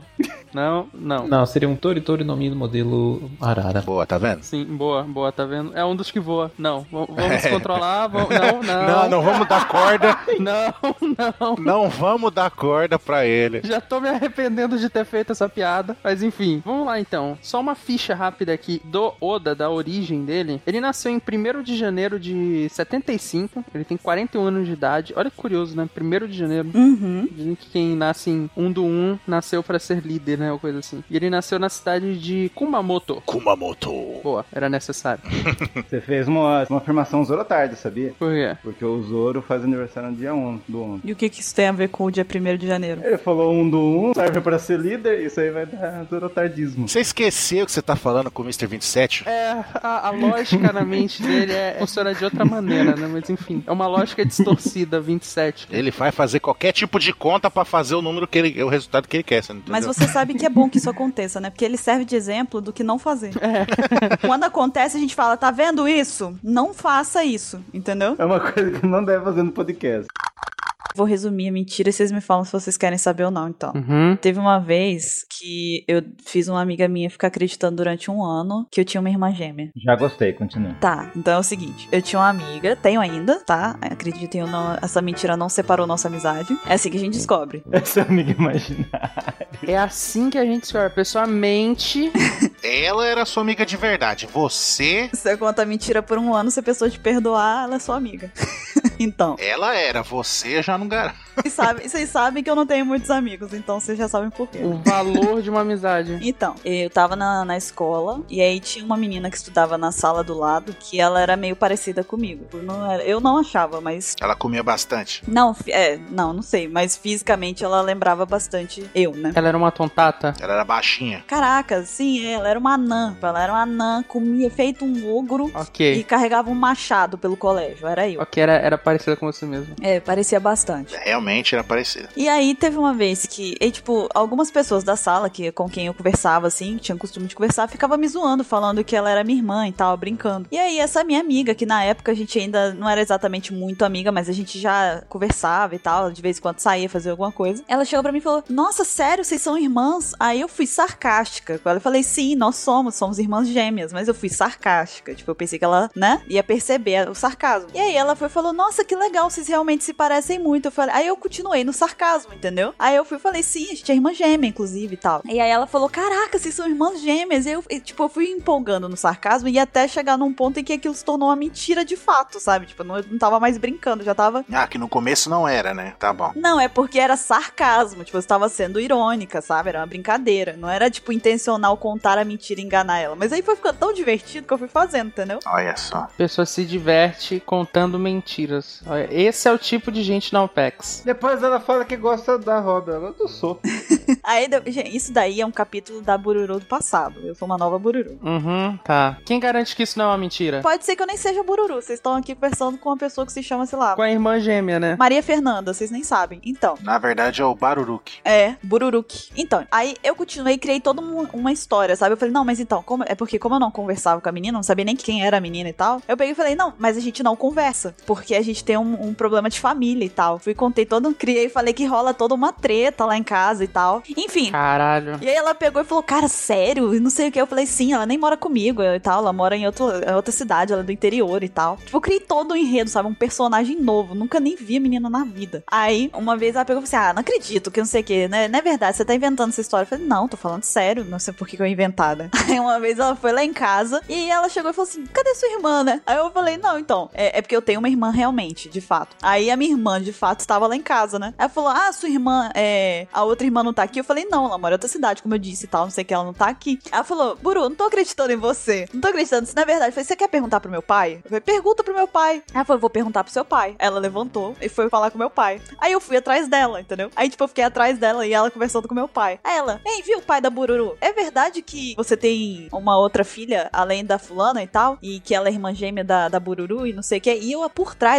Não, não. Não, seria um Tori Tori no Mi do modelo Arara. Boa, tá vendo? Sim, boa, boa, tá vendo? É um dos que voa. Não, v- vamos se controlar, vamos... Não, não. Não, não vamos dar corda. Não, não. Não vamos dar corda pra ele. Já tô me arrependendo de ter feito essa piada. Mas enfim, vamos lá então. Só uma ficha rápida aqui do Oda, da origem dele. Ele nasceu em primeiro de janeiro de setenta e cinco. Ele tem quarenta e um anos de idade. Olha que curioso, né? primeiro de janeiro. Uhum. Dizem que quem nasce em um do um nasceu pra ser líder, né? Ou coisa assim. E ele nasceu na cidade de Kumamoto. Kumamoto. Boa, era necessário. Você fez uma, uma afirmação Zoro tarde, sabia? Por quê? Porque o Zoro faz aniversário no dia um do um. E o que que isso tem a ver com o dia primeiro de janeiro? Ele falou um do um, serve pra ser líder, isso aí vai dar Zoro tardismo. Você esqueceu que você tá falando com o mister vinte e sete? É, a, a lógica na mente dele é, funciona de outra maneira, né? Mas enfim, é uma lógica distorcida, vinte e sete. Ele vai fazer qualquer tipo de conta pra fazer o número que ele, o resultado que ele quer, você não entendeu? Mas você sabe que é bom que isso aconteça, né? Porque ele serve de exemplo do que não fazer. É. Quando acontece, a gente fala, tá vendo isso? Não faça isso, entendeu? É uma coisa que não deve fazer no podcast. Vou resumir a mentira e vocês me falam se vocês querem saber ou não, então. Uhum. Teve uma vez que eu fiz uma amiga minha ficar acreditando durante um ano que eu tinha uma irmã gêmea. Já gostei, continua. Tá, então é o seguinte, eu tinha uma amiga, tenho ainda, tá? Acreditem ou não, essa mentira não separou nossa amizade. É assim que a gente descobre. Essa amiga imaginária. É assim que a gente descobre. A pessoa mente. Ela era sua amiga de verdade. Você... Você conta mentira por um ano, se a pessoa te perdoar, ela é sua amiga. Então. Ela era, você já não garante. Vocês sabem, vocês sabem que eu não tenho muitos amigos, então vocês já sabem por quê. O valor de uma amizade. Então, eu tava na, na escola, e aí tinha uma menina que estudava na sala do lado, que ela era meio parecida comigo. Eu não, era, eu não achava, mas... Ela comia bastante. Não, é, não, não sei, mas fisicamente ela lembrava bastante eu, né? Ela era uma tontata? Ela era baixinha. Caraca, sim, ela era uma anã. Ela era uma anã, comia feito um ogro. Ok. E carregava um machado pelo colégio, era eu. Ok, era, era parecida com você mesmo. É, parecia bastante. Realmente era parecida. E aí teve uma vez que, e, tipo, algumas pessoas da sala que, com quem eu conversava, assim, que tinham costume de conversar, ficava me zoando, falando que ela era minha irmã e tal, brincando. E aí essa minha amiga, que na época a gente ainda não era exatamente muito amiga, mas a gente já conversava e tal, de vez em quando saía fazer alguma coisa, ela chegou pra mim e falou, nossa, sério, vocês são irmãs? Aí eu fui sarcástica com ela, eu falei, sim, nós somos, somos irmãs gêmeas, mas eu fui sarcástica, tipo, eu pensei que ela, né, ia perceber o sarcasmo. E aí ela foi e falou, nossa, que legal, vocês realmente se parecem muito. Eu falei, aí eu continuei no sarcasmo, entendeu? Aí eu fui e falei, sim, a gente é irmã gêmea, inclusive, e tal. E aí ela falou, caraca, vocês são irmãs gêmeas. E eu, e, tipo, eu fui empolgando no sarcasmo e até chegar num ponto em que aquilo se tornou uma mentira de fato, sabe? Tipo, eu não, eu não tava mais brincando, já tava... Ah, que no começo não era, né? Tá bom. Não, é porque era sarcasmo, tipo, eu estava sendo irônica, sabe? Era uma brincadeira. Não era, tipo, intencional contar a mentira e enganar ela. Mas aí foi ficando tão divertido que eu fui fazendo, entendeu? Olha só. A pessoa se diverte contando mentiras. Olha, esse é o tipo de gente na OPEX. Depois ela fala que gosta da Robin, agora eu sou. Aí, gente, isso daí é um capítulo da Bururu do passado. Eu sou uma nova Bururu. Uhum, tá. Quem garante que isso não é uma mentira? Pode ser que eu nem seja Bururu. Vocês estão aqui conversando com uma pessoa que se chama, sei lá... Com a irmã gêmea, né? Maria Fernanda, vocês nem sabem. Então... Na verdade é o Baruruki. É, Bururuki. Então, aí eu continuei e criei toda uma, uma história, sabe? Eu falei, não, mas então, como... é porque como eu não conversava com a menina, não sabia nem quem era a menina e tal, eu peguei e falei, não, mas a gente não conversa, porque a gente tem um, um problema de família e tal. Fui, contei todo, criei e falei que rola toda uma treta lá em casa e tal. Enfim. Caralho. E aí ela pegou e falou, cara, sério? E não sei o que. Eu falei, sim, ela nem mora comigo e tal, ela mora em outro, outra cidade, ela é do interior e tal. Tipo, eu criei todo um enredo, sabe? Um personagem novo. Nunca nem vi a menina na vida. Aí, uma vez ela pegou e falou assim, ah, não acredito, que não sei o que, né? Não é verdade, você tá inventando essa história. Eu falei, não, tô falando sério, não sei por que eu ia inventar, né? Aí uma vez ela foi lá em casa e ela chegou e falou assim, cadê sua irmã, né? Aí eu falei, não, então, é, é porque eu tenho uma irmã realmente, de fato. Aí a minha irmã, de fato, estava lá em casa, né? Aí ela falou, ah, sua irmã, é... a outra irmã não tá aqui? Eu falei, não, ela mora em outra cidade, como eu disse e tal, não sei o que, ela não tá aqui. Aí ela falou, Buru, não tô acreditando em você. Não tô acreditando, isso não é verdade. Eu falei, você quer perguntar pro meu pai? Eu falei, pergunta pro meu pai. Aí ela falou, vou perguntar pro seu pai. Ela levantou e foi falar com meu pai. Aí eu fui atrás dela, entendeu? Aí, tipo, eu fiquei atrás dela e ela conversando com meu pai. Aí ela, ei, viu, pai da Bururu? É verdade que você tem uma outra filha, além da fulana e tal? E que ela é irmã gêmea da, da Bururu e não sei o que? E eu, por trás,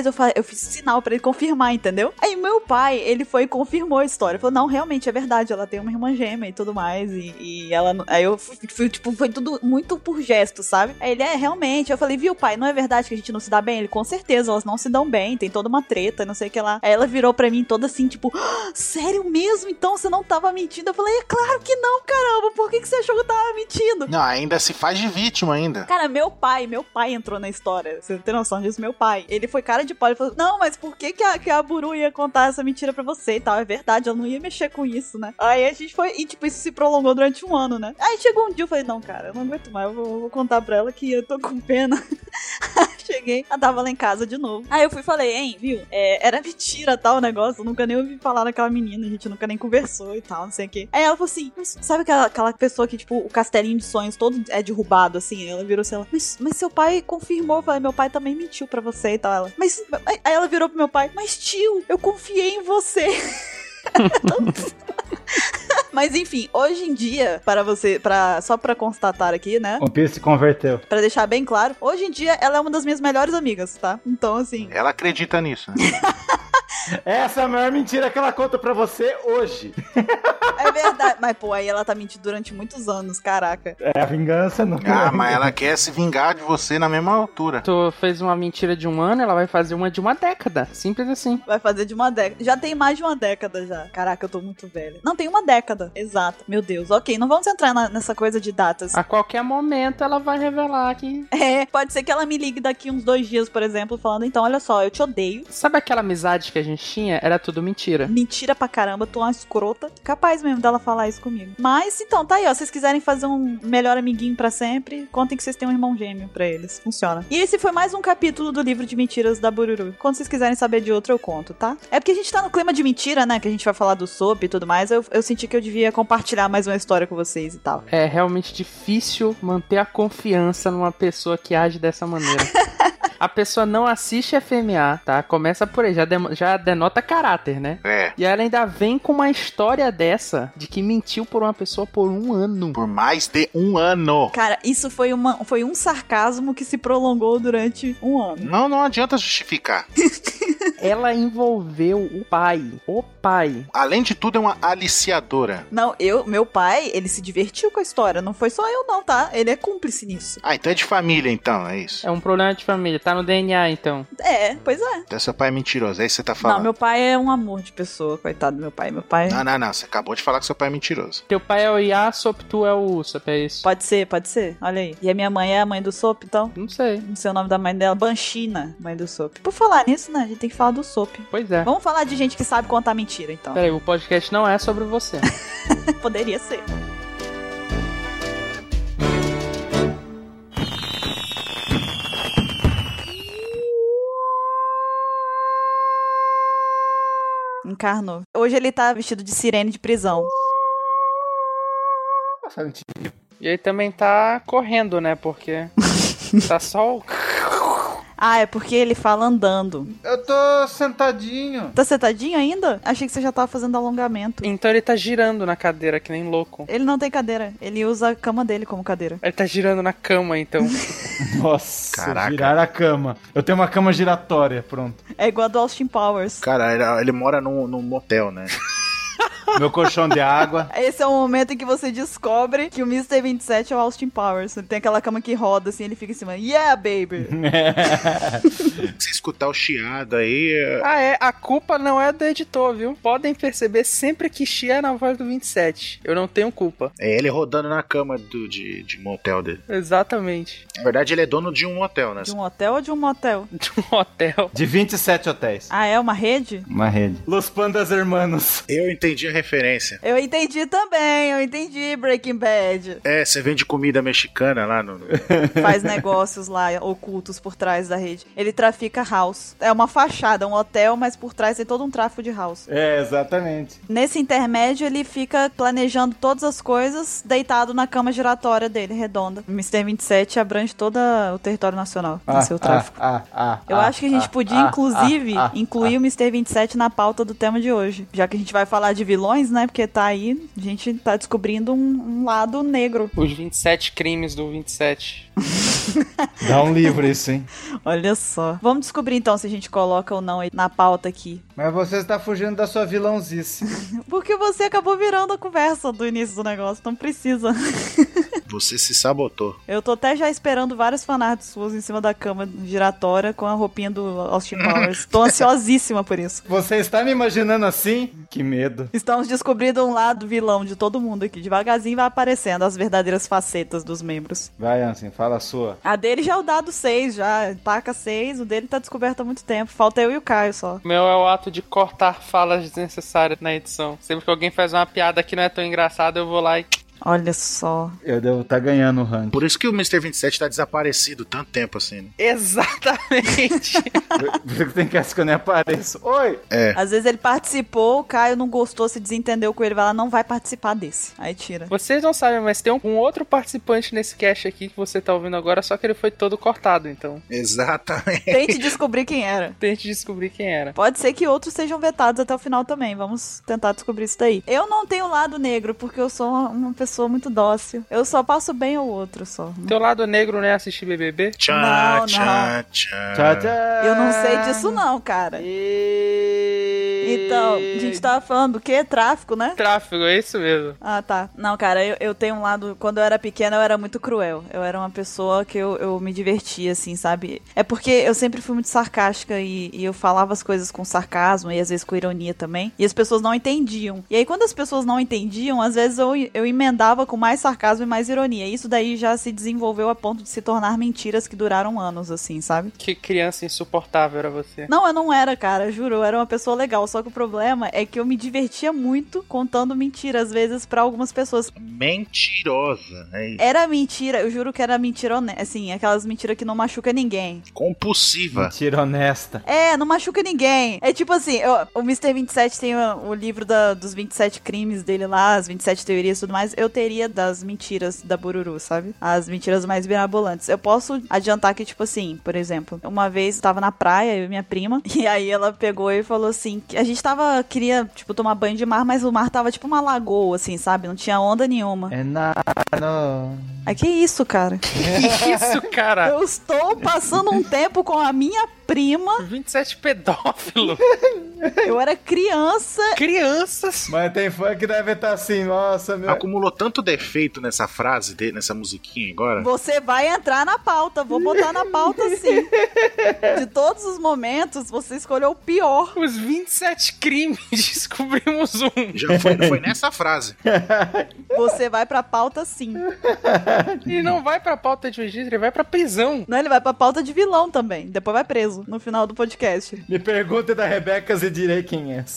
eu, fa- eu fiz sinal pra ele confirmar, entendeu? Aí meu pai, ele foi e confirmou a história. Falou, não, realmente é verdade, ela tem uma irmã gêmea e tudo mais. E, e ela. Aí eu fui, fui, tipo, foi tudo muito por gesto, sabe? Aí ele, é, realmente. Eu falei, viu, pai, não é verdade que a gente não se dá bem? Ele, com certeza, elas não se dão bem, tem toda uma treta, não sei o que lá. Aí ela virou pra mim toda assim, tipo, ah, sério mesmo? Então você não tava mentindo? Eu falei, é claro que não, caramba, por que, que você achou que eu tava mentindo? Não, ainda se faz de vítima ainda. Cara, meu pai, meu pai entrou na história. Você tem noção disso? Meu pai. Ele foi cara de pau. Ele falou, não, mas por que que a, que a Buru ia contar essa mentira pra você e tal? É verdade, ela não ia mexer com isso, né? Aí a gente foi, e tipo, isso se prolongou durante um ano, né? Aí chegou um dia, eu falei, não, cara, eu não aguento mais, eu vou, eu vou contar pra ela que eu tô com pena. Cheguei, ela tava lá em casa de novo. Aí eu fui e falei, hein, viu? É, era mentira tal o negócio, eu nunca nem ouvi falar daquela menina, a gente nunca nem conversou e tal, não sei o quê. Aí ela falou assim, mas sabe aquela, aquela pessoa que, tipo, o castelinho de sonhos todo é derrubado, assim? Ela virou assim, ela, mas, mas seu pai confirmou. Eu falei, meu pai também mentiu pra você e tal. Ela, mas, aí ela virou pro meu pai, mas tio, eu confiei em você. Mas enfim, hoje em dia, para você, para só pra constatar aqui, né? O Pio se converteu. Pra deixar bem claro, hoje em dia ela é uma das minhas melhores amigas, tá? Então, assim... Ela acredita nisso, né? Essa é a maior mentira que ela conta pra você hoje. É verdade. Mas, pô, aí ela tá mentindo durante muitos anos, caraca. É a vingança, não. Ah, mas ela quer se vingar de você na mesma altura. Tu fez uma mentira de um ano, ela vai fazer uma de uma década. Simples assim. Vai fazer de uma década. Já tem mais de uma década já. Caraca, eu tô muito velha. Não, tem uma década. Exato. Meu Deus. Ok, não vamos entrar na, nessa coisa de datas. A qualquer momento ela vai revelar que... É, pode ser que ela me ligue daqui uns dois dias, por exemplo, falando, então, olha só, eu te odeio. Sabe aquela amizade que a gente tinha? Era tudo mentira. Mentira pra caramba, tu é uma escrota. Capaz mesmo dela falar isso comigo. Mas, então, tá aí, ó. Se vocês quiserem fazer um melhor amiguinho pra sempre, contem que vocês têm um irmão gêmeo pra eles. Funciona. E esse foi mais um capítulo do livro de mentiras da Bururu. Quando vocês quiserem saber de outro, eu conto, tá? É porque a gente tá no clima de mentira, né? Que a gente vai falar do soap e tudo mais. Eu, eu senti que eu devia compartilhar mais uma história com vocês e tal. É realmente difícil manter a confiança numa pessoa que age dessa maneira. A pessoa não assiste F M A, tá? Começa por aí, já, de, já denota caráter, né? É. E ela ainda vem com uma história dessa, de que mentiu por uma pessoa por um ano. Por mais de um ano. Cara, isso foi, uma, foi um sarcasmo que se prolongou durante um ano. Não, não adianta justificar. Ela envolveu o pai. O pai. Além de tudo, é uma aliciadora. Não, eu, meu pai, ele se divertiu com a história. Não foi só eu não, tá? Ele é cúmplice nisso. Ah, então é de família, então, é isso? É um problema de família. Tá no D N A, então. É, pois é. Então seu pai é mentiroso, é isso que você tá falando. Não, meu pai é um amor de pessoa, coitado do meu pai. Meu pai... Não, não, não, você acabou de falar que seu pai é mentiroso. Teu pai é o Yasop, tu é o Usopp, é isso? Pode ser, pode ser. Olha aí. E a minha mãe é a mãe do Sop, então? Não sei. Não sei o nome da mãe dela. Banshina, mãe do Sop. Por falar nisso, né, a gente tem que falar do Sop. Pois é. Vamos falar de gente que sabe contar mentira, então. Peraí, o podcast não é sobre você. Poderia ser. Encarnou. Hoje ele tá vestido de sirene de prisão. E aí também tá correndo, né? Porque tá só o... Ah, é porque ele fala andando. Eu tô sentadinho. Tá sentadinho ainda? Achei que você já tava fazendo alongamento. Então ele tá girando na cadeira, que nem louco. Ele não tem cadeira. Ele usa a cama dele como cadeira. Ele tá girando na cama, então. Nossa, caraca. Girar a cama. Eu tenho uma cama giratória, pronto. É igual a do Austin Powers. Cara, ele, ele mora num, num motel, né? Meu colchão de água. Esse é o momento em que você descobre que o mister vinte e sete é o Austin Powers. Ele tem aquela cama que roda assim, ele fica em cima. Yeah, baby! Se escutar o chiado aí... Ah, é. A culpa não é do editor, viu? Podem perceber sempre que chia é na voz do vinte e sete. Eu não tenho culpa. É ele rodando na cama do, de, de motel dele. Exatamente. Na verdade, ele é dono de um motel, né? De um hotel ou de um motel? De um hotel. De vinte e sete hotéis. Ah, é? Uma rede? Uma rede. Los Pandas Hermanos. Eu entendi a referência. Eu entendi também, eu entendi Breaking Bad. É, você vende comida mexicana lá no... Faz negócios lá ocultos por trás da rede. Ele trafica house. É uma fachada, um hotel, mas por trás tem todo um tráfico de house. É, exatamente. Nesse intermédio, ele fica planejando todas as coisas deitado na cama giratória dele, redonda. O mister vinte e sete abrange todo o território nacional ah, no seu tráfico. Ah, ah, ah, Eu ah, acho que a gente ah, podia, ah, inclusive, ah, ah, incluir ah. o mister vinte e sete na pauta do tema de hoje. Já que a gente vai falar de vilões, né? Porque tá aí, a gente tá descobrindo um, um lado negro. Os vinte e sete crimes do vinte e sete. Dá um livro isso, hein? Olha só. Vamos descobrir então se a gente coloca ou não na pauta aqui. Mas você está fugindo da sua vilãozice. Porque você acabou virando a conversa do início do negócio, não precisa. Você se sabotou. Eu tô até já esperando vários fanarts suas em cima da cama giratória com a roupinha do Austin Powers. Tô ansiosíssima por isso. Você está me imaginando assim? Que medo. Estamos descobrindo um lado vilão de todo mundo aqui. Devagarzinho vai aparecendo as verdadeiras facetas dos membros. Vai, Ansem, fala a sua. A dele já é o dado seis, já. Taca seis, o dele tá descoberto há muito tempo. Falta eu e o Caio só. O meu é o ato de cortar falas desnecessárias na edição. Sempre que alguém faz uma piada que não é tão engraçada, eu vou lá e... Olha só. Eu devo estar tá ganhando o ranking. Por isso que o mister vinte e sete tá desaparecido tanto tempo assim, né? Exatamente. Por isso que tem que que eu nem apareço. Oi! É. Às vezes ele participou, o Caio não gostou, se desentendeu com ele, vai lá, não vai participar desse. Aí tira. Vocês não sabem, mas tem um, um outro participante nesse cast aqui que você tá ouvindo agora, só que ele foi todo cortado, então. Exatamente. Tente descobrir quem era. Tente descobrir quem era. Pode ser que outros sejam vetados até o final também. Vamos tentar descobrir isso daí. Eu não tenho lado negro, porque eu sou uma pessoa Sou muito dócil. Eu só passo bem ao outro, só. Teu lado negro não é assistir B B B? Tchá, não, não. Tchá, tchá. Tchá, tchá. Eu não sei disso não, cara. E... Então, a gente tava falando do quê? Tráfico, né? Tráfico, é isso mesmo. Ah, tá. Não, cara, eu, eu tenho um lado... Quando eu era pequena, eu era muito cruel. Eu era uma pessoa que eu, eu me divertia, assim, sabe? É porque eu sempre fui muito sarcástica e, e eu falava as coisas com sarcasmo e às vezes com ironia também. E as pessoas não entendiam. E aí, quando as pessoas não entendiam, às vezes eu, eu emendava com mais sarcasmo e mais ironia. Isso daí já se desenvolveu a ponto de se tornar mentiras que duraram anos, assim, sabe? Que criança insuportável era você. Não, eu não era, cara, juro. Eu era uma pessoa legal. Só que o problema é que eu me divertia muito contando mentiras, às vezes, pra algumas pessoas. Mentirosa, é isso. Era mentira, eu juro que era mentira honesta. Assim, aquelas mentiras que não machuca ninguém. Compulsiva. Mentira honesta. É, não machuca ninguém. É tipo assim, eu, o mister vinte e sete tem o, o livro da, dos vinte e sete crimes dele lá, as vinte e sete teorias e tudo mais. Eu teria das mentiras da Bururu, sabe? As mentiras mais mirabolantes. Eu posso adiantar que, tipo assim, por exemplo, uma vez eu tava na praia, eu e minha prima, e aí ela pegou e falou assim, que a gente tava, queria, tipo, tomar banho de mar, mas o mar tava tipo uma lagoa, assim, sabe? Não tinha onda nenhuma. É nada. Ai, que isso, cara? Que isso, cara? Eu estou passando um tempo com a minha prima. vinte e sete pedófilo. Eu era criança. Crianças. Mas tem fã que deve estar assim, nossa, meu... Acumulou tanto defeito nessa frase, de, nessa musiquinha agora. Você vai entrar na pauta, vou botar na pauta sim. De todos os momentos, você escolheu o pior. Os vinte e sete crimes, descobrimos um. Já foi, foi nessa frase. Você vai pra pauta sim. E não vai pra pauta de registro, ele vai pra prisão. Não, ele vai pra pauta de vilão também. Depois vai preso no final do podcast. Me pergunte da Rebeca e direi quem é.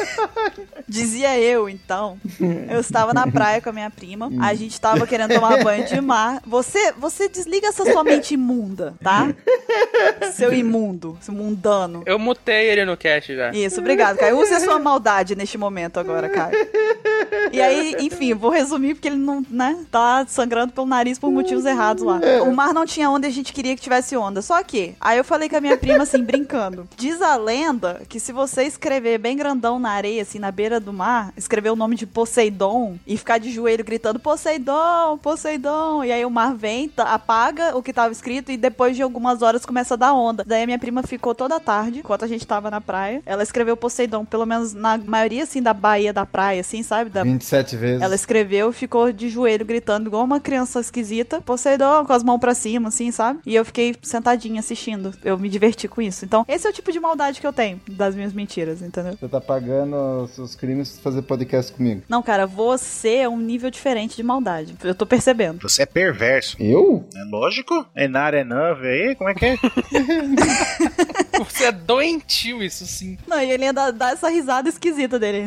Dizia eu, então. Eu estava na praia com a minha prima. A gente estava querendo tomar banho de mar. Você, você desliga essa sua mente imunda, tá? Seu imundo, seu mundano. Eu mutei ele no cast já. Isso, obrigado, Caio. Use a sua maldade neste momento agora, Caio. E aí, enfim, vou resumir porque ele não, né, tá sangrando pelo nariz por motivos errados lá. O mar não tinha onda e a gente queria que tivesse onda. Só que, aí eu falei com a minha prima assim, brincando. Diz a lenda que se você escrever bem grandão na areia, assim, na beira do mar, escrever o nome de Poseidon e ficar de joelho gritando Poseidon, Poseidon. E aí o mar vem, tá, apaga o que tava escrito e depois de algumas horas começa a dar onda. Daí a minha prima ficou toda a tarde, enquanto a gente tava na praia. Ela escreveu Poseidon, pelo menos na maioria, assim, da baía da praia, assim, sabe? Da... vinte e sete vezes. Ela escreveu, ficou de joelho gritando igual uma criança esquisita. Poseidon, com as mãos pra cima, assim, sabe? E eu fiquei sentadinha assistindo. Eu me diverti com isso. Então, esse é o tipo de maldade que eu tenho das minhas mentiras, entendeu? Você tá pagando os seus crimes pra fazer podcast comigo. Não, cara, você é um nível diferente de maldade. Eu tô percebendo. Você é perverso. Eu? É lógico. É nada, é nove aí? Como é que é? Você é doentio, isso sim. Não, e ele ia dar, dar essa risada esquisita dele.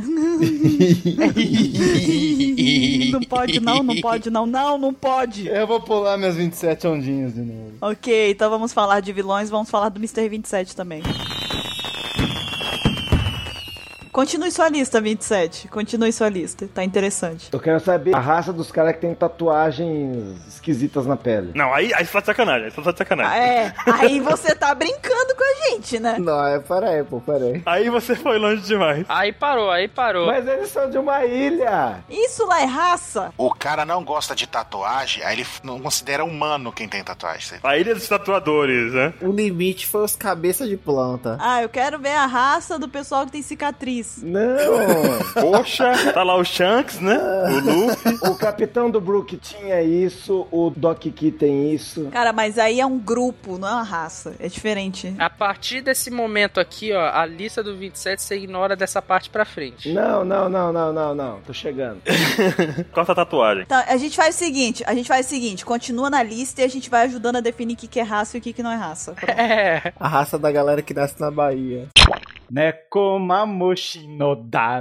Não pode não, não pode não, não, não pode. Eu vou pular minhas vinte e sete ondinhas de novo. Ok, então vamos falar de vilões, vamos falar do mister vinte e sete também. Continue sua lista, vinte e sete. Continue sua lista. Tá interessante. Eu quero saber a raça dos caras que tem tatuagens esquisitas na pele. Não, aí, aí você tá de sacanagem. Aí você tá de sacanagem. É, aí você tá brincando com a gente, né? Não, é, peraí, pô, peraí. Aí você foi longe demais. Aí parou, aí parou. Mas eles são de uma ilha. Isso lá é raça? O cara não gosta de tatuagem, aí ele não considera humano quem tem tatuagem. A ilha dos tatuadores, né? O limite foi os cabeças de planta. Ah, eu quero ver a raça do pessoal que tem cicatriz. Não. Poxa, tá lá o Shanks, né? O Luffy. O capitão do Brook tinha isso, o Doc Key tem isso. Cara, mas aí é um grupo, não é uma raça. É diferente. A partir desse momento aqui, ó, a lista do vinte e sete você ignora dessa parte pra frente. Não, não, não, não, não, não. Tô chegando. Corta a tatuagem. Então, a gente faz o seguinte, a gente faz o seguinte, continua na lista e a gente vai ajudando a definir o que que é raça e o que que não é raça. Pronto. É. A raça da galera que nasce na Bahia. Nekomamushi no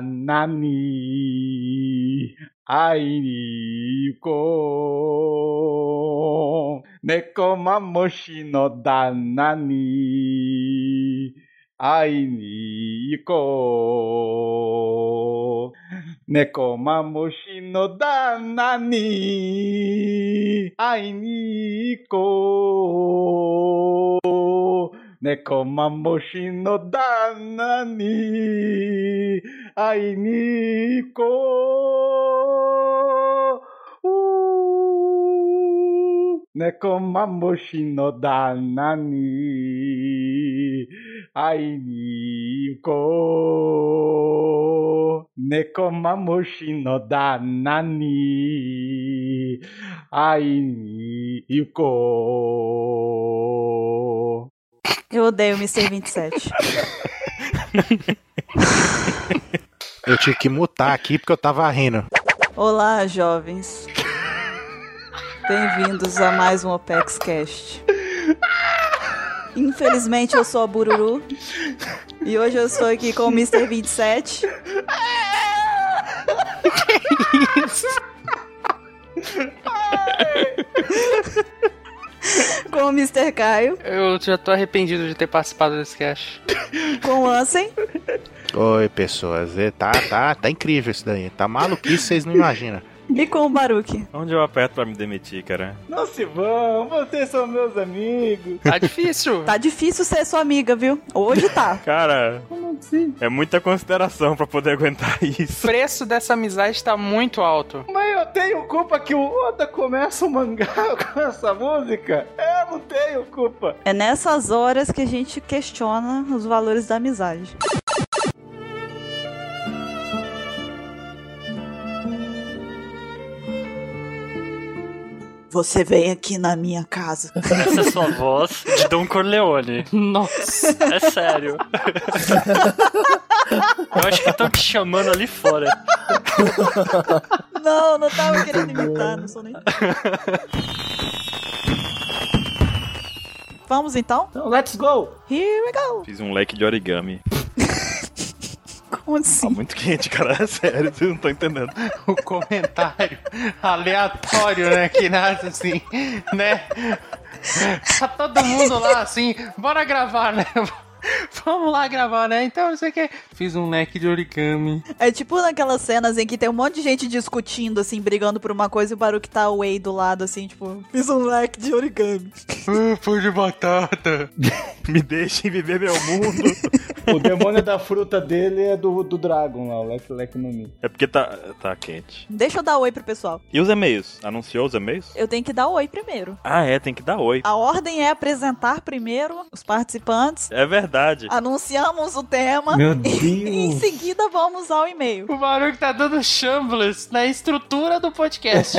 danani ai ko Nekomamushi no danani ai ko Nekomamushi no danani ai ko Nekomamushi no danani ai ni ko Nekomamushi no danani ai ni ko Nekomamushi no danani ai ni ko. Eu odeio o mister vinte e sete. Eu tive que mutar aqui porque eu tava rindo. Olá, jovens. Bem-vindos a mais um Opex Cast. Infelizmente eu sou a Bururu. E hoje eu estou aqui com o mister vinte e sete. Que isso? Com o mister Caio. Eu já tô arrependido de ter participado desse cast. Com o Ansem. Oi, pessoas. É, Tá, tá, tá incrível isso daí. Tá maluquice, vocês não imaginam. E com o Baruque. Onde eu aperto pra me demitir, cara? Não se vão, vocês são meus amigos. Tá difícil. Tá difícil ser sua amiga, viu? Hoje tá. Cara, como assim? É muita consideração pra poder aguentar isso. O preço dessa amizade tá muito alto. Mas eu tenho culpa que o Oda começa o mangá com essa música? Eu não tenho culpa. É nessas horas que a gente questiona os valores da amizade. Você vem aqui na minha casa. Essa é sua voz de Don Corleone. Nossa. É sério. Eu acho que estão te chamando ali fora. Não, não tava querendo imitar, não sou nem... Vamos então? Então, let's go! Here we go! Fiz um leque de origami. Como assim? Tá muito quente, cara. É sério, vocês não estão entendendo. O comentário aleatório, né? Que nasce assim, né? Tá todo mundo lá assim, bora gravar, né? Vamos lá gravar, né? Então, não sei o que. Fiz um leque de origami. É tipo naquelas cenas em que tem um monte de gente discutindo, assim, brigando por uma coisa e o Baruque tá o Wei do lado, assim, tipo, fiz um leque de origami. Uh, pão de batata. Me deixem viver meu mundo. O demônio da fruta dele é do, do Dragon lá, o Leque Leque no Mi. É porque tá, tá quente. Deixa eu dar oi pro pessoal. E os e-mails? Anunciou os e-mails? Eu tenho que dar oi primeiro. Ah, é, tem que dar oi. A ordem é apresentar primeiro os participantes. É verdade. Anunciamos o tema. Meu Deus. E em seguida vamos ao e-mail. O Baruque tá dando shambles na estrutura do podcast.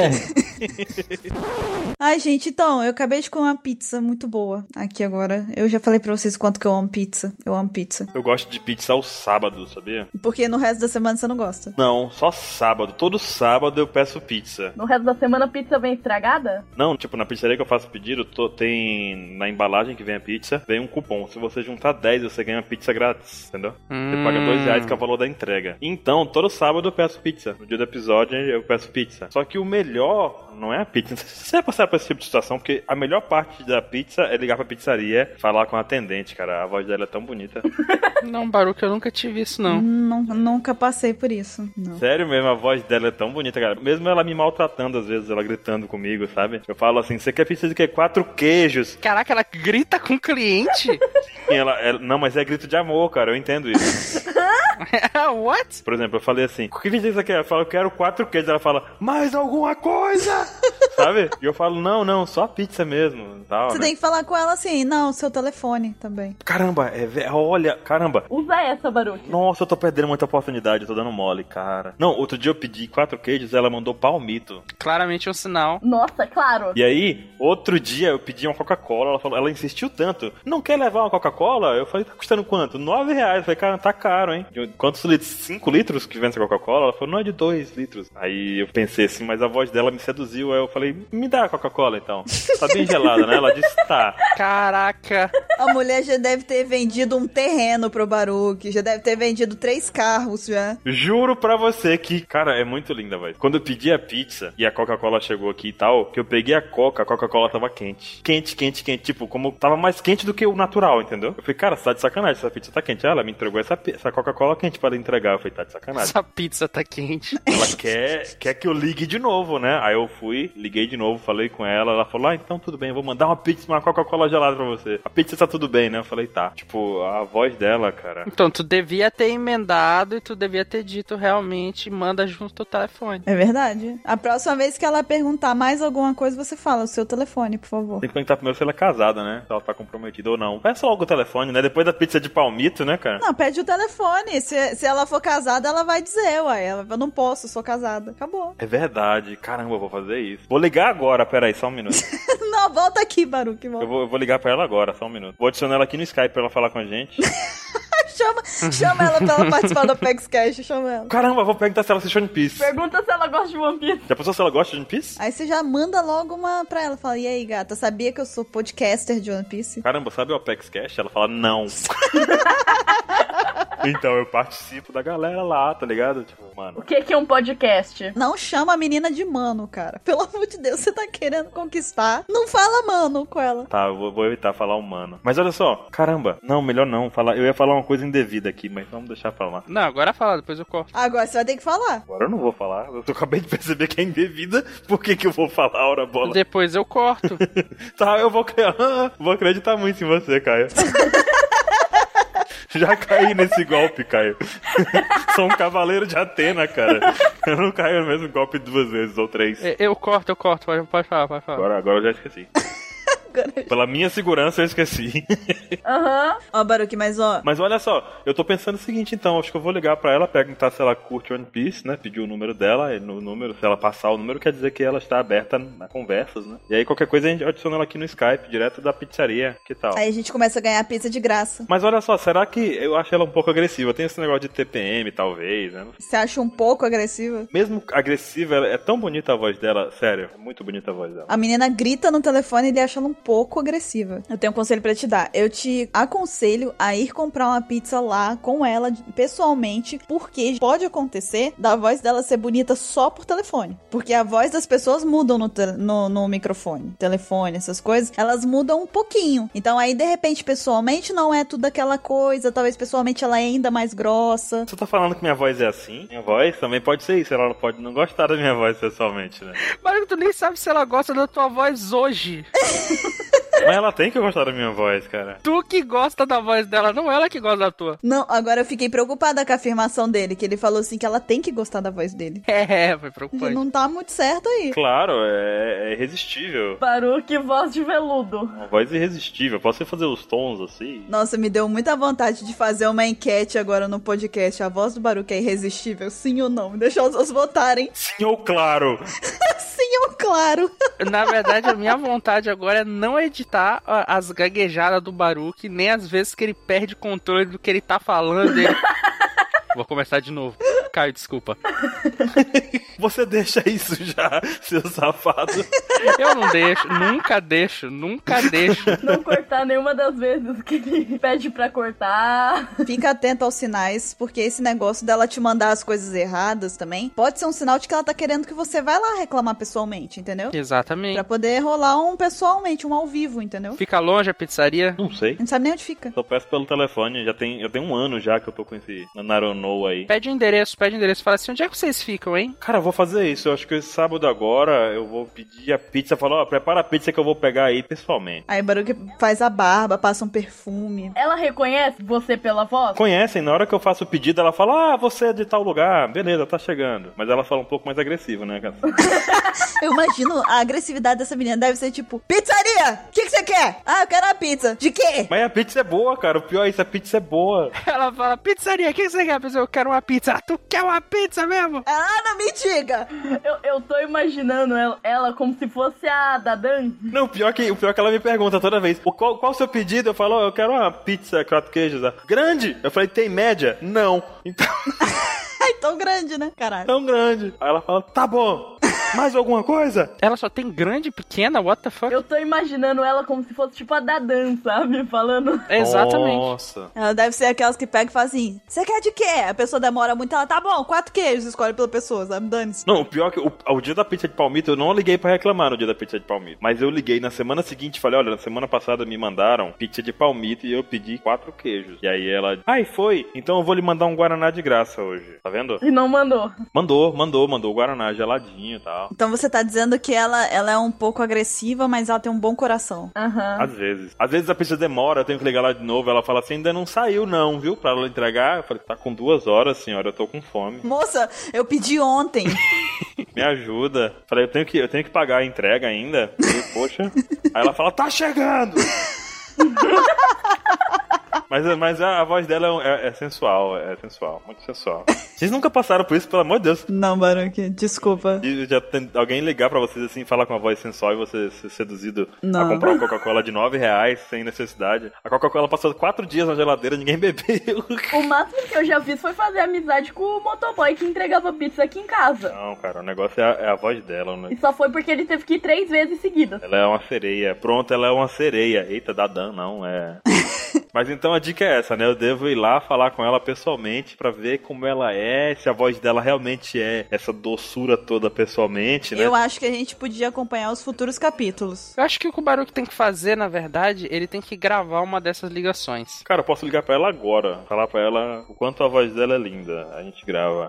Ai, gente, então, eu acabei de comer uma pizza muito boa aqui agora. Eu já falei pra vocês quanto que eu amo pizza. Eu amo pizza. Eu gosto de pizza aos sábados, sabia? Porque no resto da semana você não gosta. Não, só sábado. Todo sábado eu peço pizza. No resto da semana a pizza vem estragada? Não, tipo, na pizzaria que eu faço pedido, tô, tem na embalagem que vem a pizza, vem um cupom. Se você juntar dez, você ganha pizza grátis, entendeu? Hum. Você paga dois reais, que é o valor da entrega. Então, todo sábado eu peço pizza. No dia do episódio eu peço pizza. Só que o melhor não é a pizza. Você vai passar por esse tipo de situação, porque a melhor parte da pizza é ligar pra pizzaria, falar com a atendente, cara. A voz dela é tão bonita. Não, Baruch, eu nunca tive isso, não. não. Nunca passei por isso, não. Sério mesmo, a voz dela é tão bonita, cara. Mesmo ela me maltratando, às vezes, ela gritando comigo, sabe? Eu falo assim, você quer pizza de quê? Quatro queijos. Caraca, ela grita com o cliente? Sim, ela, ela, não, mas é grito de amor, cara, eu entendo isso. What? Por exemplo, eu falei assim, o que pizza você quer? Eu falo, eu quero quatro queijos. Ela fala, mais alguma coisa? Sabe? E eu falo, não, não, só pizza mesmo. Tal, Você né? tem que falar com ela assim, não, seu telefone também. Caramba, é, ve- olha, caramba. Usa essa, Baruch. Nossa, eu tô perdendo muita oportunidade, eu tô dando mole, cara. Não, outro dia eu pedi quatro queijos, ela mandou palmito. Claramente um sinal. Nossa, claro. E aí, outro dia eu pedi uma Coca-Cola, ela falou, ela insistiu tanto. Não quer levar uma Coca-Cola? Eu falei, tá custando quanto? Nove reais. Eu falei, cara, tá caro, hein? De quantos litros? Cinco litros que vem essa Coca-Cola? Ela falou, não, é de dois litros. Aí eu pensei assim, mas a voz dela me seduziu. Aí eu falei, me dá a Coca-Cola então. Tá bem gelada, né? Ela disse, tá. Caraca. A mulher já deve ter vendido um terreno pro Baruch, já deve ter vendido três carros já. Juro pra você que, cara, é muito linda, velho. Quando eu pedi a pizza e a Coca-Cola chegou aqui e tal, que eu peguei a Coca, a Coca-Cola tava quente. Quente, quente, quente. Tipo, como tava mais quente do que o natural, entendeu? Eu falei, cara, você tá de sacanagem, essa pizza tá quente. Ah, ela me entregou essa, pi- essa Coca-Cola quente pra ela entregar. Eu falei, tá de sacanagem. Essa pizza tá quente. Ela quer, quer que eu ligue de novo, né? Aí eu fui, liguei de novo, falei com ela. Ela falou, ah, então tudo bem, eu vou mandar uma pizza, uma Coca-Cola gelada pra você. A pizza tá tudo bem, né? Eu falei, tá. Tipo, a voz dela, cara. Então, tu devia ter emendado e tu devia ter dito realmente, manda junto o telefone. É verdade. A próxima vez que ela perguntar mais alguma coisa, você fala o seu telefone, por favor. Tem que perguntar primeiro se ela é casada, né? Se ela tá comprometida ou não. Peça logo o telefone, né? Depois da pizza de palmito, né, cara? Não, pede o telefone. Se, se ela for casada, ela vai dizer, ué, ela, eu não posso, sou casada. Acabou. É verdade. Caramba, eu vou fazer isso. Vou ligar agora, peraí, só um minuto. Não, volta aqui, Baruch, volta. Eu vou, eu vou ligar pra ela agora, só um minuto. Vou adicionar ela aqui no Skype pra ela falar com a gente. chama, chama ela pra ela participar do Apex Cash, chama ela. Caramba, vou perguntar se ela assistiu One Piece. Pergunta se ela gosta de One Piece. Já pensou se ela gosta de One Piece? Aí você já manda logo uma pra ela, fala, e aí, gata, sabia que eu sou podcaster de One Piece? Caramba, sabe o Apex Cash? Ela fala, não. Então eu participo da galera lá, tá ligado? Tipo, mano. O que que é um podcast? Não chama a menina de mano, cara. Pelo amor de Deus, você tá querendo conquistar. Não fala mano com ela. Tá, eu vou, vou evitar falar humano. Mas olha só, caramba. Não, melhor não. Falar, eu ia falar uma coisa indevida aqui, mas vamos deixar pra lá. Não, agora fala, depois eu corto. Agora você vai ter que falar. Agora eu não vou falar. Eu tô, acabei de perceber que é indevida. Por que que eu vou falar, hora bola? Depois eu corto. Tá, eu vou, vou acreditar muito em você, Caio. Já caí nesse golpe, Caio. Sou um cavaleiro de Atena, cara. Eu não caio no mesmo golpe duas vezes ou três. Eu, eu corto, eu corto. Pode, pode falar, pode falar. Agora, agora eu já esqueci. Pela minha segurança eu esqueci. Aham. Uhum. Ó, Baruch, mas ó... Mas olha só, eu tô pensando o seguinte então, acho que eu vou ligar pra ela, perguntar se ela curte One Piece, né, pedir o número dela, e no número, se ela passar o número, quer dizer que ela está aberta na conversas, né. E aí qualquer coisa a gente adiciona ela aqui no Skype, direto da pizzaria, que tal? Aí a gente começa a ganhar pizza de graça. Mas olha só, será que eu acho ela um pouco agressiva? Tem esse negócio de T P M, talvez, né? Você acha um pouco agressiva? Mesmo agressiva, ela é tão bonita a voz dela, sério, é muito bonita a voz dela. A menina grita no telefone e ele acha ela um pouco agressiva. Eu tenho um conselho pra te dar. Eu te aconselho a ir comprar uma pizza lá com ela pessoalmente, porque pode acontecer da voz dela ser bonita só por telefone. Porque a voz das pessoas mudam no, te- no, no microfone, telefone, essas coisas, elas mudam um pouquinho. Então aí, de repente, pessoalmente não é tudo aquela coisa, talvez pessoalmente ela é ainda mais grossa. Você tá falando que minha voz é assim? Minha voz também pode ser isso, ela pode não gostar da minha voz pessoalmente, né? Mas tu nem sabe se ela gosta da tua voz hoje. Mas ela tem que gostar da minha voz, cara. Tu que gosta da voz dela, não ela que gosta da tua. Não, agora eu fiquei preocupada com a afirmação dele, que ele falou assim que ela tem que gostar da voz dele. É, foi preocupante. Não tá muito certo aí. Claro, é, é irresistível. Baruch, voz de veludo. Uma voz irresistível. Posso fazer os tons assim? Nossa, me deu muita vontade de fazer uma enquete agora no podcast. A voz do Baruch é irresistível, sim ou não? Deixa os outros votarem. Sim ou claro? Sim ou claro? Na verdade, a minha vontade agora é não editar a- as gaguejadas do Baruch, nem as vezes que ele perde controle do que ele tá falando. Ele... Vou começar de novo. Caio, desculpa. Você deixa isso já, seu safado. Eu não deixo, nunca deixo, nunca deixo. Não cortar nenhuma das vezes que ele pede pra cortar. Fica atento aos sinais, porque esse negócio dela te mandar as coisas erradas também pode ser um sinal de que ela tá querendo que você vá lá reclamar pessoalmente, entendeu? Exatamente. Pra poder rolar um pessoalmente, um ao vivo, entendeu? Fica longe a pizzaria? Não sei. Não sabe nem onde fica. Só peço pelo telefone, já tem, já tem um ano já que eu tô com esse Naronou aí. Pede o endereço, pede o endereço. Fala assim, onde é que vocês ficam, hein? Cara, eu vou fazer isso. Eu acho que esse sábado agora eu vou pedir a pizza. Falar, ó, prepara a pizza que eu vou pegar aí pessoalmente. Aí Baruque faz a barba, passa um perfume. Ela reconhece você pela voz? Conhecem, na hora que eu faço o pedido, ela fala, ah, você é de tal lugar. Beleza, tá chegando. Mas ela fala um pouco mais agressivo, né, cara? Eu imagino a agressividade dessa menina. Deve ser tipo, pizzaria! O que que você quer? Ah, eu quero uma pizza. De quê? Mas a pizza é boa, cara. O pior é isso, a pizza é boa. Ela fala, pizzaria, o que você quer? Eu quero uma pizza. Tu quer uma pizza mesmo? Ah, não me diga! Eu, eu tô imaginando ela, ela como se fosse a Dadan. Não, o pior, que, o pior que ela me pergunta toda vez, qual, qual o seu pedido? Eu falo, oh, eu quero uma pizza, quatro queijos. Grande? Eu falei, tem média? Não. Então... Ai, tão grande, né? Caralho. Tão grande. Aí ela fala, tá bom. Mais alguma coisa? Ela só tem grande, pequena, what the fuck? Eu tô imaginando ela como se fosse tipo a Dadan, sabe? Falando. Exatamente. Nossa. Ela deve ser aquelas que pegam e fazem assim, você quer de quê? A pessoa demora muito, ela, tá bom, quatro queijos, escolhe pela pessoa, sabe? Dane-se. Não, o pior é que o, o dia da pizza de palmito, eu não liguei pra reclamar no dia da pizza de palmito. Mas eu liguei na semana seguinte e falei, olha, na semana passada me mandaram pizza de palmito e eu pedi quatro queijos. E aí ela, ai, foi? Então eu vou lhe mandar um Guaraná de graça hoje. Tá vendo? E não mandou. Mandou, mandou, mandou o Guaraná geladinho e tal. Então você tá dizendo que ela, ela é um pouco agressiva, mas ela tem um bom coração. Aham. Às vezes. Às vezes a pizza demora, eu tenho que ligar lá de novo. Ela fala assim, ainda não saiu não, viu? Pra ela entregar. Eu falei, tá com duas horas, senhora, eu tô com fome. Moça, eu pedi ontem. Me ajuda. Falei, eu tenho que, eu tenho que pagar a entrega ainda. Falei, poxa. Aí ela fala, tá chegando! Mas, mas a, a voz dela é, é, é sensual, é sensual, muito sensual. Vocês nunca passaram por isso, pelo amor de Deus. Não, Baruque, desculpa. E já tem alguém ligar pra vocês assim, falar com uma voz sensual e você ser seduzido não. a comprar uma Coca-Cola de nove reais sem necessidade. A Coca-Cola passou quatro dias na geladeira, ninguém bebeu. O máximo que eu já fiz foi fazer amizade com o motoboy que entregava pizza aqui em casa. Não, cara, o negócio é a, é a voz dela. Né? E só foi porque ele teve que ir três vezes seguidas. Ela é uma sereia. Pronto, ela é uma sereia. Eita, Dadan, não, é... Mas então a dica é essa, né? Eu devo ir lá falar com ela pessoalmente pra ver como ela é, se a voz dela realmente é essa doçura toda pessoalmente, né? Eu acho que a gente podia acompanhar os futuros capítulos. Eu acho que o que o Baruque tem que fazer, na verdade, ele tem que gravar uma dessas ligações. Cara, eu posso ligar pra ela agora, falar pra ela o quanto a voz dela é linda. A gente grava.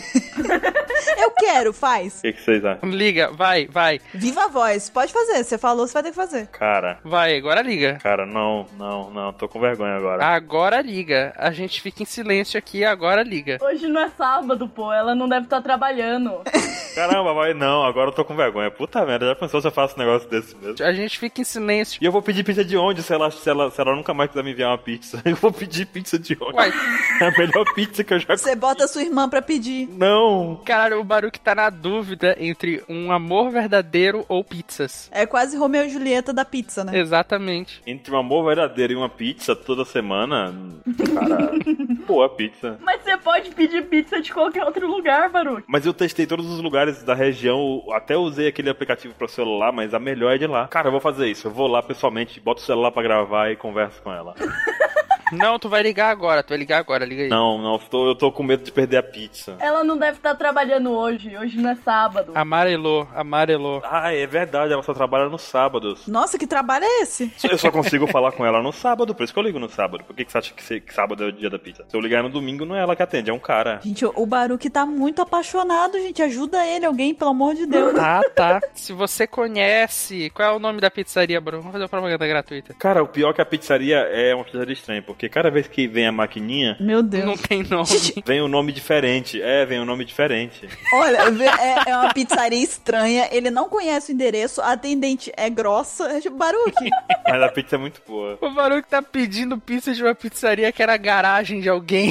Eu quero, faz. O que, que vocês acham? Liga, vai, vai. Viva a voz, pode fazer. Você falou, você vai ter que fazer. Cara. Vai, agora liga. Cara, não, não, não. Tô com vergonha agora. Agora liga. A gente fica em silêncio aqui, agora liga. Hoje não é sábado, pô. Ela não deve estar trabalhando. Caramba, mas não, agora eu tô com vergonha. Puta merda, já pensou se eu faço um negócio desse mesmo? A gente fica em silêncio. E eu vou pedir pizza de onde se ela, se ela, se ela nunca mais quiser me enviar uma pizza? Eu vou pedir pizza de onde? Uai. É a melhor pizza que eu já... Você bota a sua irmã pra pedir. Não. Caralho, o Baruque tá na dúvida entre um amor verdadeiro ou pizzas. É quase Romeu e Julieta da pizza, né? Exatamente. Entre um amor verdadeiro e uma pizza toda semana... Cara, boa pizza. Mas você pode pedir pizza de qualquer outro lugar, Baruque. Mas eu testei todos os lugares da região, até usei aquele aplicativo pro celular, mas a melhor é de lá. Cara, eu vou fazer isso, eu vou lá pessoalmente, boto o celular pra gravar e converso com ela. Não, tu vai ligar agora, tu vai ligar agora, liga aí. Não, não, eu tô, eu tô com medo de perder a pizza. Ela não deve estar trabalhando hoje, hoje não é sábado. Amarelou, amarelou. Ah, é verdade, ela só trabalha nos sábados. Nossa, que trabalho é esse? Eu só consigo falar com ela no sábado, por isso que eu ligo no sábado. Por que, que você acha que, que sábado é o dia da pizza? Se eu ligar no domingo, não é ela que atende, é um cara. Gente, o Baruque tá muito apaixonado, gente. Ajuda ele, alguém, pelo amor de Deus. Ah, tá. Se você conhece... Qual é o nome da pizzaria, Bruno? Vamos fazer uma propaganda gratuita. Cara, o pior é que a pizzaria é uma pizzaria estranha, porque cada vez que vem a maquininha... Meu Deus. Não tem nome. Vem um nome diferente. É, vem um nome diferente. Olha, é, é uma pizzaria estranha. Ele não conhece o endereço. A atendente é grossa. É tipo Baruque. Mas a pizza é muito boa. O Baruque tá pedindo pizza de uma pizzaria que era a garagem de alguém, assim.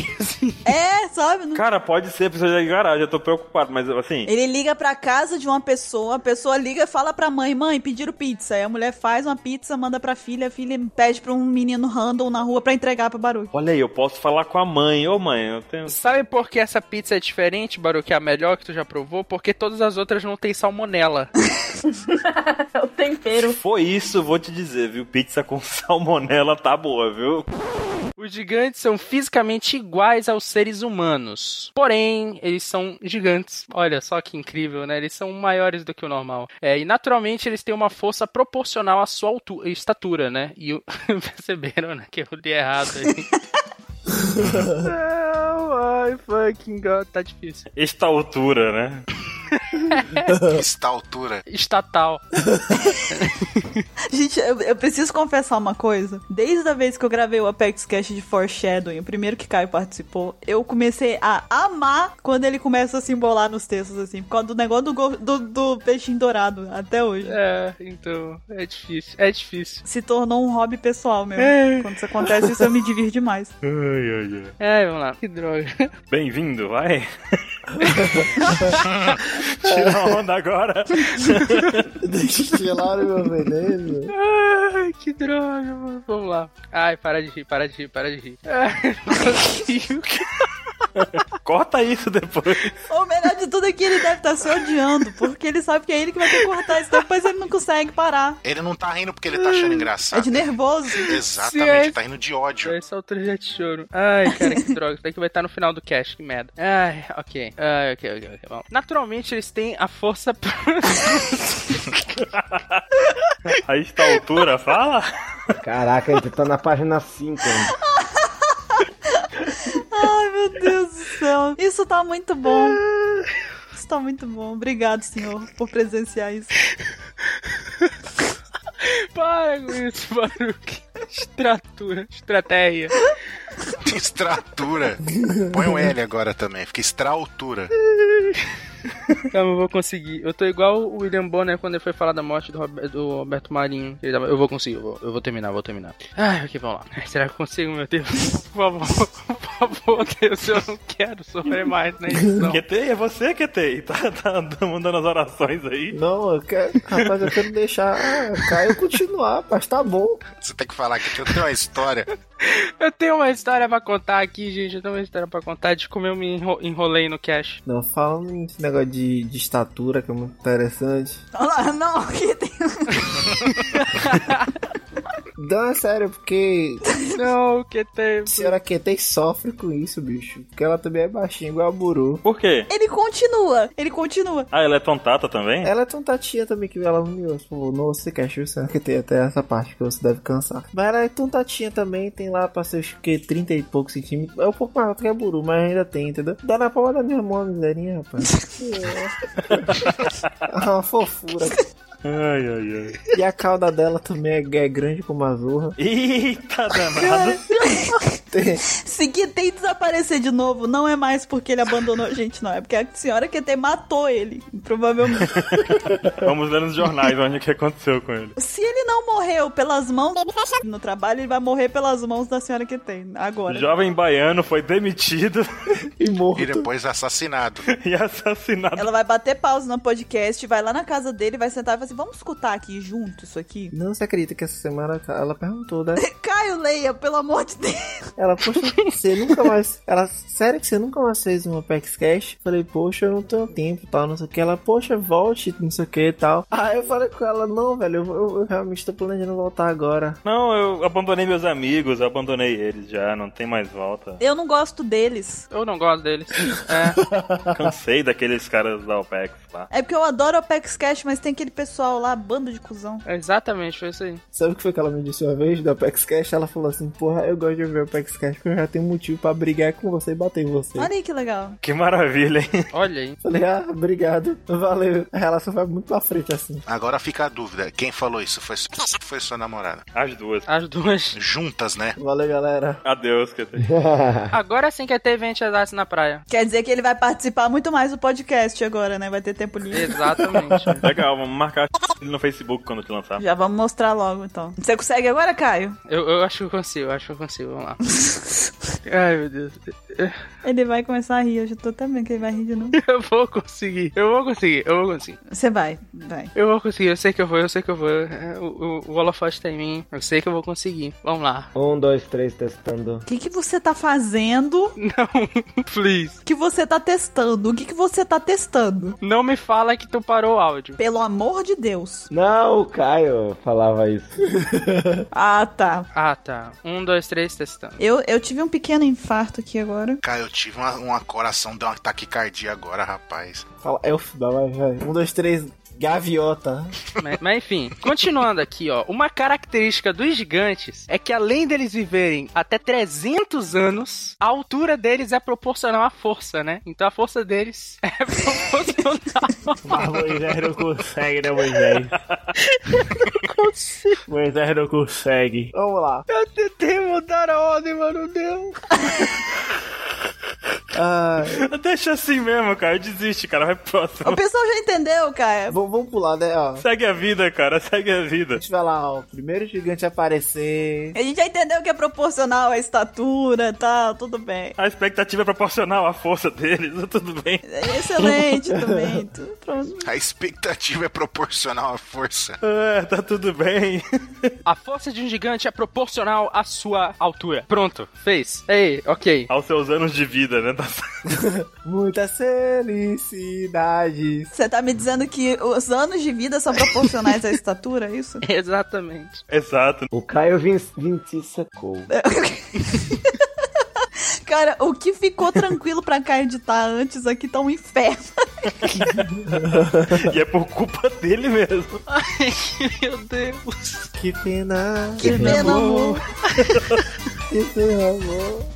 É, sabe? Não... Cara, pode ser precisa de garagem, eu tô preocupado, mas assim... Ele liga pra casa de uma pessoa, a pessoa liga e fala pra mãe, mãe, pediram pizza. Aí a mulher faz uma pizza, manda pra filha, a filha pede pra um menino random na rua pra entregar pro Baruch. Olha aí, eu posso falar com a mãe. Ô mãe, eu tenho... Sabe por que essa pizza é diferente, Baruch, que é a melhor que tu já provou? Porque todas as outras não tem salmonela. É o tempero. Se for isso, vou te dizer, viu? Pizza com salmonela tá boa, viu? Os gigantes são fisicamente iguais aos seres humanos. Porém, eles são gigantes. Olha só que incrível, né? Eles são maiores do que o normal. É, e naturalmente eles têm uma força proporcional à sua altura, estatura, né? E o... perceberam, né? Que eu li errado aí. Oh my fucking god, tá difícil. Esta altura, né? Esta altura. Estatal. Gente, eu, eu preciso confessar uma coisa. Desde a vez que eu gravei o Apex Cash de Foreshadowing, o primeiro que Caio participou, eu comecei a amar quando ele começa a se embolar nos textos, assim, por causa do negócio do, go- do, do peixinho dourado, até hoje. É, então, é difícil, é difícil. Se tornou um hobby pessoal mesmo. É. Quando isso acontece, isso eu me divirto demais. Ai, ai, ai. É, vamos lá. Que droga. Bem-vindo, vai. Tira a onda agora. Deixa gelar o meu veneno. Ai, que droga, mano. Vamos lá. Ai, para de rir, para de rir, para de rir. Ai, não consigo. Corta isso depois. O melhor de tudo é que ele deve estar se odiando, porque ele sabe que é ele que vai ter que cortar isso, depois ele não consegue parar. Ele não tá rindo porque ele tá achando engraçado. É de nervoso. Exatamente, Sim, é... tá rindo de ódio. Essa altura já de choro. Ai, cara, que droga. Isso daqui vai estar no final do cast, que merda. Ai, ok. Ai, ok, ok, ok. Bom. Naturalmente, eles têm a força... A esta altura, fala? Caraca, a gente tá na página cinco ainda. Ai, meu Deus do céu. Isso tá muito bom. Isso tá muito bom. Obrigado, senhor, por presenciar isso. Para com isso, Baruch. Estratura. Estratégia. Estratura. Põe um L agora também. Fica extraaltura. Calma, eu vou conseguir. Eu tô igual o William Bonner quando ele foi falar da morte do, Robert, do Roberto Marinho. Ele tava, eu vou conseguir, eu vou, eu vou terminar, vou terminar. Ai, ok, vamos lá. Será que eu consigo, meu Deus? Por favor, por favor, Deus, eu não quero sofrer mais na edição. Q T, é você, Q T? Tá, tá mandando as orações aí? Não, eu quero. Rapaz, eu quero deixar o Caio continuar, mas tá bom. Você tem que falar que eu tenho uma história. Eu tenho uma história pra contar aqui, gente. Eu tenho uma história pra contar de como eu me enro- enrolei no cash. Não, falando nesse negócio de, de estatura, que é muito interessante. Olha lá, não, que tem... Não, é sério, porque... Não, o que tem... A senhora Q T sofre com isso, bicho. Porque ela também é baixinha, igual a Buru. Por quê? Ele continua, ele continua. Ah, ela é tontata também? Ela é tontatinha também, que ela não falou, não, você quer chuva, que tem até essa parte que você deve cansar. Mas ela é tontatinha também, tem lá pra ser, acho que, trinta e poucos centímetros. É um pouco mais alto que a Buru, mas ainda tem, entendeu? Dá na palma da minha mão, a miserinha, rapaz. É uma fofura. Ai, ai, ai. E a cauda dela também é, é grande como a zorra. Eita, danado. Se Q T desaparecer de novo, não é mais porque ele abandonou a gente, não. É porque a senhora Q T matou ele, provavelmente. Vamos ler nos jornais onde que aconteceu com ele. Se ele não morreu pelas mãos no trabalho, ele vai morrer pelas mãos da senhora Q T, agora. Jovem baiano foi demitido e morto. E depois assassinado. E assassinado. Ela vai bater pausa no podcast, vai lá na casa dele, vai sentar e vai assim, vamos escutar aqui junto isso aqui? Não, você acredita que essa semana ela perguntou, né? Caio Leia, pelo amor de Deus. Ela, poxa, você nunca mais... Ela, sério que você nunca mais fez um Apex Cash? Falei, poxa, eu não tenho tempo, tal, não sei o que. Ela, poxa, volte, não sei o que e tal. Aí eu falei com ela, não, velho, eu, eu, eu realmente tô planejando voltar agora. Não, eu abandonei meus amigos, eu abandonei eles já, não tem mais volta. Eu não gosto deles. Eu não gosto deles. É. Cansei daqueles caras da Apex lá. É porque eu adoro Apex Cash, mas tem aquele pessoal lá, bando de cuzão. É exatamente, foi isso aí. Sabe o que foi que ela me disse uma vez do Apex Cash? Ela falou assim, porra, eu gosto de ouvir o Apex Cash porque eu já tenho motivo pra brigar com você e bater em você. Olha aí que legal. Que maravilha, hein? Olha aí. Falei, ah, obrigado, valeu. A relação vai muito pra frente assim. Agora fica a dúvida, quem falou isso? Foi, foi sua namorada? As duas. As duas. Juntas, né? Valeu, galera. Adeus, Q T. Agora sim quer ter vente as na praia. Quer dizer que ele vai participar muito mais do podcast agora, né? Vai ter tempo livre. Exatamente. Legal, vamos marcar ele no Facebook quando te lançar. Já vamos mostrar logo, então. Você consegue agora, Caio? Eu, eu acho que eu consigo, eu acho que eu consigo, vamos lá. Ai, meu Deus. Ele vai começar a rir, eu já tô até vendo que ele vai rir de novo. Eu vou conseguir, eu vou conseguir, eu vou conseguir. Você vai, vai. Eu vou conseguir, eu sei que eu vou, eu sei que eu vou. O, o, o holofote tá em mim, eu sei que eu vou conseguir. Vamos lá. Um, dois, três, testando. O que que você tá fazendo? Não, please. O que você tá testando? O que que você tá testando? Não me fala que tu parou o áudio. Pelo amor de Deus. Não, o Caio falava isso. Ah, tá. Ah, tá. Um, dois, três, testando. Eu, eu tive um pequeno infarto aqui agora. Cara, eu tive uma, uma coração, deu uma taquicardia agora, rapaz. Fala, Elf, dá mais, vai. Um, dois, três, gaviota. Mas, mas enfim, continuando aqui, ó. Uma característica dos gigantes é que além deles viverem até trezentos anos, a altura deles é proporcional à força, né? Então a força deles é proporcional. Mas Moisés não consegue, né, Moisés? Não consigo. Moisés não consegue. Vamos lá. Eu tentei mudar a ordem, mas não deu. Ah, deixa assim mesmo, cara. Desiste, cara. Vai pro próximo. O pessoal já entendeu, cara. vamos, vamos pular, né? Ó. Segue a vida, cara. Segue a vida. A gente vai lá, ó. Primeiro gigante a aparecer. A gente já entendeu que é proporcional à estatura e tal, tudo bem. A expectativa é proporcional à força deles, tudo bem. Excelente também. Tudo pronto. A expectativa é proporcional à força. É, tá tudo bem. A força de um gigante é proporcional à sua altura. Pronto, fez. Ei, ok. Aos seus anos de vida, né? Muitas felicidades. Você tá me dizendo que os anos de vida são proporcionais à estatura, é isso? Exatamente. Exato. O Caio Vinci secou. Cara, o que ficou tranquilo pra cá editar antes aqui tá um inferno. E é por culpa dele mesmo. Ai, meu Deus. Que pena. Que pena, amor. Que pena, amor.